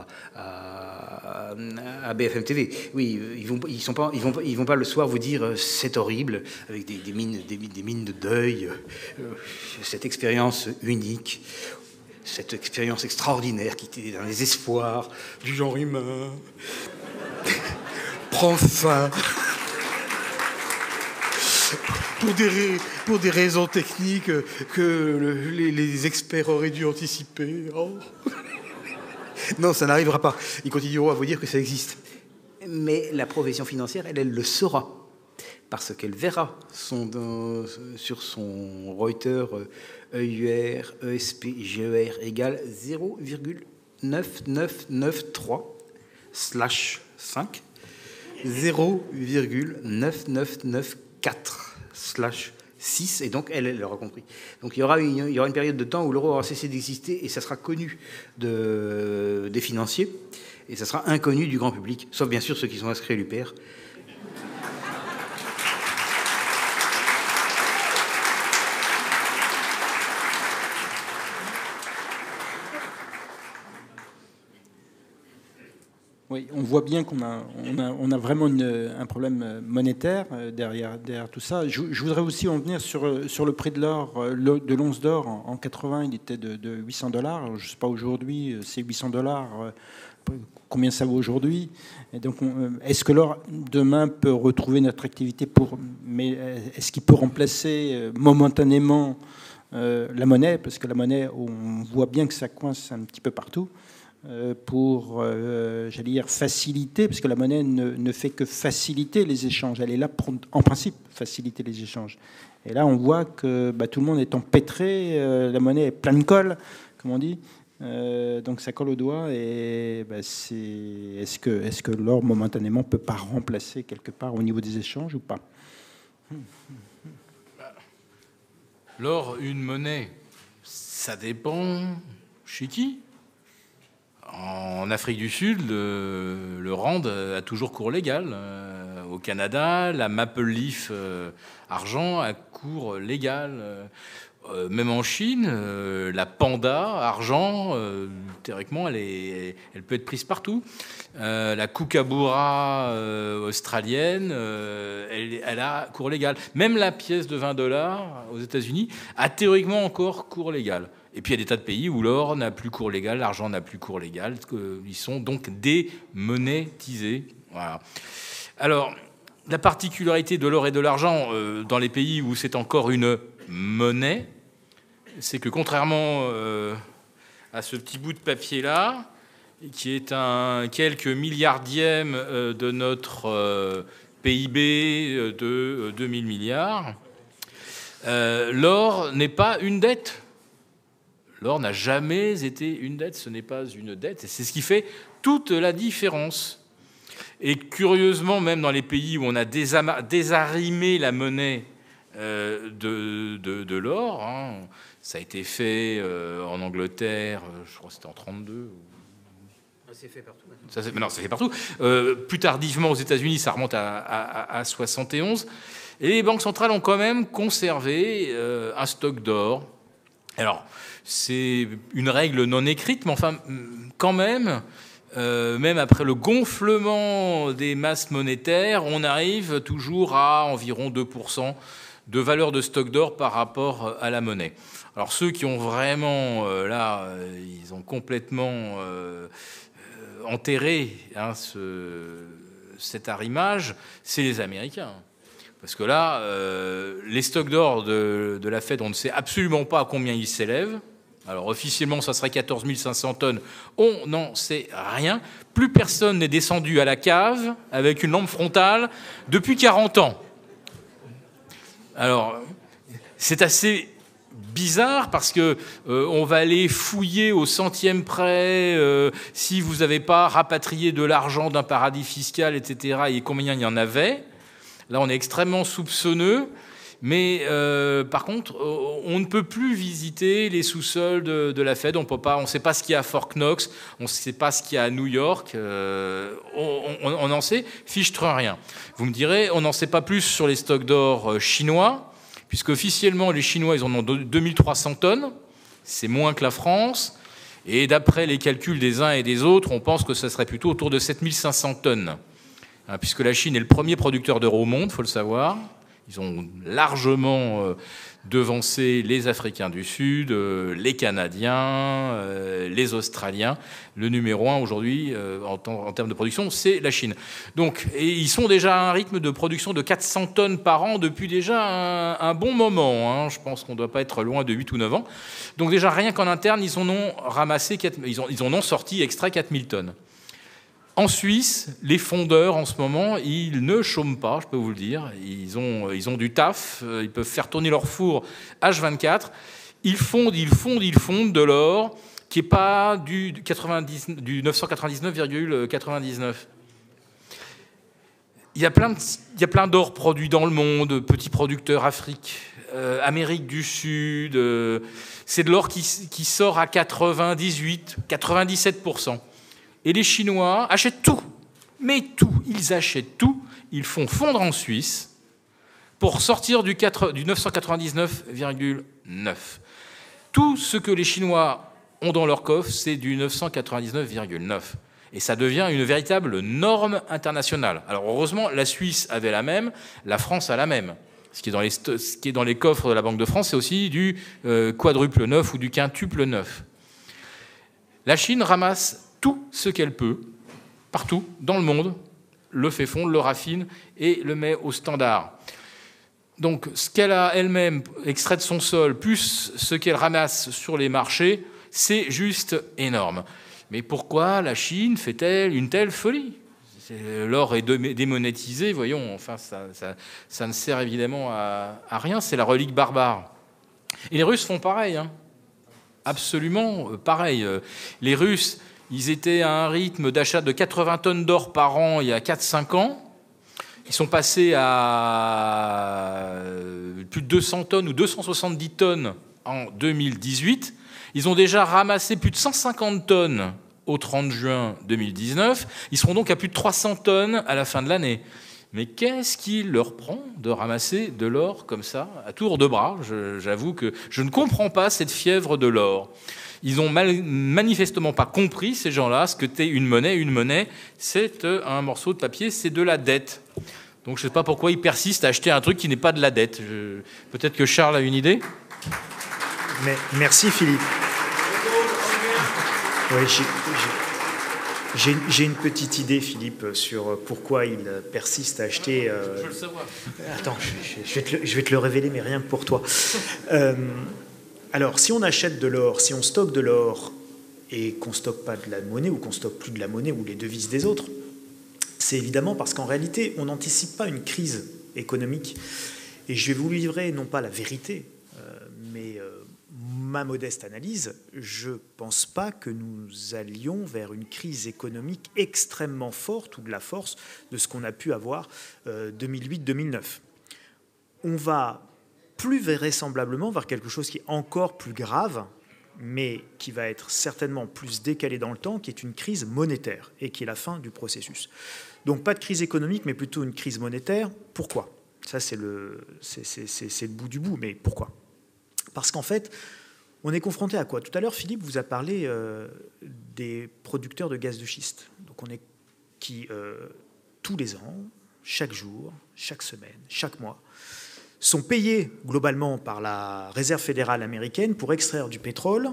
à BFM TV. Oui, ils vont pas le soir vous dire c'est horrible, avec des mines de deuil, cette expérience unique, cette expérience extraordinaire qui était dans les espoirs du genre humain. Prend fin. Pour des raisons techniques que les experts auraient dû anticiper. Oh. Non, ça n'arrivera pas. Ils continueront à vous dire que ça existe. Mais la profession financière, elle le saura. Parce qu'elle verra sur son Reuters EUR, ESP, GER égale 0,9993/5, 0,9994/6, et donc elle aura compris. Donc il y aura une période de temps où l'euro aura cessé d'exister et ça sera connu des financiers et ça sera inconnu du grand public, sauf bien sûr ceux qui sont inscrits à l'UPR. Oui, on voit bien qu'on a vraiment un problème monétaire derrière tout ça. Je voudrais aussi en venir sur le prix de l'or, de l'once d'or. En 80, il était de $800. Je ne sais pas aujourd'hui, c'est $800. Combien ça vaut aujourd'hui? Et donc, est-ce que l'or, demain, peut retrouver notre activité mais est-ce qu'il peut remplacer momentanément la monnaie? Parce que la monnaie, on voit bien que ça coince un petit peu partout. Pour, j'allais dire, faciliter, parce que la monnaie ne fait que faciliter les échanges. Elle est là pour, en principe, faciliter les échanges. Et là, on voit que tout le monde est empêtré, la monnaie est pleine de colle, comme on dit, donc ça colle au doigt. Et est-ce que l'or, momentanément, peut pas remplacer quelque part au niveau des échanges ou pas? L'or, une monnaie, ça dépend chez qui. En Afrique du Sud, le rand a toujours cours légal. Au Canada, la maple leaf argent a cours légal. Même en Chine, la panda argent, théoriquement, elle peut être prise partout. La kookaburra australienne, elle a cours légal. Même la pièce de $20 aux États-Unis a théoriquement encore cours légal. Et puis il y a des tas de pays où l'or n'a plus cours légal, l'argent n'a plus cours légal. Ils sont donc démonétisés. Voilà. Alors, la particularité de l'or et de l'argent dans les pays où c'est encore une monnaie, c'est que contrairement à ce petit bout de papier-là, qui est un quelques milliardième de notre PIB de 2000 milliards. L'or n'est pas une dette. L'or n'a jamais été une dette, ce n'est pas une dette. Et c'est ce qui fait toute la différence. Et curieusement, même dans les pays où on a désarrimé la monnaie de l'or, hein, ça a été fait en Angleterre, je crois que c'était en 1932. C'est fait partout. Non, c'est fait partout. Plus tardivement aux États-Unis, ça remonte à 71. Et les banques centrales ont quand même conservé un stock d'or. Alors, c'est une règle non écrite, mais enfin, quand même, même après le gonflement des masses monétaires, on arrive toujours à environ 2% de valeur de stock d'or par rapport à la monnaie. Alors, ceux qui ont vraiment, ils ont complètement enterré cet arrimage, c'est les Américains. Parce que là, les stocks d'or de la Fed, on ne sait absolument pas à combien ils s'élèvent. Alors officiellement, ça serait 14 500 tonnes. On n'en sait rien. Plus personne n'est descendu à la cave avec une lampe frontale depuis 40 ans. Alors, c'est assez bizarre parce que on va aller fouiller au centième près si vous n'avez pas rapatrié de l'argent d'un paradis fiscal, etc. et combien il y en avait. Là, on est extrêmement soupçonneux, mais par contre, on ne peut plus visiter les sous-sols de la Fed. On ne sait pas ce qu'il y a à Fort Knox, on ne sait pas ce qu'il y a à New York. On n'en sait fichtre rien. Vous me direz, on n'en sait pas plus sur les stocks d'or chinois, puisque officiellement, les Chinois, ils en ont 2300 tonnes. C'est moins que la France. Et d'après les calculs des uns et des autres, on pense que ça serait plutôt autour de 7500 tonnes. Puisque la Chine est le premier producteur d'or au monde, il faut le savoir. Ils ont largement devancé les Africains du Sud, les Canadiens, les Australiens. Le numéro 1 aujourd'hui, en termes de production, c'est la Chine. Donc, et ils sont déjà à un rythme de production de 400 tonnes par an depuis déjà un bon moment. Hein. Je pense qu'on ne doit pas être loin de 8 ou 9 ans. Donc déjà, rien qu'en interne, ils en ont ramassé, ils en ont sorti, extrait 4000 tonnes. En Suisse, les fondeurs, en ce moment, ils ne chôment pas, je peux vous le dire. Ils ont du taf, ils peuvent faire tourner leur four H24. Ils fondent de l'or qui n'est pas du 999,99. Il y a plein d'or produits dans le monde, petits producteurs Afrique, Amérique du Sud. C'est de l'or qui sort à 97%. Et les Chinois achètent tout, mais tout, ils achètent tout, ils font fondre en Suisse pour sortir du 999,9. Tout ce que les Chinois ont dans leur coffre, c'est du 999,9. Et ça devient une véritable norme internationale. Alors heureusement, la Suisse avait la même, la France a la même. Ce qui est dans les coffres de la Banque de France, c'est aussi du quadruple 9 ou du quintuple 9. La Chine ramasse tout ce qu'elle peut, partout, dans le monde, le fait fondre, le raffine et le met au standard. Donc, ce qu'elle a elle-même extrait de son sol, plus ce qu'elle ramasse sur les marchés, c'est juste énorme. Mais pourquoi la Chine fait-elle une telle folie ? L'or est démonétisé, voyons, enfin, ça ne sert évidemment à rien, c'est la relique barbare. Et les Russes font pareil, hein. Absolument pareil. Les Russes, ils étaient à un rythme d'achat de 80 tonnes d'or par an il y a 4-5 ans. Ils sont passés à plus de 200 tonnes ou 270 tonnes en 2018. Ils ont déjà ramassé plus de 150 tonnes au 30 juin 2019. Ils seront donc à plus de 300 tonnes à la fin de l'année. Mais qu'est-ce qui leur prend de ramasser de l'or comme ça, à tour de bras ? J'avoue que je ne comprends pas cette fièvre de l'or. Ils n'ont manifestement pas compris, ces gens-là, ce que t'est une monnaie. Une monnaie, c'est un morceau de papier, c'est de la dette. Donc je ne sais pas pourquoi ils persistent à acheter un truc qui n'est pas de la dette. Peut-être que Charles a une idée ? Mais merci Philippe. Oui, j'ai une petite idée, Philippe, sur pourquoi il persiste à acheter... Je veux le savoir. Attends, je vais te le révéler, mais rien que pour toi. Alors, si on achète de l'or, si on stocke de l'or et qu'on ne stocke pas de la monnaie ou qu'on ne stocke plus de la monnaie ou les devises des autres, c'est évidemment parce qu'en réalité, on n'anticipe pas une crise économique. Et je vais vous livrer non pas la vérité, mais ma modeste analyse. Je ne pense pas que nous allions vers une crise économique extrêmement forte ou de la force de ce qu'on a pu avoir 2008-2009. On va plus vraisemblablement vers quelque chose qui est encore plus grave, mais qui va être certainement plus décalé dans le temps, qui est une crise monétaire et qui est la fin du processus. Donc pas de crise économique, mais plutôt une crise monétaire. Pourquoi ? Ça, c'est le bout du bout, mais pourquoi ? Parce qu'en fait, on est confronté à quoi ? Tout à l'heure, Philippe vous a parlé des producteurs de gaz de schiste. Donc on est qui, tous les ans, chaque jour, chaque semaine, chaque mois, sont payés globalement par la Réserve fédérale américaine pour extraire du pétrole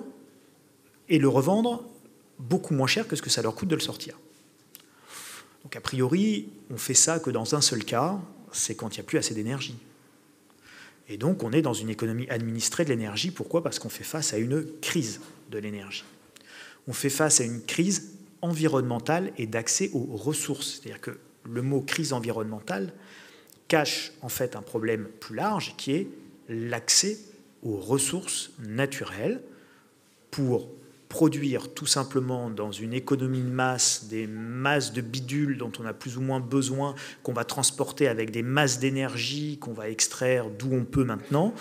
et le revendre beaucoup moins cher que ce que ça leur coûte de le sortir. Donc a priori, on fait ça que dans un seul cas, c'est quand il n'y a plus assez d'énergie. Et donc on est dans une économie administrée de l'énergie. Pourquoi ? Parce qu'on fait face à une crise de l'énergie. On fait face à une crise environnementale et d'accès aux ressources. C'est-à-dire que le mot crise environnementale cache en fait un problème plus large qui est l'accès aux ressources naturelles pour produire tout simplement dans une économie de masse des masses de bidules dont on a plus ou moins besoin, qu'on va transporter avec des masses d'énergie qu'on va extraire d'où on peut maintenant,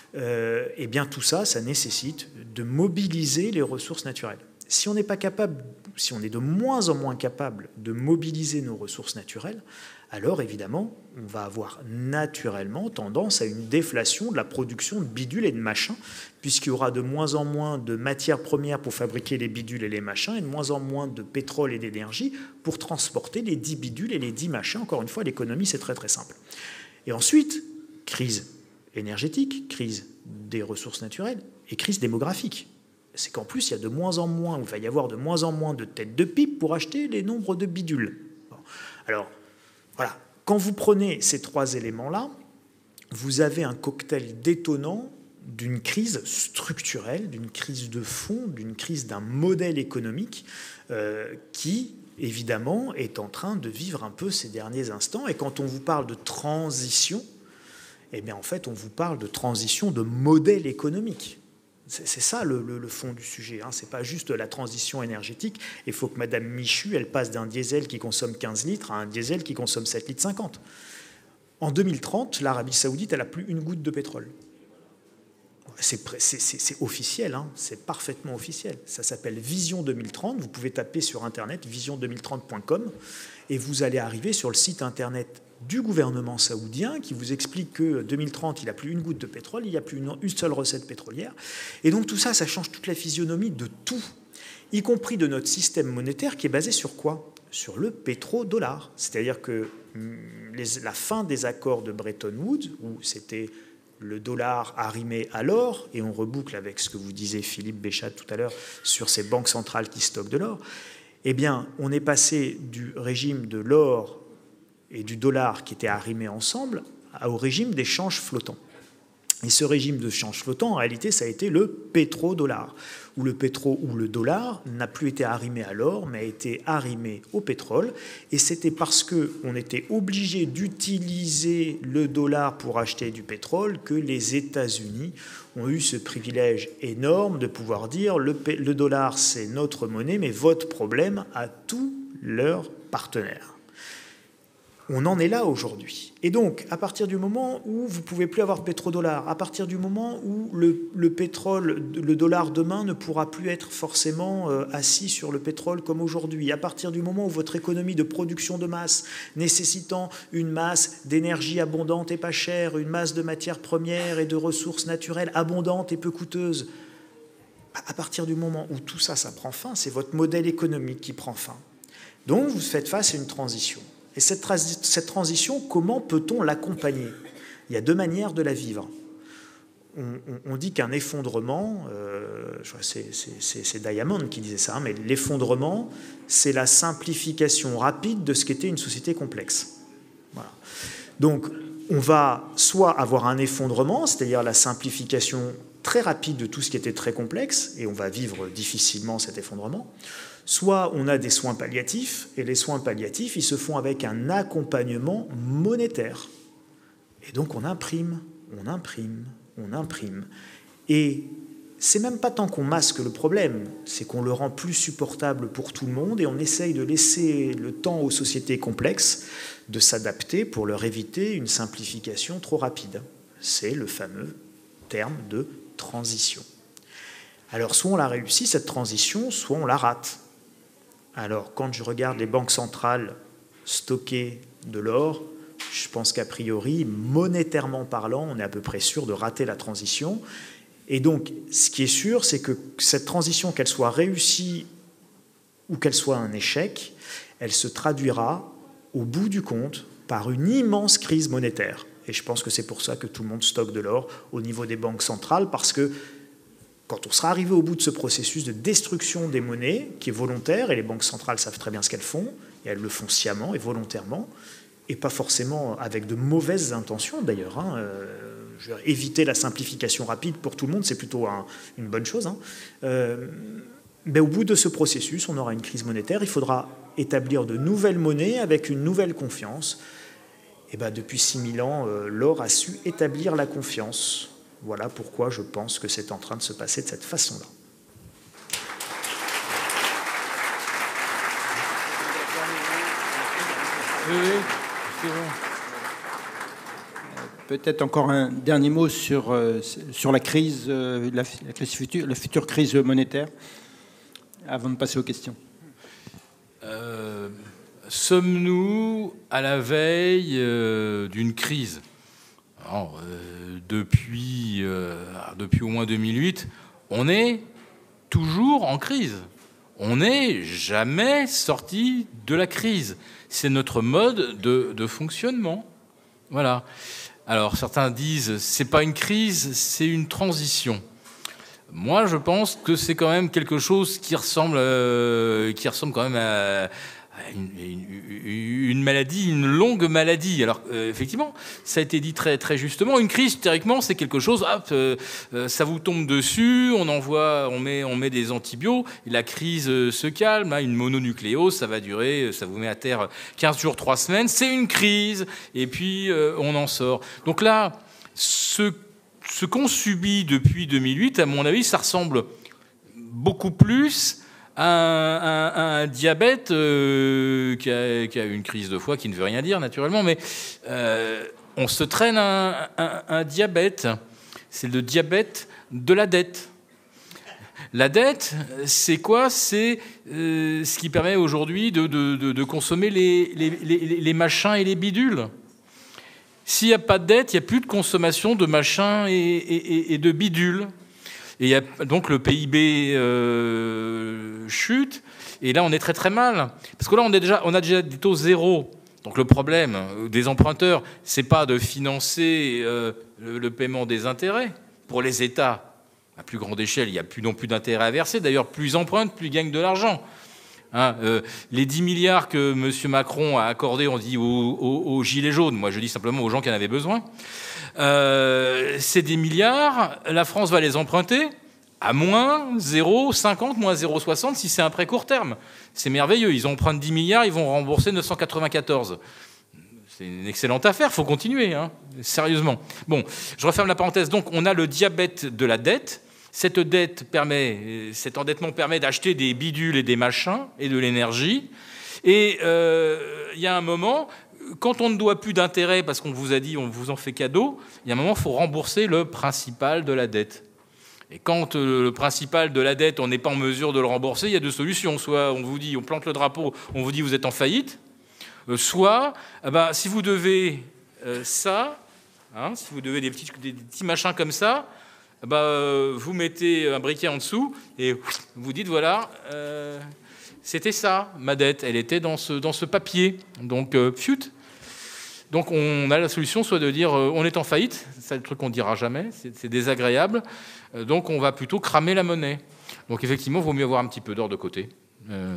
et bien tout ça, ça nécessite de mobiliser les ressources naturelles. Si on n'est pas capable, si on est de moins en moins capable de mobiliser nos ressources naturelles, alors évidemment, on va avoir naturellement tendance à une déflation de la production de bidules et de machins, puisqu'il y aura de moins en moins de matières premières pour fabriquer les bidules et les machins, et de moins en moins de pétrole et d'énergie pour transporter les 10 bidules et les 10 machins. Encore une fois, l'économie, c'est très très simple. Et ensuite, crise énergétique, crise des ressources naturelles et crise démographique. C'est qu'en plus, il y a de moins en moins, ou il va y avoir de moins en moins de têtes de pipe pour acheter les nombres de bidules. Bon. Alors, voilà. Quand vous prenez ces trois éléments-là, vous avez un cocktail détonnant d'une crise structurelle, d'une crise de fond, d'une crise d'un modèle économique qui, évidemment, est en train de vivre un peu ces derniers instants. Et quand on vous parle de transition, eh bien, en fait, on vous parle de transition de modèle économique. C'est ça le fond du sujet. Hein. Ce n'est pas juste la transition énergétique. Il faut que Mme Michu, elle passe d'un diesel qui consomme 15 litres à un diesel qui consomme 7 litres 50. En 2030, l'Arabie Saoudite, elle n'a plus une goutte de pétrole. C'est officiel, hein. C'est parfaitement officiel. Ça s'appelle Vision 2030. Vous pouvez taper sur Internet vision2030.com et vous allez arriver sur le site Internet du gouvernement saoudien qui vous explique que 2030, il n'y a plus une goutte de pétrole, il n'y a plus une seule recette pétrolière. Et donc tout ça, ça change toute la physionomie de tout, y compris de notre système monétaire qui est basé sur quoi ? Sur le pétrodollar. C'est-à-dire que la fin des accords de Bretton Woods, où c'était le dollar arrimé à l'or, et on reboucle avec ce que vous disiez Philippe Béchat tout à l'heure sur ces banques centrales qui stockent de l'or, eh bien, on est passé du régime de l'or et du dollar qui étaient arrimés ensemble au régime d'échange flottant. Et ce régime d'échange flottant, en réalité, ça a été le pétrodollar, où le dollar n'a plus été arrimé à l'or, mais a été arrimé au pétrole. Et c'était parce qu'on était obligé d'utiliser le dollar pour acheter du pétrole que les États-Unis ont eu ce privilège énorme de pouvoir dire le dollar, c'est notre monnaie, mais votre problème à tous leurs partenaires. On en est là aujourd'hui. Et donc, à partir du moment où vous ne pouvez plus avoir de pétrodollar, à partir du moment où le pétrole, le dollar demain ne pourra plus être forcément assis sur le pétrole comme aujourd'hui, à partir du moment où votre économie de production de masse, nécessitant une masse d'énergie abondante et pas chère, une masse de matières premières et de ressources naturelles abondantes et peu coûteuses, à partir du moment où tout ça, ça prend fin, c'est votre modèle économique qui prend fin. Donc, vous faites face à une transition. Et cette transition, comment peut-on l'accompagner ? Il y a deux manières de la vivre. On dit qu'un effondrement, c'est Diamond qui disait ça, mais l'effondrement, c'est la simplification rapide de ce qu'était une société complexe. Voilà. Donc, on va soit avoir un effondrement, c'est-à-dire la simplification très rapide de tout ce qui était très complexe, et on va vivre difficilement cet effondrement, soit on a des soins palliatifs, et les soins palliatifs, ils se font avec un accompagnement monétaire. Et donc on imprime. Et c'est même pas tant qu'on masque le problème, c'est qu'on le rend plus supportable pour tout le monde et on essaye de laisser le temps aux sociétés complexes de s'adapter pour leur éviter une simplification trop rapide. C'est le fameux terme de transition. Alors soit on la réussit, cette transition, soit on la rate. Alors quand je regarde les banques centrales stocker de l'or, je pense qu'a priori, monétairement parlant, on est à peu près sûr de rater la transition. Et donc, ce qui est sûr, c'est que cette transition, qu'elle soit réussie ou qu'elle soit un échec, elle se traduira, au bout du compte, par une immense crise monétaire. Et je pense que c'est pour ça que tout le monde stocke de l'or au niveau des banques centrales, parce que quand on sera arrivé au bout de ce processus de destruction des monnaies, qui est volontaire, et les banques centrales savent très bien ce qu'elles font, et elles le font sciemment et volontairement, et pas forcément avec de mauvaises intentions d'ailleurs. Éviter la simplification rapide pour tout le monde, c'est plutôt une bonne chose. Mais au bout de ce processus, on aura une crise monétaire. Il faudra établir de nouvelles monnaies avec une nouvelle confiance. Et depuis 6000 ans, l'or a su établir la confiance. Voilà pourquoi je pense que c'est en train de se passer de cette façon-là. Oui. Peut-être encore un dernier mot sur la crise, la future crise monétaire, avant de passer aux questions. Sommes-nous à la veille d'une crise ? Alors, depuis au moins 2008, on est toujours en crise. On n'est jamais sorti de la crise. C'est notre mode de fonctionnement. Voilà. Alors, certains disent, c'est pas une crise, c'est une transition. Moi, je pense que c'est quand même quelque chose qui ressemble quand même à une maladie, une longue maladie. Alors, effectivement, ça a été dit très, très justement. Une crise, théoriquement, c'est quelque chose, ça vous tombe dessus, on met des antibiotiques, et la crise se calme, une mononucléose, ça va durer, ça vous met à terre 15 jours, 3 semaines, c'est une crise, et puis on en sort. Donc là, ce qu'on subit depuis 2008, à mon avis, ça ressemble beaucoup plus à un diabète qui a une crise de foie, qui ne veut rien dire naturellement, mais on se traîne un diabète. C'est le diabète de la dette. La dette, c'est quoi ? C'est ce qui permet aujourd'hui de consommer les machins et les bidules. S'il n'y a pas de dette, il n'y a plus de consommation de machins et de bidules. Et donc le PIB chute, et là on est très très mal. Parce que là on a déjà des taux zéro. Donc le problème des emprunteurs, c'est pas de financer le paiement des intérêts. Pour les États, à plus grande échelle, il n'y a plus non plus d'intérêts à verser. D'ailleurs, plus ils empruntent, plus ils gagnent de l'argent. Les 10 milliards que M. Macron a accordés, on dit, aux gilets jaunes, moi je dis simplement aux gens qui en avaient besoin, c'est des milliards, la France va les emprunter à moins 0,50, moins 0,60 si c'est un prêt court terme. C'est merveilleux, ils empruntent 10 milliards, ils vont rembourser 994. C'est une excellente affaire, il faut continuer, sérieusement. Bon, je referme la parenthèse. Donc on a le diabète de la dette. Cet endettement permet d'acheter des bidules et des machins et de l'énergie. Et il y a un moment, quand on ne doit plus d'intérêt parce qu'on vous a dit on vous en fait cadeau, il y a un moment, il faut rembourser le principal de la dette. Et quand le principal de la dette, on n'est pas en mesure de le rembourser, il y a deux solutions. Soit on vous dit, on plante le drapeau, on vous dit vous êtes en faillite. Soit, si vous devez ça, si vous devez des petits machins comme ça, vous mettez un briquet en dessous et vous dites voilà, c'était ça, ma dette, elle était dans ce papier. Donc, fiut. Donc on a la solution soit de dire on est en faillite, c'est le truc qu'on ne dira jamais, c'est désagréable, donc on va plutôt cramer la monnaie. Donc effectivement, il vaut mieux avoir un petit peu d'or de côté. Vincent ?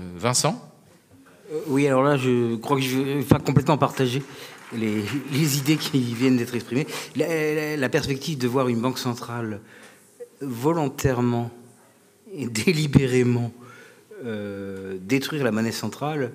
Oui, alors là, je crois que je vais complètement partager les idées qui viennent d'être exprimées. La perspective de voir une banque centrale volontairement et délibérément détruire la monnaie centrale,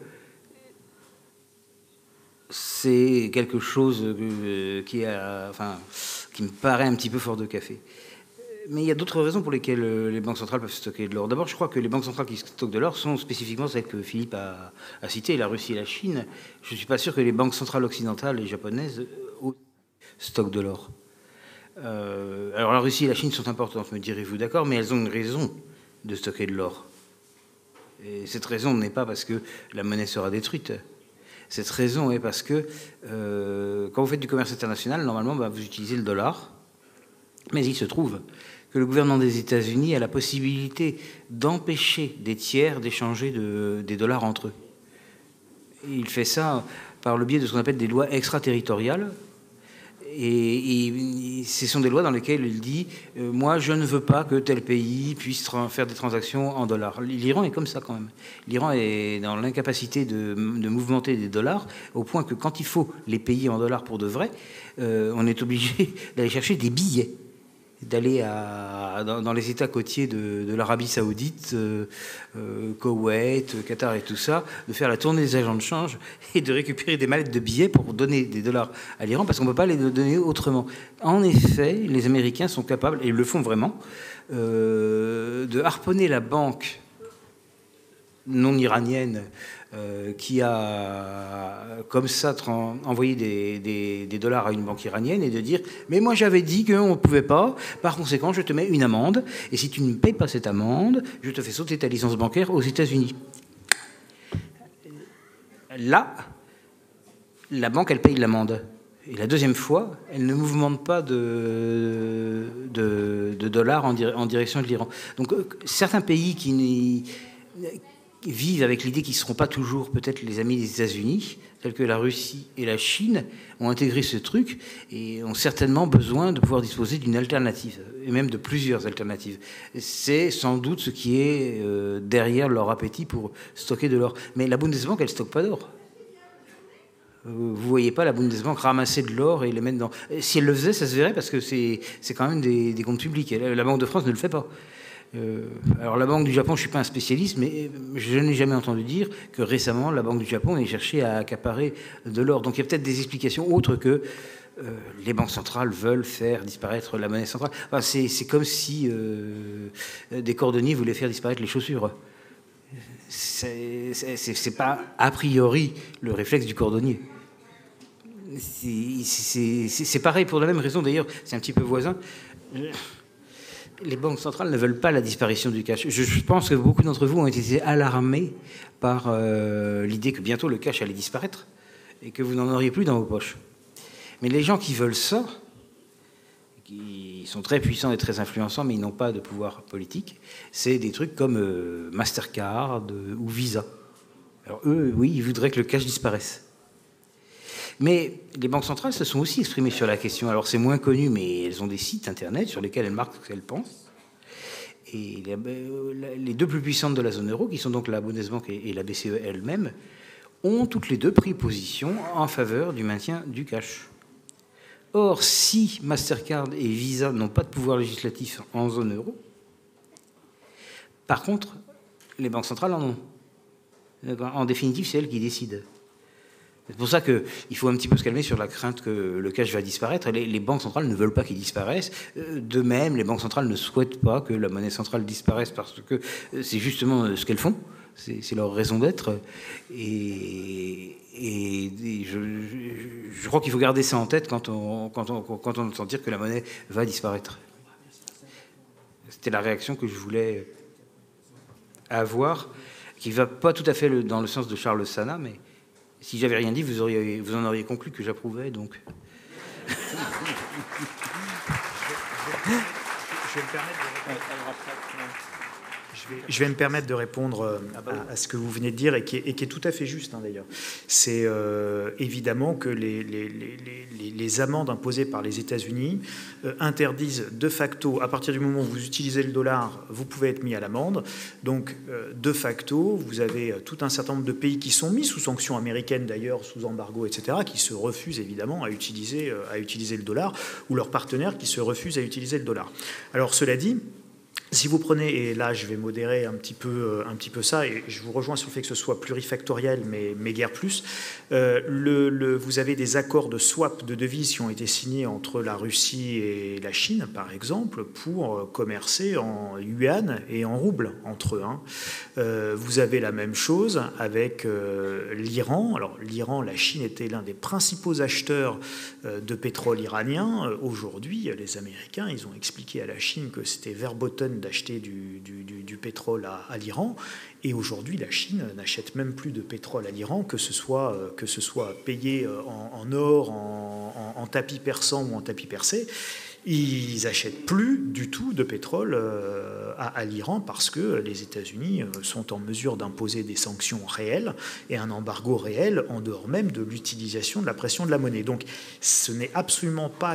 c'est quelque chose qui me paraît un petit peu fort de café. Mais il y a d'autres raisons pour lesquelles les banques centrales peuvent stocker de l'or. D'abord, je crois que les banques centrales qui stockent de l'or sont spécifiquement celles que Philippe a citées, la Russie et la Chine. Je ne suis pas sûr que les banques centrales occidentales et japonaises stockent de l'or. Alors la Russie et la Chine sont importantes, me direz-vous, d'accord, mais elles ont une raison de stocker de l'or. Et cette raison n'est pas parce que la monnaie sera détruite. Cette raison est parce que quand vous faites du commerce international, normalement, vous utilisez le dollar, mais il se trouve que le gouvernement des États-Unis a la possibilité d'empêcher des tiers d'échanger des dollars entre eux. Et il fait ça par le biais de ce qu'on appelle des lois extraterritoriales. Et ce sont des lois dans lesquelles il dit moi, je ne veux pas que tel pays puisse faire des transactions en dollars. L'Iran est comme ça quand même. L'Iran est dans l'incapacité de mouvementer des dollars, au point que quand il faut les payer en dollars pour de vrai, on est obligé d'aller chercher des billets, d'aller dans les États côtiers de l'Arabie Saoudite, Koweït, Qatar et tout ça, de faire la tournée des agents de change et de récupérer des mallettes de billets pour donner des dollars à l'Iran, parce qu'on ne peut pas les donner autrement. En effet, les Américains sont capables, et ils le font vraiment, de harponner la banque non iranienne qui a comme ça envoyé des dollars à une banque iranienne et de dire « mais moi j'avais dit qu'on ne pouvait pas, par conséquent je te mets une amende, et si tu ne payes pas cette amende, je te fais sauter ta licence bancaire aux États-Unis » Là, la banque, elle paye l'amende. Et la deuxième fois, elle ne mouvemente pas de dollars en direction de l'Iran. Donc certains pays qui vivent avec l'idée qu'ils ne seront pas toujours peut-être les amis des États-Unis, tels que la Russie et la Chine, ont intégré ce truc et ont certainement besoin de pouvoir disposer d'une alternative, et même de plusieurs alternatives. C'est sans doute ce qui est derrière leur appétit pour stocker de l'or. Mais la Bundesbank, elle ne stocke pas d'or. Vous ne voyez pas la Bundesbank ramasser de l'or et les mettre dans... Si elle le faisait, ça se verrait parce que c'est quand même des comptes publics. La Banque de France ne le fait pas. Alors la Banque du Japon, je ne suis pas un spécialiste, mais je n'ai jamais entendu dire que récemment la Banque du Japon ait cherché à accaparer de l'or. Donc il y a peut-être des explications autres que les banques centrales veulent faire disparaître la monnaie centrale. Enfin, c'est comme si des cordonniers voulaient faire disparaître les chaussures. C'est pas a priori le réflexe du cordonnier. C'est pareil pour la même raison, d'ailleurs, c'est un petit peu voisin. Les banques centrales ne veulent pas la disparition du cash. Je pense que beaucoup d'entre vous ont été alarmés par l'idée que bientôt le cash allait disparaître et que vous n'en auriez plus dans vos poches. Mais les gens qui veulent ça, qui sont très puissants et très influençants, mais ils n'ont pas de pouvoir politique, c'est des trucs comme Mastercard ou Visa. Alors eux, oui, ils voudraient que le cash disparaisse. Mais les banques centrales se sont aussi exprimées sur la question. Alors c'est moins connu, mais elles ont des sites internet sur lesquels elles marquent ce qu'elles pensent. Et les deux plus puissantes de la zone euro, qui sont donc la Bundesbank et la BCE elle-même, ont toutes les deux pris position en faveur du maintien du cash. Or, si Mastercard et Visa n'ont pas de pouvoir législatif en zone euro, par contre, les banques centrales en ont. En définitive, c'est elles qui décident. C'est pour ça qu'il faut un petit peu se calmer sur la crainte que le cash va disparaître. Les banques centrales ne veulent pas qu'il disparaisse. De même, les banques centrales ne souhaitent pas que la monnaie centrale disparaisse parce que c'est justement ce qu'elles font. C'est leur raison d'être. Et je crois qu'il faut garder ça en tête quand on entend dire que la monnaie va disparaître. C'était la réaction que je voulais avoir, qui ne va pas tout à fait dans le sens de Charles Sana, mais si j'avais rien dit, vous en auriez conclu que j'approuvais, donc. Je vais me permettre de répondre. Je vais me permettre de répondre à ce que vous venez de dire et qui est tout à fait juste, d'ailleurs. C'est évidemment que les amendes imposées par les États-Unis interdisent de facto, à partir du moment où vous utilisez le dollar, vous pouvez être mis à l'amende. Donc, de facto, vous avez tout un certain nombre de pays qui sont mis sous sanctions américaines, d'ailleurs, sous embargo, etc., qui se refusent évidemment à utiliser le dollar, ou leurs partenaires qui se refusent à utiliser le dollar. Alors, cela dit, si vous prenez, et là je vais modérer un petit peu ça, et je vous rejoins sur le fait que ce soit plurifactoriel, mais guère plus, vous avez des accords de swap de devises qui ont été signés entre la Russie et la Chine, par exemple, pour commercer en yuan et en rouble entre eux. Vous avez la même chose avec l'Iran. Alors l'Iran, la Chine était l'un des principaux acheteurs de pétrole iranien. Aujourd'hui, les Américains, ils ont expliqué à la Chine que c'était verboten d'acheter du pétrole à l'Iran. Et aujourd'hui, la Chine n'achète même plus de pétrole à l'Iran, que ce soit payé en or, en tapis persan ou en tapis percé. Ils n'achètent plus du tout de pétrole à l'Iran parce que les États-Unis sont en mesure d'imposer des sanctions réelles et un embargo réel en dehors même de l'utilisation de la pression de la monnaie. Donc ce n'est absolument pas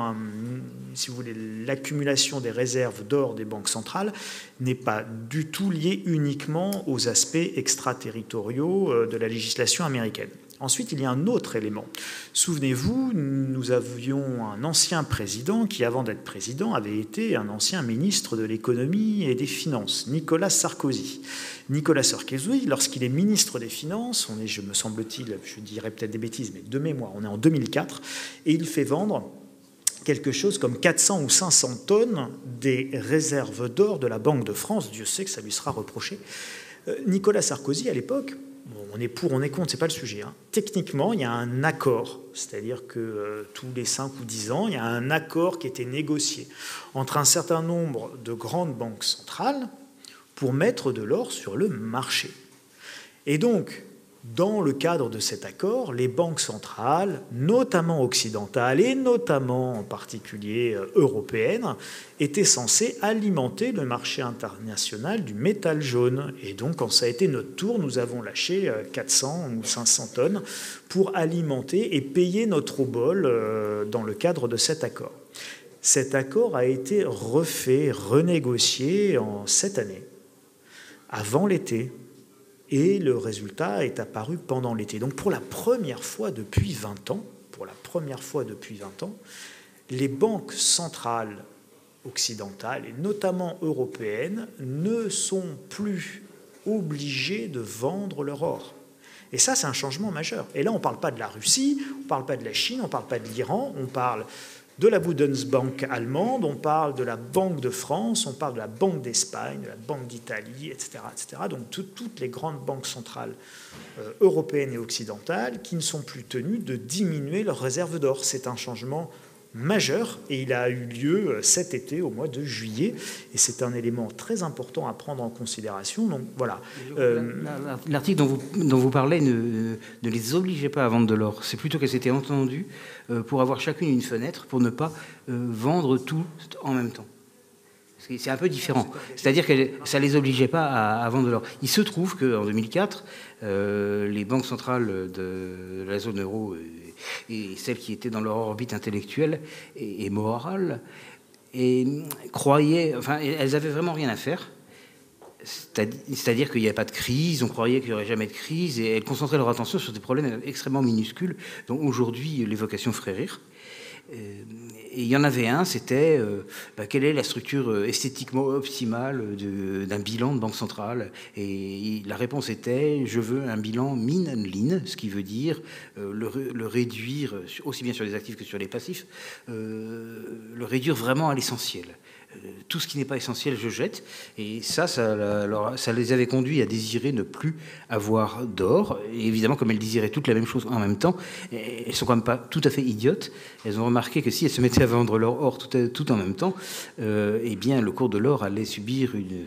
si vous voulez, l'accumulation des réserves d'or des banques centrales n'est pas du tout liée uniquement aux aspects extraterritoriaux de la législation américaine. Ensuite, il y a un autre élément. Souvenez-vous, nous avions un ancien président qui, avant d'être président, avait été un ancien ministre de l'économie et des finances, Nicolas Sarkozy. Nicolas Sarkozy, lorsqu'il est ministre des Finances, je me semble-t-il, je dirais peut-être des bêtises, mais de mémoire, on est en 2004, et il fait vendre quelque chose comme 400 ou 500 tonnes des réserves d'or de la Banque de France. Dieu sait que ça lui sera reproché. Nicolas Sarkozy, à l'époque, on est pour, on est contre, c'est pas le sujet. Techniquement, il y a un accord, c'est-à-dire que tous les 5 ou 10 ans, il y a un accord qui était négocié entre un certain nombre de grandes banques centrales pour mettre de l'or sur le marché. Et donc, dans le cadre de cet accord, les banques centrales, notamment occidentales et notamment en particulier européennes, étaient censées alimenter le marché international du métal jaune. Et donc, quand ça a été notre tour, nous avons lâché 400 ou 500 tonnes pour alimenter et payer notre obol dans le cadre de cet accord. Cet accord a été refait, renégocié en cette année, avant l'été. Et le résultat est apparu pendant l'été. Donc pour la première fois depuis 20 ans, les banques centrales occidentales, et notamment européennes, ne sont plus obligées de vendre leur or. Et ça, c'est un changement majeur. Et là, on ne parle pas de la Russie, on ne parle pas de la Chine, on ne parle pas de l'Iran, on parle de la Bundesbank allemande, on parle de la Banque de France, on parle de la Banque d'Espagne, de la Banque d'Italie, etc. Donc toutes les grandes banques centrales européennes et occidentales qui ne sont plus tenues de diminuer leurs réserves d'or. C'est un changement majeur et il a eu lieu cet été au mois de juillet et c'est un élément très important à prendre en considération. Donc voilà. L'article dont vous parlez ne les obligeait pas à vendre de l'or. C'est plutôt qu'elles s'étaient entendues pour avoir chacune une fenêtre pour ne pas vendre tout en même temps. C'est un peu différent. C'est-à-dire que ça ne les obligeait pas à vendre de l'or. Il se trouve qu'en 2004, les banques centrales de la zone euro et celles qui étaient dans leur orbite intellectuelle et morale croyaient, enfin, elles avaient vraiment rien à faire. C'est-à-dire qu'il n'y avait pas de crise, on croyait qu'il n'y aurait jamais de crise, et elles concentraient leur attention sur des problèmes extrêmement minuscules dont aujourd'hui l'évocation ferait rire. Et il y en avait un, c'était quelle est la structure esthétiquement optimale d'un bilan de banque centrale. Et la réponse était, je veux un bilan mean and lean, ce qui veut dire le réduire, aussi bien sur les actifs que sur les passifs, le réduire vraiment à l'essentiel. Tout ce qui n'est pas essentiel, je jette. Et ça les avait conduits à désirer ne plus avoir d'or. Et évidemment, comme elles désiraient toutes la même chose en même temps, elles ne sont quand même pas tout à fait idiotes. Elles ont remarqué que si elles se mettaient à vendre leur or tout en même temps, eh bien, le cours de l'or allait subir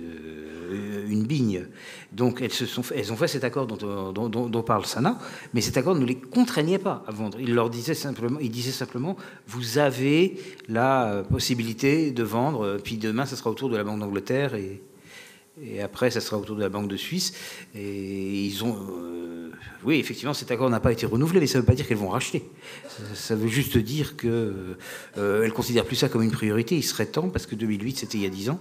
une bigne. Donc elles ont fait cet accord dont parle Sana, mais cet accord ne les contraignait pas à vendre. Il disait simplement, vous avez la possibilité de vendre, puis demain, ça sera au tour de la Banque d'Angleterre Et après, ça sera autour de la Banque de Suisse. Et ils ont... oui, effectivement, cet accord n'a pas été renouvelé, mais ça ne veut pas dire qu'elles vont racheter. Ça veut juste dire qu'elles ne considèrent plus ça comme une priorité. Il serait temps, parce que 2008, c'était il y a 10 ans.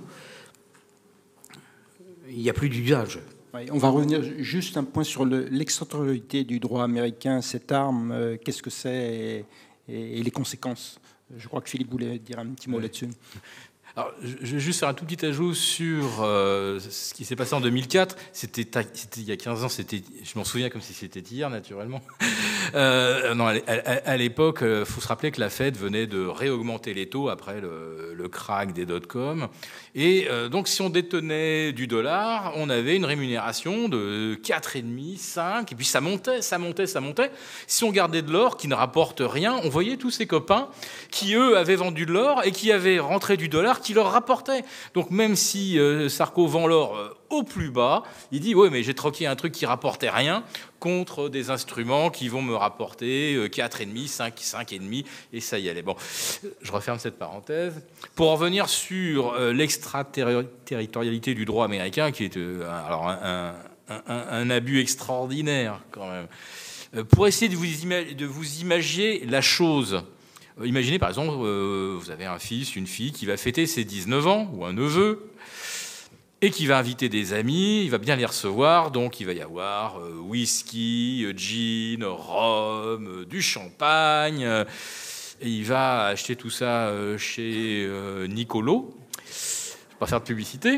Il n'y a plus d'usage. Ouais, on va revenir juste un point sur l'extraterritorialité du droit américain. Cette arme, qu'est-ce que c'est et les conséquences? Je crois que Philippe voulait dire un petit mot là-dessus. Alors, je vais juste faire un tout petit ajout sur ce qui s'est passé en 2004. C'était il y a 15 ans, je m'en souviens comme si c'était hier, naturellement. Non, à l'époque, il faut se rappeler que la Fed venait de réaugmenter les taux après le crack des dot-com. Et donc, si on détenait du dollar, on avait une rémunération de 4,5, 5, et puis ça montait. Si on gardait de l'or qui ne rapporte rien, on voyait tous ces copains qui, eux, avaient vendu de l'or et qui avaient rentré du dollar qui leur rapportait. Donc même si Sarko vend l'or au plus bas, il dit « ouais, mais j'ai troqué un truc qui rapportait rien contre des instruments qui vont me rapporter 4,5, 5,5, et ça y est. » Bon, je referme cette parenthèse. Pour en revenir sur l'extraterritorialité du droit américain, qui est alors un abus extraordinaire quand même, pour essayer de vous imaginer la chose. Imaginez par exemple, vous avez un fils, une fille qui va fêter ses 19 ans, ou un neveu, et qui va inviter des amis, il va bien les recevoir, donc il va y avoir whisky, gin, rhum, du champagne, et il va acheter tout ça chez Nicolo, je ne vais pas faire de publicité,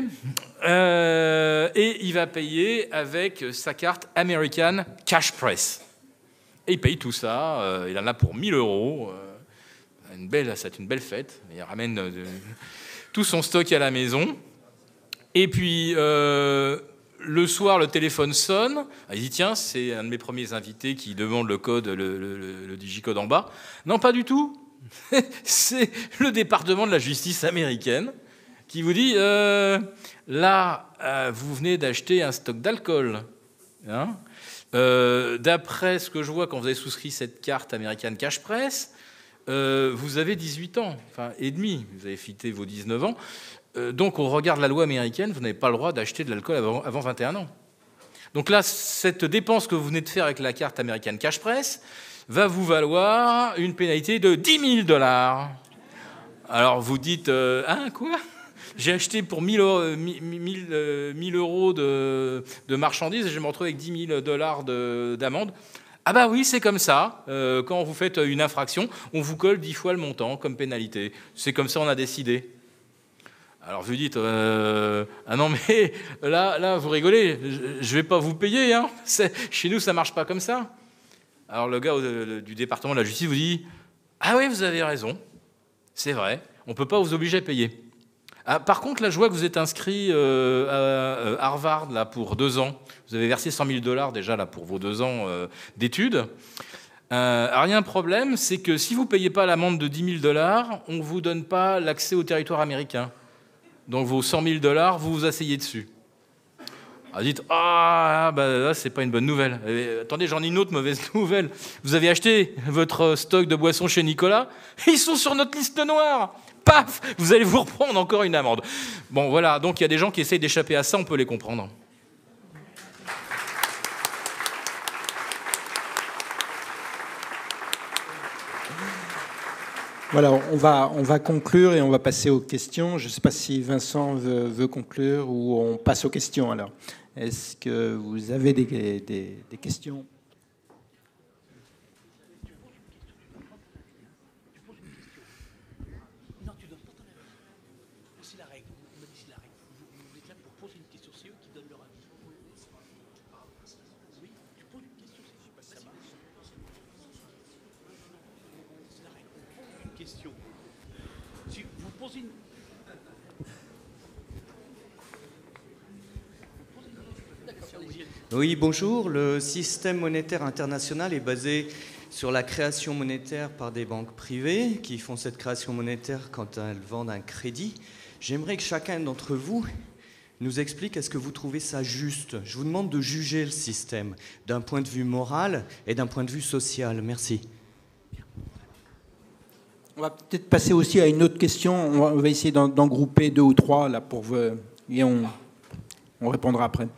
et il va payer avec sa carte American Cash Press. Et il paye tout ça, il en a pour 1 000 €. C'est une belle fête. Il ramène tout son stock à la maison. Et puis, le soir, le téléphone sonne. Il dit, tiens, c'est un de mes premiers invités qui demande le code, le digicode en bas. Non, pas du tout. C'est le département de la justice américaine qui vous dit, là, vous venez d'acheter un stock d'alcool. Hein, d'après ce que je vois quand vous avez souscrit cette carte American Cash Press, vous avez 18 ans, enfin, et demi, vous avez fêté vos 19 ans. Donc, au regard de la loi américaine, vous n'avez pas le droit d'acheter de l'alcool avant 21 ans. Donc là, cette dépense que vous venez de faire avec la carte American Cash Press va vous valoir une pénalité de 10 000 $. Alors, vous dites, hein, quoi ? J'ai acheté pour 1 000 € de marchandises et je vais me retrouver avec 10 000 $ d'amende. Ah bah oui, c'est comme ça. Quand vous faites une infraction, on vous colle 10 fois le montant comme pénalité. C'est comme ça, on a décidé. Alors vous dites, ah non mais là vous rigolez, je vais pas vous payer. Hein. Chez nous, ça marche pas comme ça. Alors le gars du département de la justice vous dit, ah oui, vous avez raison, c'est vrai, on peut pas vous obliger à payer. Ah, par contre, là, je vois que vous êtes inscrit à Harvard là, pour 2 ans. Vous avez versé 100 000 $ déjà là, pour vos 2 ans d'études. Alors, il y a un problème, c'est que si vous ne payez pas l'amende de 10 000 $, on ne vous donne pas l'accès au territoire américain. Donc, vos 100 000 $, vous vous asseyez dessus. Alors, vous dites, ah, bah, là, c'est pas une bonne nouvelle. Attendez, j'en ai une autre mauvaise nouvelle. Vous avez acheté votre stock de boissons chez Nicolas, ils sont sur notre liste noire. Paf, vous allez vous reprendre encore une amende. Bon, voilà, donc il y a des gens qui essayent d'échapper à ça, on peut les comprendre. Voilà, on va conclure et on va passer aux questions. Je ne sais pas si Vincent veut conclure ou on passe aux questions alors. Est-ce que vous avez des questions ? Oui, bonjour. Le système monétaire international est basé sur la création monétaire par des banques privées qui font cette création monétaire quand elles vendent un crédit. J'aimerais que chacun d'entre vous nous explique est-ce que vous trouvez ça juste. Je vous demande de juger le système d'un point de vue moral et d'un point de vue social. Merci. On va peut-être passer aussi à une autre question. On va essayer d'en grouper 2 ou 3 là pour et On répondra après.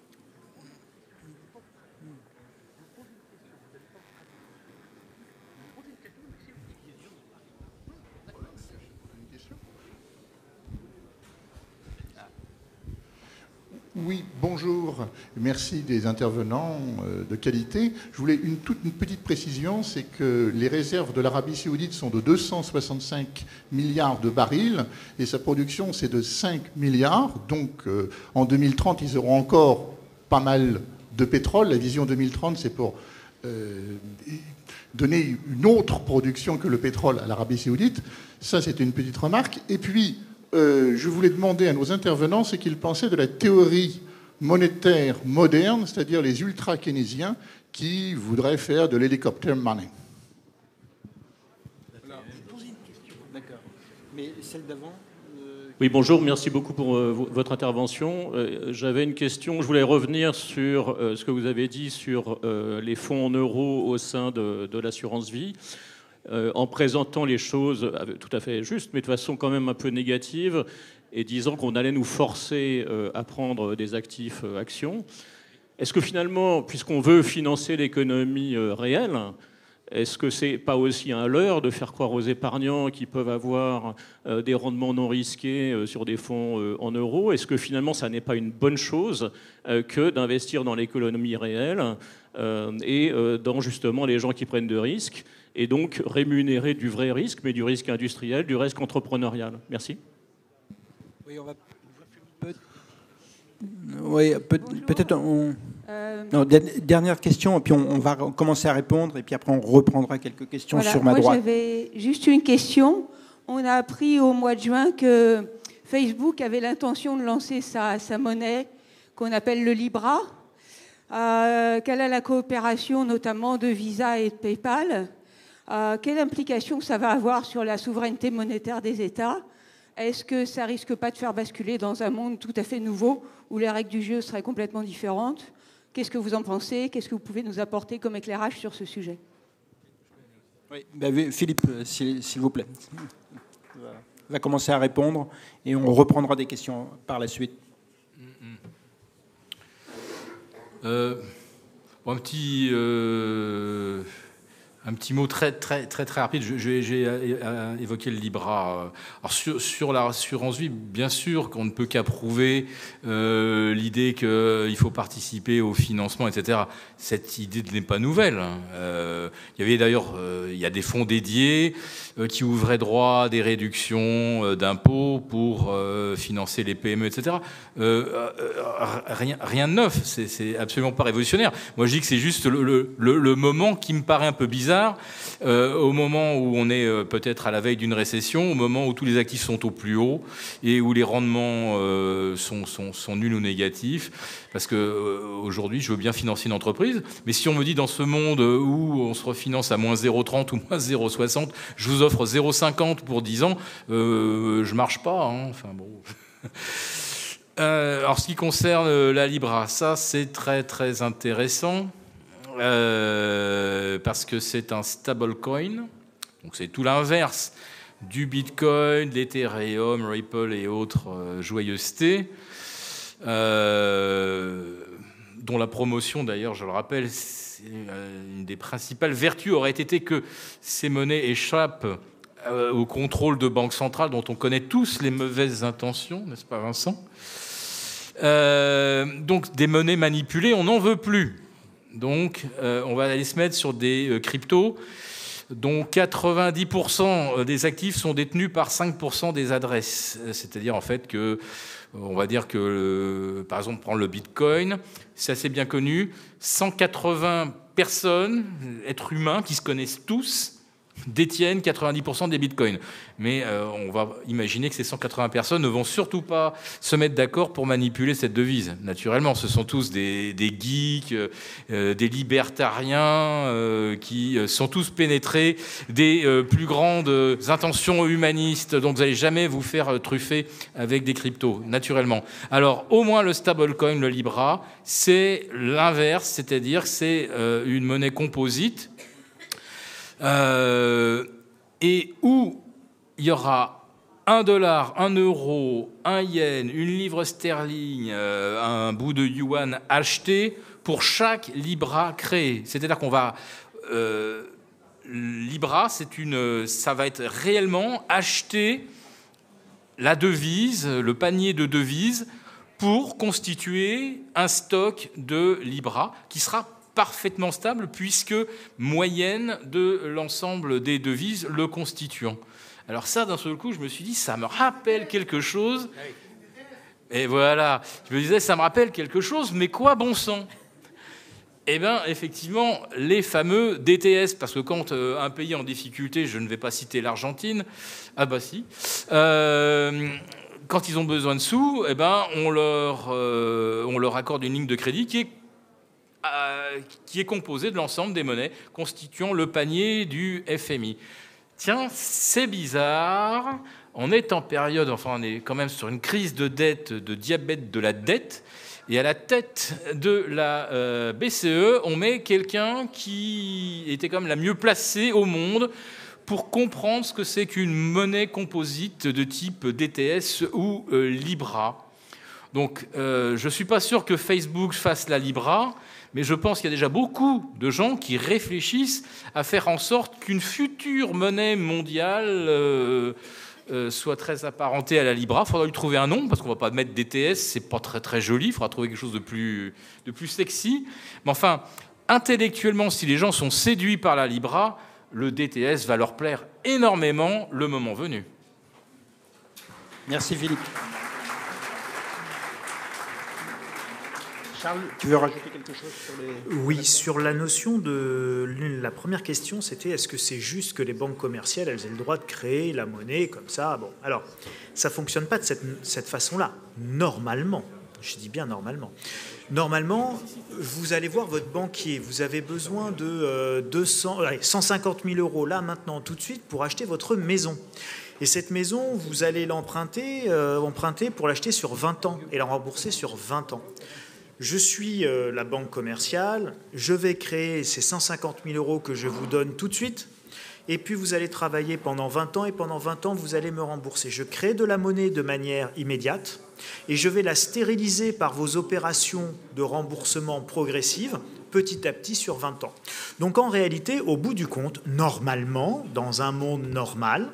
Oui, bonjour. Merci des intervenants de qualité. Je voulais une petite précision, c'est que les réserves de l'Arabie Saoudite sont de 265 milliards de barils et sa production, c'est de 5 milliards. Donc, en 2030, ils auront encore pas mal de pétrole. La vision 2030, c'est pour donner une autre production que le pétrole à l'Arabie Saoudite. Ça, c'était une petite remarque. Et puis, je voulais demander à nos intervenants ce qu'ils pensaient de la théorie monétaire moderne, c'est-à-dire les ultra-keynésiens qui voudraient faire de l'hélicoptère money. D'accord. Mais celle d'avant Oui, bonjour, merci beaucoup pour votre intervention. J'avais une question, je voulais revenir sur ce que vous avez dit sur les fonds en euros au sein de l'assurance vie. En présentant les choses tout à fait justes, mais de façon quand même un peu négative, et disant qu'on allait nous forcer à prendre des actifs actions. Est-ce que finalement, puisqu'on veut financer l'économie réelle, est-ce que c'est pas aussi un leurre de faire croire aux épargnants qui peuvent avoir des rendements non risqués sur des fonds en euros? Est-ce que finalement, ça n'est pas une bonne chose que d'investir dans l'économie réelle et dans justement les gens qui prennent de risques, et donc rémunérer du vrai risque, mais du risque industriel, du risque entrepreneurial? Merci. Oui, on va... Oui, peut-être... Non, dernière question, et puis on va commencer à répondre, et puis après on reprendra quelques questions sur ma droite. Moi, j'avais juste une question. On a appris au mois de juin que Facebook avait l'intention de lancer sa monnaie qu'on appelle le Libra. Quelle est la coopération notamment de Visa et de PayPal? Quelle implication ça va avoir sur la souveraineté monétaire des États? Est-ce que ça risque pas de faire basculer dans un monde tout à fait nouveau où les règles du jeu seraient complètement différentes? Qu'est-ce que vous en pensez? Qu'est-ce que vous pouvez nous apporter comme éclairage sur ce sujet? Oui, Philippe, s'il vous plaît, va commencer à répondre et on reprendra des questions par la suite. Un petit mot très rapide. J'ai évoqué le Libra. Alors sur la assurance vie, bien sûr qu'on ne peut qu'approuver l'idée qu'il faut participer au financement, etc. Cette idée n'est pas nouvelle. Il y avait d'ailleurs, il y a des fonds dédiés qui ouvraient droit à des réductions d'impôts pour financer les PME, etc. Rien de neuf. C'est absolument pas révolutionnaire. Moi, je dis que c'est juste le moment qui me paraît un peu bizarre. Au moment où on est peut-être à la veille d'une récession, au moment où tous les actifs sont au plus haut et où les rendements sont nuls ou négatifs, parce que aujourd'hui je veux bien financer une entreprise, mais si on me dit dans ce monde où on se refinance à moins 0,30 ou moins 0,60, je vous offre 0,50 pour 10 ans, je marche pas, hein. Enfin bon. Alors ce qui concerne la Libra, ça c'est très intéressant. Parce que c'est un stablecoin, donc c'est tout l'inverse du Bitcoin, de l'Ethereum, Ripple et autres joyeusetés, dont la promotion d'ailleurs, je le rappelle, une des principales vertus aurait été que ces monnaies échappent au contrôle de banques centrales dont on connaît tous les mauvaises intentions, n'est-ce pas Vincent? Donc des monnaies manipulées, on n'en veut plus. Donc, on va aller se mettre sur des cryptos dont 90% des actifs sont détenus par 5% des adresses. C'est-à-dire, en fait, que, on va dire que, par exemple, prendre le Bitcoin, c'est assez bien connu, 180 personnes, êtres humains qui se connaissent tous, détiennent 90% des bitcoins. Mais on va imaginer que ces 180 personnes ne vont surtout pas se mettre d'accord pour manipuler cette devise. Naturellement, ce sont tous des geeks, des libertariens qui sont tous pénétrés des plus grandes intentions humanistes. Donc vous n'allez jamais vous faire truffer avec des cryptos, naturellement. Alors au moins le stablecoin, le Libra, c'est l'inverse, c'est-à-dire que c'est une monnaie composite et où il y aura 1 dollar, 1 euro, 1 yen, une livre sterling, un bout de yuan acheté pour chaque libra créé. C'est-à-dire qu'on va... Libra, ça va être réellement acheter la devise, le panier de devises, pour constituer un stock de libra qui sera parfaitement stable puisque moyenne de l'ensemble des devises le constituant. Alors ça, d'un seul coup, je me suis dit, ça me rappelle quelque chose. Et voilà, je me disais, ça me rappelle quelque chose, mais quoi, bon sang ? Eh bien, effectivement, les fameux DTS, parce que quand un pays en difficulté, je ne vais pas citer l'Argentine, ah bah si, quand ils ont besoin de sous, eh ben, on leur accorde une ligne de crédit qui est composée de l'ensemble des monnaies constituant le panier du FMI. Tiens, c'est bizarre, on est en période, enfin on est quand même sur une crise de dette, de diabète de la dette, et à la tête de la BCE, on met quelqu'un qui était quand même la mieux placée au monde pour comprendre ce que c'est qu'une monnaie composite de type DTS ou Libra. Donc je ne suis pas sûr que Facebook fasse la Libra, mais je pense qu'il y a déjà beaucoup de gens qui réfléchissent à faire en sorte qu'une future monnaie mondiale soit très apparentée à la Libra. Il faudra lui trouver un nom, parce qu'on ne va pas mettre DTS, c'est pas très, très joli, il faudra trouver quelque chose de plus sexy. Mais enfin, intellectuellement, si les gens sont séduits par la Libra, le DTS va leur plaire énormément le moment venu. Merci Philippe. Charles, tu veux rajouter quelque chose sur les... Oui, sur la notion de... La première question, c'était est-ce que c'est juste que les banques commerciales, elles aient le droit de créer la monnaie comme ça? Bon, alors, ça ne fonctionne pas de cette façon-là, normalement. Je dis bien normalement. Normalement, vous allez voir votre banquier, vous avez besoin de 150 000 euros là, maintenant, tout de suite, pour acheter votre maison. Et cette maison, vous allez l'emprunter pour l'acheter sur 20 ans et la rembourser sur 20 ans. Je suis la banque commerciale, je vais créer ces 150 000 euros que je vous donne tout de suite, et puis vous allez travailler pendant 20 ans, et pendant 20 ans, vous allez me rembourser. Je crée de la monnaie de manière immédiate, et je vais la stériliser par vos opérations de remboursement progressives, petit à petit sur 20 ans. Donc en réalité, au bout du compte, normalement, dans un monde normal,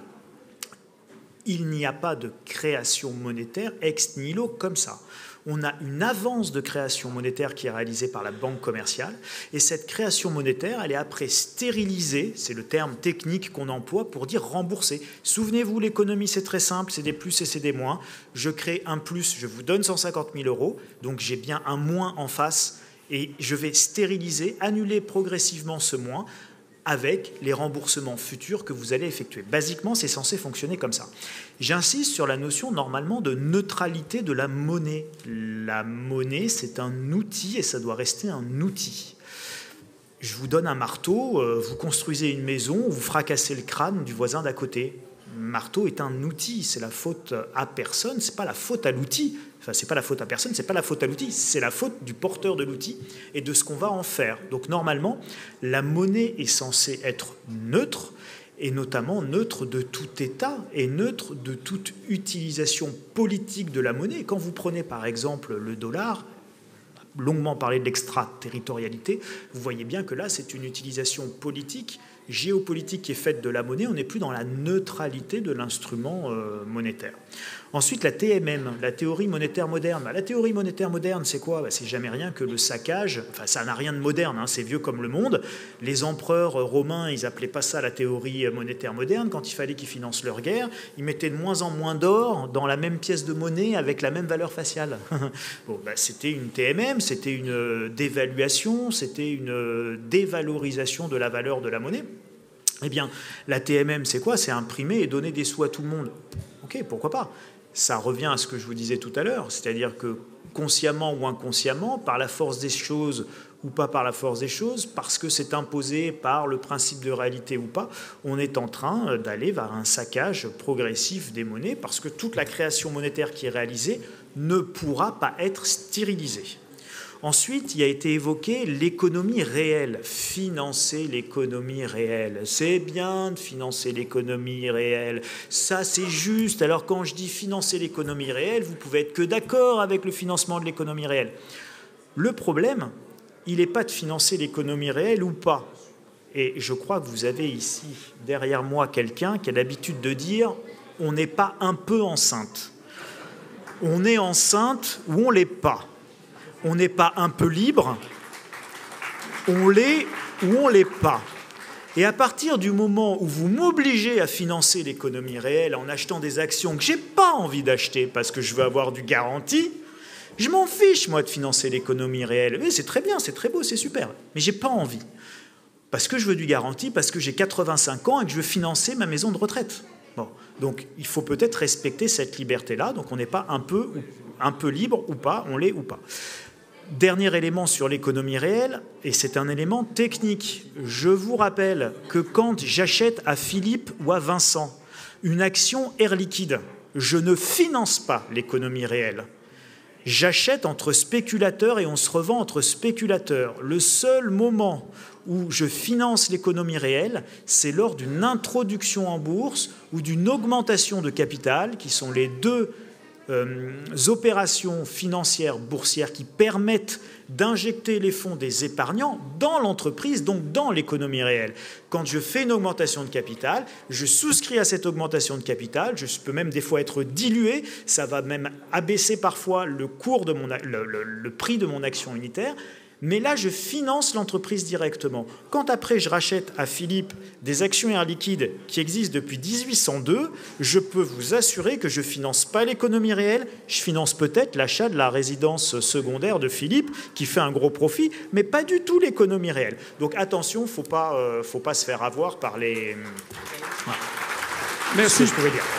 il n'y a pas de création monétaire ex nihilo comme ça. On a une avance de création monétaire qui est réalisée par la banque commerciale, et cette création monétaire, elle est après stérilisée, c'est le terme technique qu'on emploie pour dire rembourser. Souvenez-vous, l'économie c'est très simple, c'est des plus et c'est des moins. Je crée un plus, je vous donne 150 000 euros, donc j'ai bien un moins en face, et je vais stériliser, annuler progressivement ce moins, avec les remboursements futurs que vous allez effectuer. Basiquement, c'est censé fonctionner comme ça. J'insiste sur la notion normalement de neutralité de la monnaie. La monnaie, c'est un outil et ça doit rester un outil. Je vous donne un marteau, vous construisez une maison, vous fracassez le crâne du voisin d'à côté. Le marteau est un outil, c'est la faute à personne, c'est pas la faute à l'outil. Enfin, c'est pas la faute à personne, c'est pas la faute à l'outil, c'est la faute du porteur de l'outil et de ce qu'on va en faire. Donc normalement, la monnaie est censée être neutre, et notamment neutre de tout État et neutre de toute utilisation politique de la monnaie. Quand vous prenez par exemple le dollar, longuement parlé de l'extraterritorialité, vous voyez bien que là, c'est une utilisation politique, géopolitique qui est faite de la monnaie. On n'est plus dans la neutralité de l'instrument monétaire. Ensuite, la TMM, la théorie monétaire moderne. La théorie monétaire moderne, c'est quoi? C'est jamais rien que le saccage. Enfin, ça n'a rien de moderne, hein, c'est vieux comme le monde. Les empereurs romains, ils n'appelaient pas ça la théorie monétaire moderne. Quand il fallait qu'ils financent leur guerre, ils mettaient de moins en moins d'or dans la même pièce de monnaie avec la même valeur faciale. Bon, c'était une TMM, c'était une dévaluation, c'était une dévalorisation de la valeur de la monnaie. Eh bien, la TMM, c'est quoi? C'est imprimer et donner des sous à tout le monde. Ok, pourquoi pas? Ça revient à ce que je vous disais tout à l'heure, c'est-à-dire que consciemment ou inconsciemment, par la force des choses ou pas par la force des choses, parce que c'est imposé par le principe de réalité ou pas, on est en train d'aller vers un saccage progressif des monnaies, parce que toute la création monétaire qui est réalisée ne pourra pas être stérilisée. Ensuite, il a été évoqué l'économie réelle, financer l'économie réelle. C'est bien de financer l'économie réelle, ça c'est juste. Alors quand je dis financer l'économie réelle, vous pouvez être que d'accord avec le financement de l'économie réelle. Le problème, il n'est pas de financer l'économie réelle ou pas. Et je crois que vous avez ici, derrière moi, quelqu'un qui a l'habitude de dire « on n'est pas un peu enceinte ». On est enceinte ou on ne l'est pas. On n'est pas un peu libre, on l'est ou on ne l'est pas. Et à partir du moment où vous m'obligez à financer l'économie réelle en achetant des actions que je n'ai pas envie d'acheter parce que je veux avoir du garantie, je m'en fiche, moi, de financer l'économie réelle. Oui, c'est très bien, c'est très beau, c'est super, mais je n'ai pas envie. Parce que je veux du garantie, parce que j'ai 85 ans et que je veux financer ma maison de retraite. Bon. Donc, il faut peut-être respecter cette liberté-là. Donc, on n'est pas un peu libre ou pas, on l'est ou pas. Dernier élément sur l'économie réelle, et c'est un élément technique. Je vous rappelle que quand j'achète à Philippe ou à Vincent une action Air Liquide, je ne finance pas l'économie réelle. J'achète entre spéculateurs et on se revend entre spéculateurs. Le seul moment où je finance l'économie réelle, c'est lors d'une introduction en bourse ou d'une augmentation de capital, qui sont les deux opérations financières boursières qui permettent d'injecter les fonds des épargnants dans l'entreprise, donc dans l'économie réelle. Quand je fais une augmentation de capital, je souscris à cette augmentation de capital, je peux même des fois être dilué, ça va même abaisser parfois le cours de le prix de mon action unitaire, mais là, je finance l'entreprise directement. Quand après, je rachète à Philippe des actions Air Liquide qui existent depuis 1802, je peux vous assurer que je ne finance pas l'économie réelle, je finance peut-être l'achat de la résidence secondaire de Philippe, qui fait un gros profit, mais pas du tout l'économie réelle. Donc attention, il ne faut pas se faire avoir par les... Voilà. Merci. C'est ce que je pouvais dire.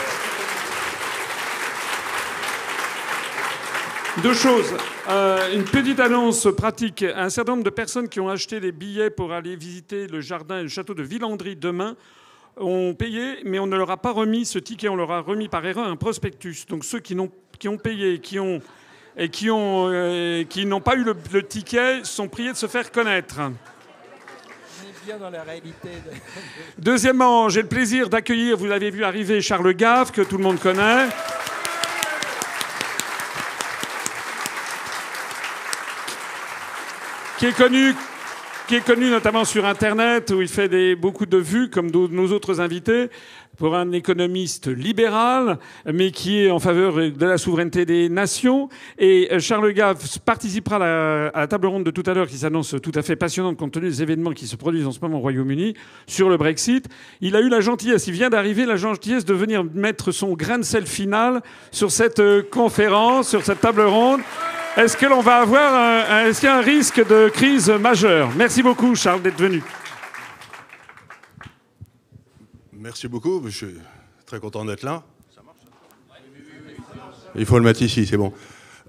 Deux choses. Une petite annonce pratique. Un certain nombre de personnes qui ont acheté des billets pour aller visiter le jardin et le château de Villandry demain ont payé, mais on ne leur a pas remis ce ticket. On leur a remis par erreur un prospectus. Donc ceux qui ont payé et qui n'ont pas eu le ticket sont priés de se faire connaître. Bien dans la réalité. Deuxièmement, j'ai le plaisir d'accueillir, vous l'avez vu arriver, Charles Gave, que tout le monde connaît. Qui est connu notamment sur Internet, où il fait beaucoup de vues, comme nos autres invités, pour un économiste libéral, mais qui est en faveur de la souveraineté des nations. Et Charles Gave participera à la table ronde de tout à l'heure, qui s'annonce tout à fait passionnante compte tenu des événements qui se produisent en ce moment au Royaume-Uni, sur le Brexit. Il a eu la gentillesse, il vient d'arriver, la gentillesse de venir mettre son grain de sel final sur cette conférence, sur cette table ronde. Est-ce que l'on va avoir est-ce qu'il y a un risque de crise majeure? Merci beaucoup, Charles, d'être venu. Merci beaucoup. Je suis très content d'être là. Ça marche, ça? Il faut le mettre ici, c'est bon.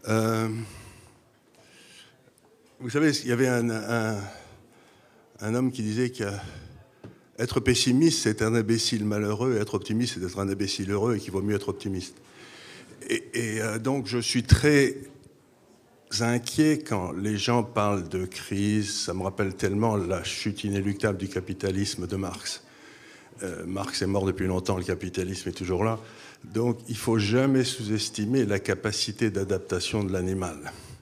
Vous savez, il y avait un homme qui disait qu'être pessimiste, c'est un imbécile malheureux, et être optimiste, c'est être un imbécile heureux, et qu'il vaut mieux être optimiste. Et donc, je suis très inquiet quand les gens parlent de crise. Ça me rappelle tellement la chute inéluctable du capitalisme de Marx. Marx est mort depuis longtemps, le capitalisme est toujours là. Donc il ne faut jamais sous-estimer la capacité d'adaptation de l'animal.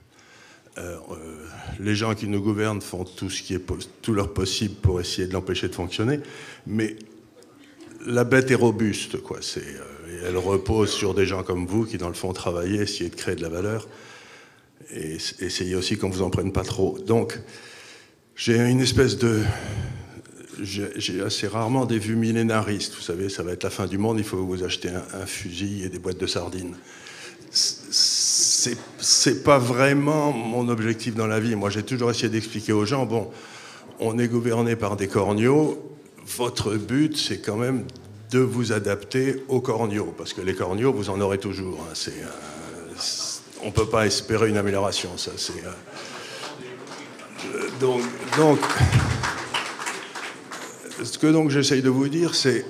Les gens qui nous gouvernent font tout leur possible pour essayer de l'empêcher de fonctionner, mais la bête est robuste, quoi. Elle repose sur des gens comme vous qui, dans le fond, travaillez, essayez de créer de la valeur. Et essayez aussi qu'on ne vous en prenne pas trop. Donc, j'ai une espèce de... J'ai assez rarement des vues millénaristes. Vous savez, ça va être la fin du monde, il faut vous acheter un fusil et des boîtes de sardines. C'est pas vraiment mon objectif dans la vie. Moi, j'ai toujours essayé d'expliquer aux gens, bon, on est gouverné par des corneaux, votre but, c'est quand même de vous adapter aux corneaux, parce que les corneaux, vous en aurez toujours. Hein. On ne peut pas espérer une amélioration, ça. Donc, ce que donc j'essaye de vous dire, c'est,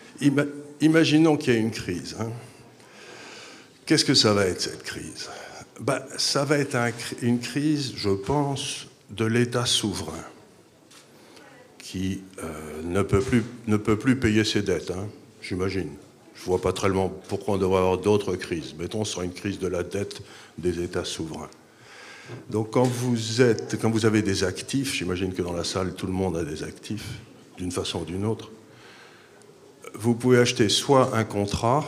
imaginons qu'il y ait une crise. Hein. Qu'est-ce que ça va être, cette crise? Ça va être une crise, je pense, de l'État souverain qui ne peut plus payer ses dettes, hein, j'imagine. Je ne vois pas très loin pourquoi on devrait avoir d'autres crises. Mettons sur une crise de la dette des États souverains. Donc quand vous avez des actifs, j'imagine que dans la salle, tout le monde a des actifs, d'une façon ou d'une autre, vous pouvez acheter soit un contrat,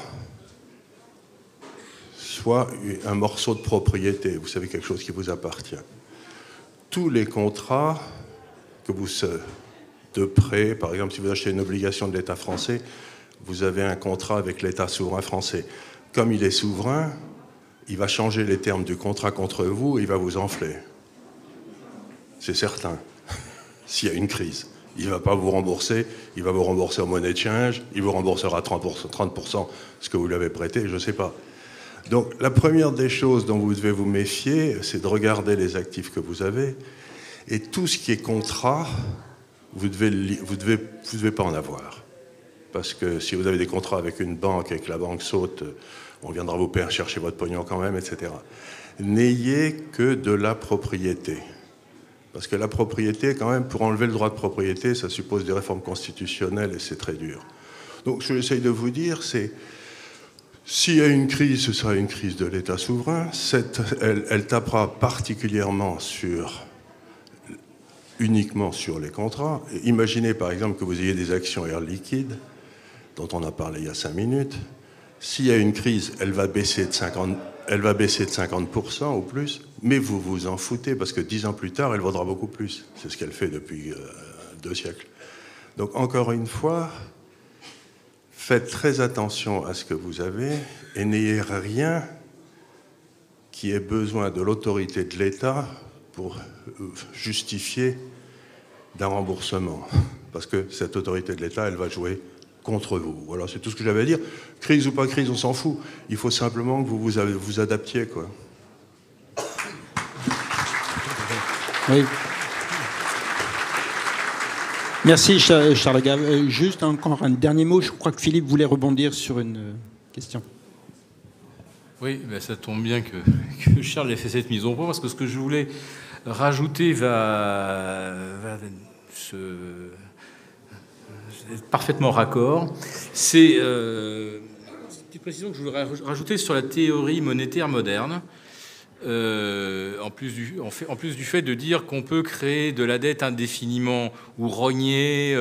soit un morceau de propriété, vous savez, quelque chose qui vous appartient. Tous les contrats de prêt, par exemple, si vous achetez une obligation de l'État français, vous avez un contrat avec l'État souverain français. Comme il est souverain, il va changer les termes du contrat contre vous et il va vous enfler. C'est certain. S'il y a une crise, il ne va pas vous rembourser, il va vous rembourser en monnaie de change, il vous remboursera 30% ce que vous lui avez prêté, je ne sais pas. Donc la première des choses dont vous devez vous méfier, c'est de regarder les actifs que vous avez, et tout ce qui est contrat, vous devez pas en avoir. Parce que si vous avez des contrats avec une banque et que la banque saute, on viendra vous chercher votre pognon quand même, etc. N'ayez que de la propriété. Parce que la propriété, quand même, pour enlever le droit de propriété, ça suppose des réformes constitutionnelles et c'est très dur. Donc, ce que j'essaye de vous dire, c'est s'il y a une crise, ce sera une crise de l'État souverain. Elle tapera particulièrement uniquement sur les contrats. Et imaginez, par exemple, que vous ayez des actions Air Liquide, dont on a parlé il y a 5 minutes. S'il y a une crise, elle va baisser de 50% ou plus, mais vous vous en foutez, parce que 10 ans plus tard, elle vaudra beaucoup plus. C'est ce qu'elle fait depuis 2 siècles. Donc, encore une fois, faites très attention à ce que vous avez et n'ayez rien qui ait besoin de l'autorité de l'État pour justifier d'un remboursement. Parce que cette autorité de l'État, elle va jouer contre vous. Voilà, c'est tout ce que j'avais à dire. Crise ou pas crise, on s'en fout. Il faut simplement que vous vous adaptiez, quoi. Oui. Merci Charles Gave. Juste encore un dernier mot. Je crois que Philippe voulait rebondir sur une question. Oui, ben ça tombe bien que Charles ait fait cette mise au point, parce que ce que je voulais rajouter va être parfaitement raccord. C'est une petite précision que je voudrais rajouter sur la théorie monétaire moderne. En plus du fait de dire qu'on peut créer de la dette indéfiniment ou rogner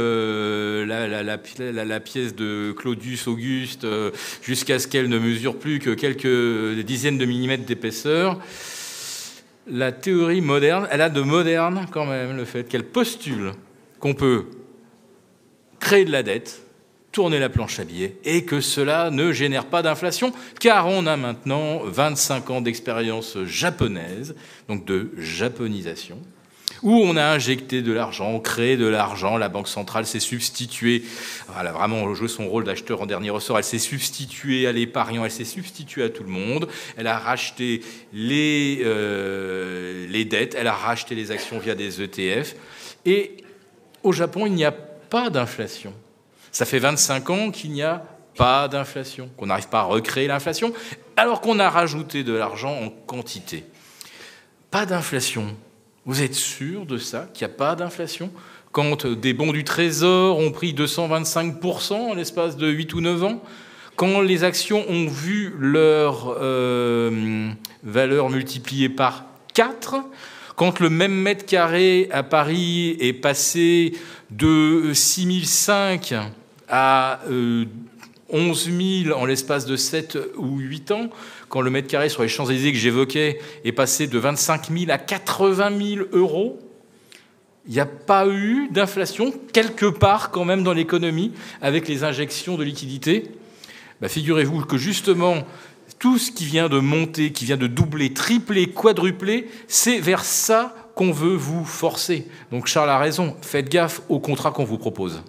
la pièce de Claudius Auguste jusqu'à ce qu'elle ne mesure plus que quelques dizaines de millimètres d'épaisseur. La théorie moderne, elle a de moderne quand même le fait qu'elle postule qu'on peut créer de la dette, tourner la planche à billets, et que cela ne génère pas d'inflation, car on a maintenant 25 ans d'expérience japonaise, donc de japonisation, où on a injecté de l'argent, on crée de l'argent, la Banque centrale s'est substituée, elle a vraiment joué son rôle d'acheteur en dernier ressort, elle s'est substituée à l'épargnant, elle s'est substituée à tout le monde, elle a racheté les dettes, elle a racheté les actions via des ETF, et au Japon, il n'y a pas d'inflation. Ça fait 25 ans qu'il n'y a pas d'inflation, qu'on n'arrive pas à recréer l'inflation, alors qu'on a rajouté de l'argent en quantité. Pas d'inflation. Vous êtes sûr de ça, qu'il n'y a pas d'inflation? Quand des bons du Trésor ont pris 225% en l'espace de 8 ou 9 ans, quand les actions ont vu leur valeur multipliée par 4, quand le même mètre carré à Paris est passé de 6 500 à 11 000 en l'espace de 7 ou 8 ans, quand le mètre carré sur les Champs-Élysées que j'évoquais est passé de 25 000 à 80 000 euros, il n'y a pas eu d'inflation quelque part quand même dans l'économie avec les injections de liquidités. Figurez-vous que justement, tout ce qui vient de monter, qui vient de doubler, tripler, quadrupler, c'est vers ça qu'on veut vous forcer. Donc Charles a raison, faites gaffe au contrat qu'on vous propose.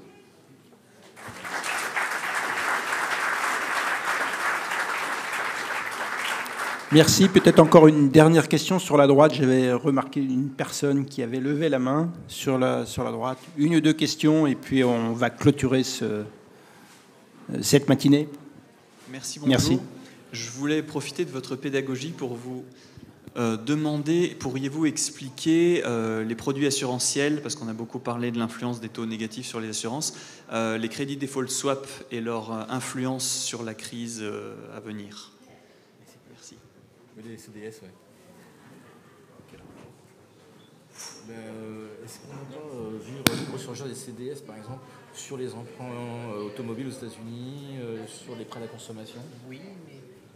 Merci. Peut-être encore une dernière question sur la droite. J'avais remarqué une personne qui avait levé la main sur la droite. Une ou deux questions et puis on va clôturer cette matinée. Merci, bonjour. Merci. Je voulais profiter de votre pédagogie pour vous Pourriez-vous expliquer les produits assurantiels, parce qu'on a beaucoup parlé de l'influence des taux négatifs sur les assurances, les crédits default swap et leur influence sur la crise à venir? Merci. Les CDS, oui. Est-ce qu'on n'a pas vu une ressurgir des CDS, par exemple, sur les emprunts automobiles aux États-Unis, sur les prêts à la consommation? Oui, mais...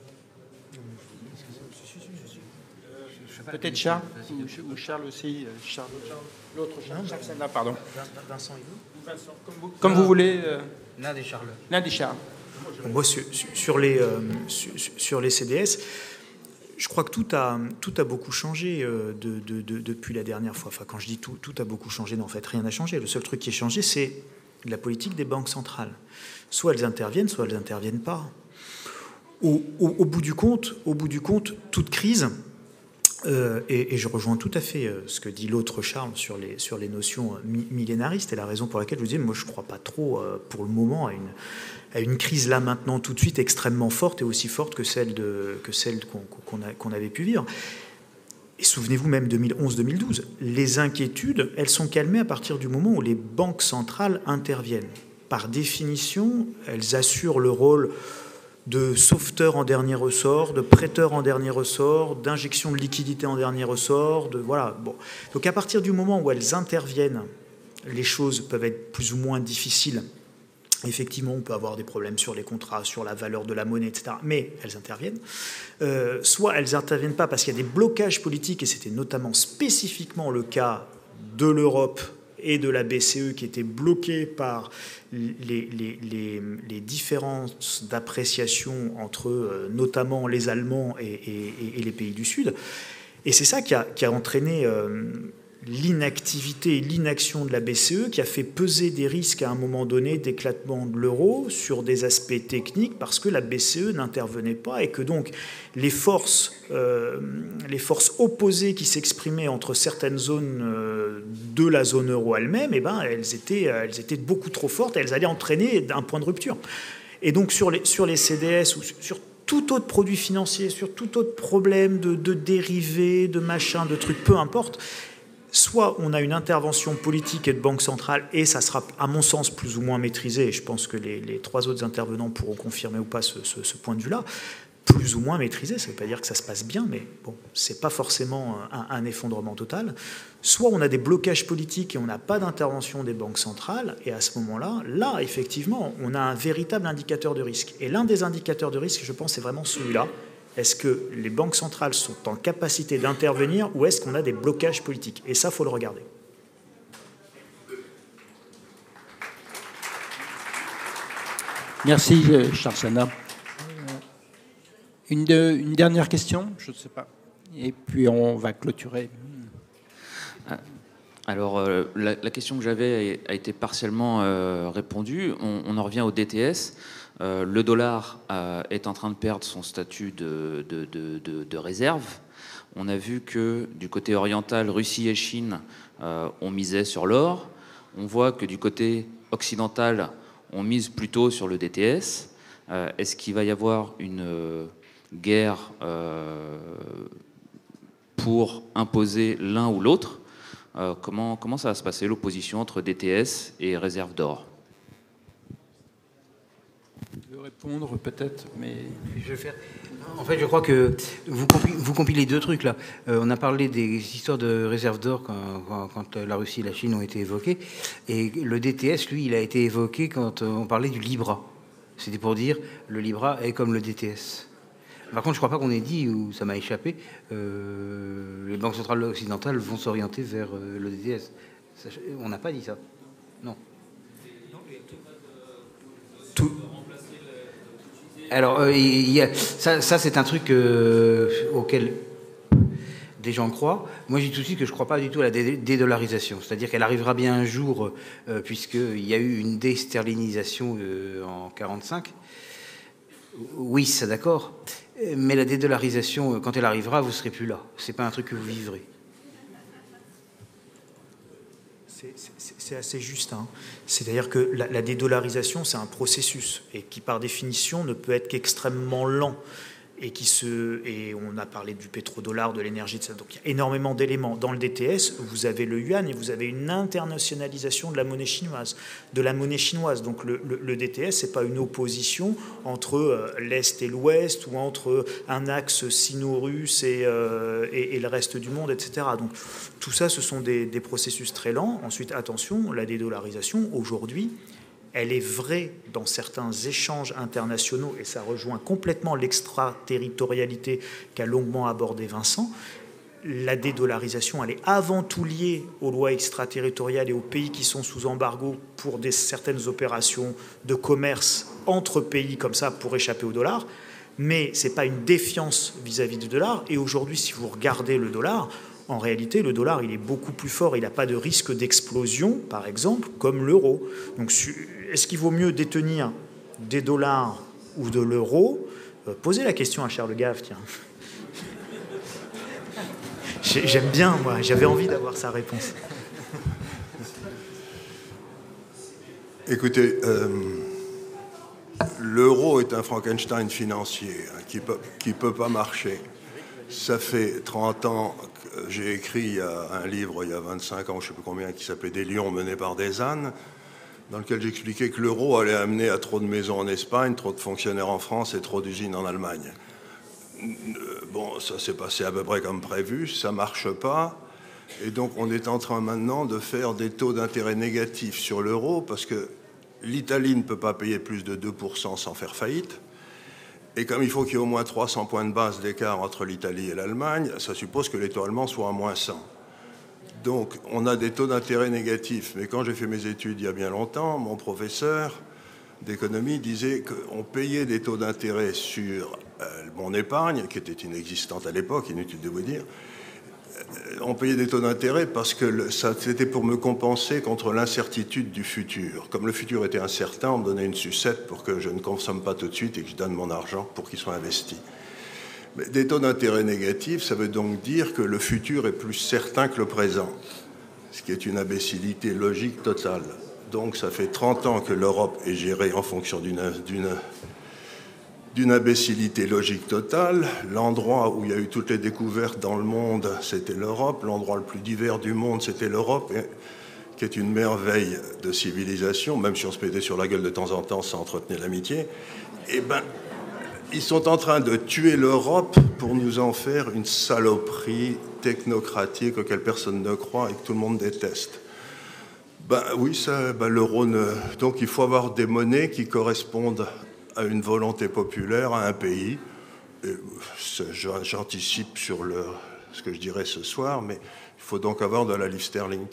Peut-être Charles, ou Charles aussi. L'autre Charles. Charles Sena, pardon. Vincent et vous Vincent, comme vous voulez. L'un des Charles. L'un des Charles. Moi, sur les CDS, je crois que tout a beaucoup changé depuis la dernière fois. Enfin, quand je dis tout a beaucoup changé, non, en fait, rien n'a changé. Le seul truc qui a changé, c'est la politique des banques centrales. Soit elles interviennent, soit elles n'interviennent pas. Au bout du compte, toute crise... et je rejoins tout à fait ce que dit l'autre Charles sur les notions millénaristes, et la raison pour laquelle je vous dis, moi je ne crois pas trop pour le moment à une crise là maintenant tout de suite extrêmement forte et aussi forte que celle qu'on avait pu vivre. Et souvenez-vous même 2011-2012, les inquiétudes, elles sont calmées à partir du moment où les banques centrales interviennent. Par définition, elles assurent le rôle de sauveteur en dernier ressort, de prêteur en dernier ressort, d'injection de liquidité en dernier ressort, voilà. Bon. Donc à partir du moment où elles interviennent, les choses peuvent être plus ou moins difficiles. Effectivement, on peut avoir des problèmes sur les contrats, sur la valeur de la monnaie, etc. Mais elles interviennent. Soit elles n'interviennent pas parce qu'il y a des blocages politiques, et c'était notamment spécifiquement le cas de l'Europe et de la BCE qui étaient bloqués par les différences d'appréciation entre notamment les Allemands et les pays du Sud. Et c'est ça qui a entraîné l'inactivité et l'inaction de la BCE, qui a fait peser des risques à un moment donné d'éclatement de l'euro sur des aspects techniques, parce que la BCE n'intervenait pas et que donc les forces opposées qui s'exprimaient entre certaines zones de la zone euro elle-même, elles étaient beaucoup trop fortes et elles allaient entraîner un point de rupture. Et donc sur les CDS ou sur tout autre produit financier, sur tout autre problème de dérivés, de machin, de trucs, peu importe, soit on a une intervention politique et de banque centrale, et ça sera, à mon sens, plus ou moins maîtrisé, et je pense que les trois autres intervenants pourront confirmer ou pas ce point de vue-là, plus ou moins maîtrisé, ça ne veut pas dire que ça se passe bien, mais bon, c'est pas forcément un effondrement total. Soit on a des blocages politiques et on n'a pas d'intervention des banques centrales, et à ce moment-là, effectivement, on a un véritable indicateur de risque. Et l'un des indicateurs de risque, je pense, c'est vraiment celui-là. Est-ce que les banques centrales sont en capacité d'intervenir ou est-ce qu'on a des blocages politiques? Et ça, il faut le regarder. Merci, Charles Sena. Une dernière question? Je ne sais pas. Et puis on va clôturer. Alors, la question que j'avais a été partiellement répondue. On en revient au DTS. Le dollar est en train de perdre son statut de réserve. On a vu que du côté oriental, Russie et Chine ont misé sur l'or. On voit que du côté occidental, on mise plutôt sur le DTS. Est-ce qu'il va y avoir une guerre pour imposer l'un ou l'autre? Comment ça va se passer, l'opposition entre DTS et réserve d'or? Je vais répondre peut-être, mais... Je vais faire... En fait, je crois que vous compilez deux trucs, là. On a parlé des histoires de réserve d'or quand la Russie et la Chine ont été évoquées. Et le DTS, lui, il a été évoqué quand on parlait du Libra. C'était pour dire, le Libra est comme le DTS. Par contre, je ne crois pas qu'on ait dit, ou ça m'a échappé, les banques centrales occidentales vont s'orienter vers le DTS. On n'a pas dit ça. Non. Tout. Alors, ça c'est un truc auquel des gens croient. Moi, je dis tout de suite que je ne crois pas du tout à la dédollarisation. C'est-à-dire qu'elle arrivera bien un jour, puisqu'il y a eu une désterlinisation en 1945. Oui, c'est d'accord. Mais la dédollarisation, quand elle arrivera, vous ne serez plus là. Ce n'est pas un truc que vous vivrez. C'est assez juste. Hein. C'est-à-dire que la dédollarisation, c'est un processus et qui, par définition, ne peut être qu'extrêmement lent. et on a parlé du pétrodollar, de l'énergie, de ça. Donc il y a énormément d'éléments. Dans le DTS, vous avez le yuan et vous avez une internationalisation de la monnaie chinoise. Donc le DTS, c'est pas une opposition entre l'Est et l'Ouest ou entre un axe sino-russe et le reste du monde, etc. Donc tout ça, ce sont des processus très lents. Ensuite, attention, la dédollarisation, aujourd'hui, elle est vraie dans certains échanges internationaux, et ça rejoint complètement l'extraterritorialité qu'a longuement abordé Vincent. La dédollarisation, elle est avant tout liée aux lois extraterritoriales et aux pays qui sont sous embargo pour certaines opérations de commerce entre pays comme ça pour échapper au dollar. Mais ce n'est pas une défiance vis-à-vis du dollar. Et aujourd'hui, si vous regardez le dollar, en réalité, le dollar, il est beaucoup plus fort. Il n'a pas de risque d'explosion, par exemple, comme l'euro. Donc, est-ce qu'il vaut mieux détenir des dollars ou de l'euro? Posez la question à Charles Gave, tiens. J'aime bien, moi. J'avais envie d'avoir sa réponse. Écoutez, l'euro est un Frankenstein financier qui peut pas marcher. Ça fait 30 ans que j'ai écrit un livre, il y a 25 ans, je ne sais plus combien, qui s'appelait « Des lions menés par des ânes », dans lequel j'expliquais que l'euro allait amener à trop de maisons en Espagne, trop de fonctionnaires en France et trop d'usines en Allemagne. Bon, ça s'est passé à peu près comme prévu, ça ne marche pas. Et donc on est en train maintenant de faire des taux d'intérêt négatifs sur l'euro parce que l'Italie ne peut pas payer plus de 2% sans faire faillite. Et comme il faut qu'il y ait au moins 300 points de base d'écart entre l'Italie et l'Allemagne, ça suppose que les taux allemands soient à moins 100. Donc on a des taux d'intérêt négatifs. Mais quand j'ai fait mes études il y a bien longtemps, mon professeur d'économie disait qu'on payait des taux d'intérêt sur mon épargne, qui était inexistante à l'époque, inutile de vous dire. On payait des taux d'intérêt parce que c'était pour me compenser contre l'incertitude du futur. Comme le futur était incertain, on me donnait une sucette pour que je ne consomme pas tout de suite et que je donne mon argent pour qu'il soit investi. Mais des taux d'intérêt négatifs, ça veut donc dire que le futur est plus certain que le présent, ce qui est une imbécilité logique totale. Donc ça fait 30 ans que l'Europe est gérée en fonction d'une imbécilité logique totale. L'endroit où il y a eu toutes les découvertes dans le monde, c'était l'Europe. L'endroit le plus divers du monde, c'était l'Europe, qui est une merveille de civilisation, même si on se mettait sur la gueule de temps en temps, ça entretenait l'amitié. Eh bien, ils sont en train de tuer l'Europe pour nous en faire une saloperie technocratique auquel personne ne croit et que tout le monde déteste. Ben oui, l'euro ne... Donc il faut avoir des monnaies qui correspondent à une volonté populaire, à un pays. J'anticipe sur ce que je dirais ce soir, mais il faut donc avoir de la livre sterling.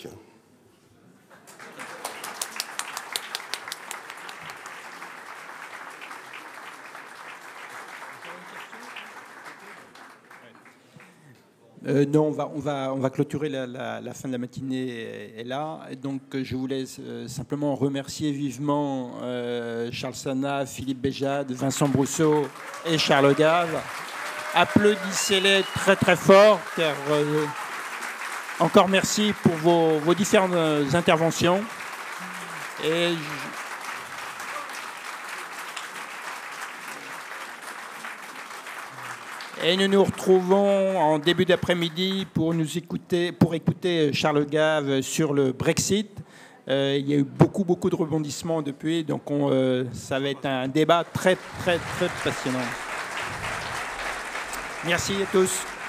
Non, on va clôturer la fin de la matinée est là. Donc, je voulais simplement remercier vivement Charles Sana, Philippe Béjade, Vincent Brousseau et Charles Gave. Applaudissez-les très très fort, car encore merci pour vos différentes interventions. Et nous nous retrouvons en début d'après-midi pour écouter Charles Gave sur le Brexit. Il y a eu beaucoup de rebondissements depuis, donc ça va être un débat très passionnant. Merci à tous.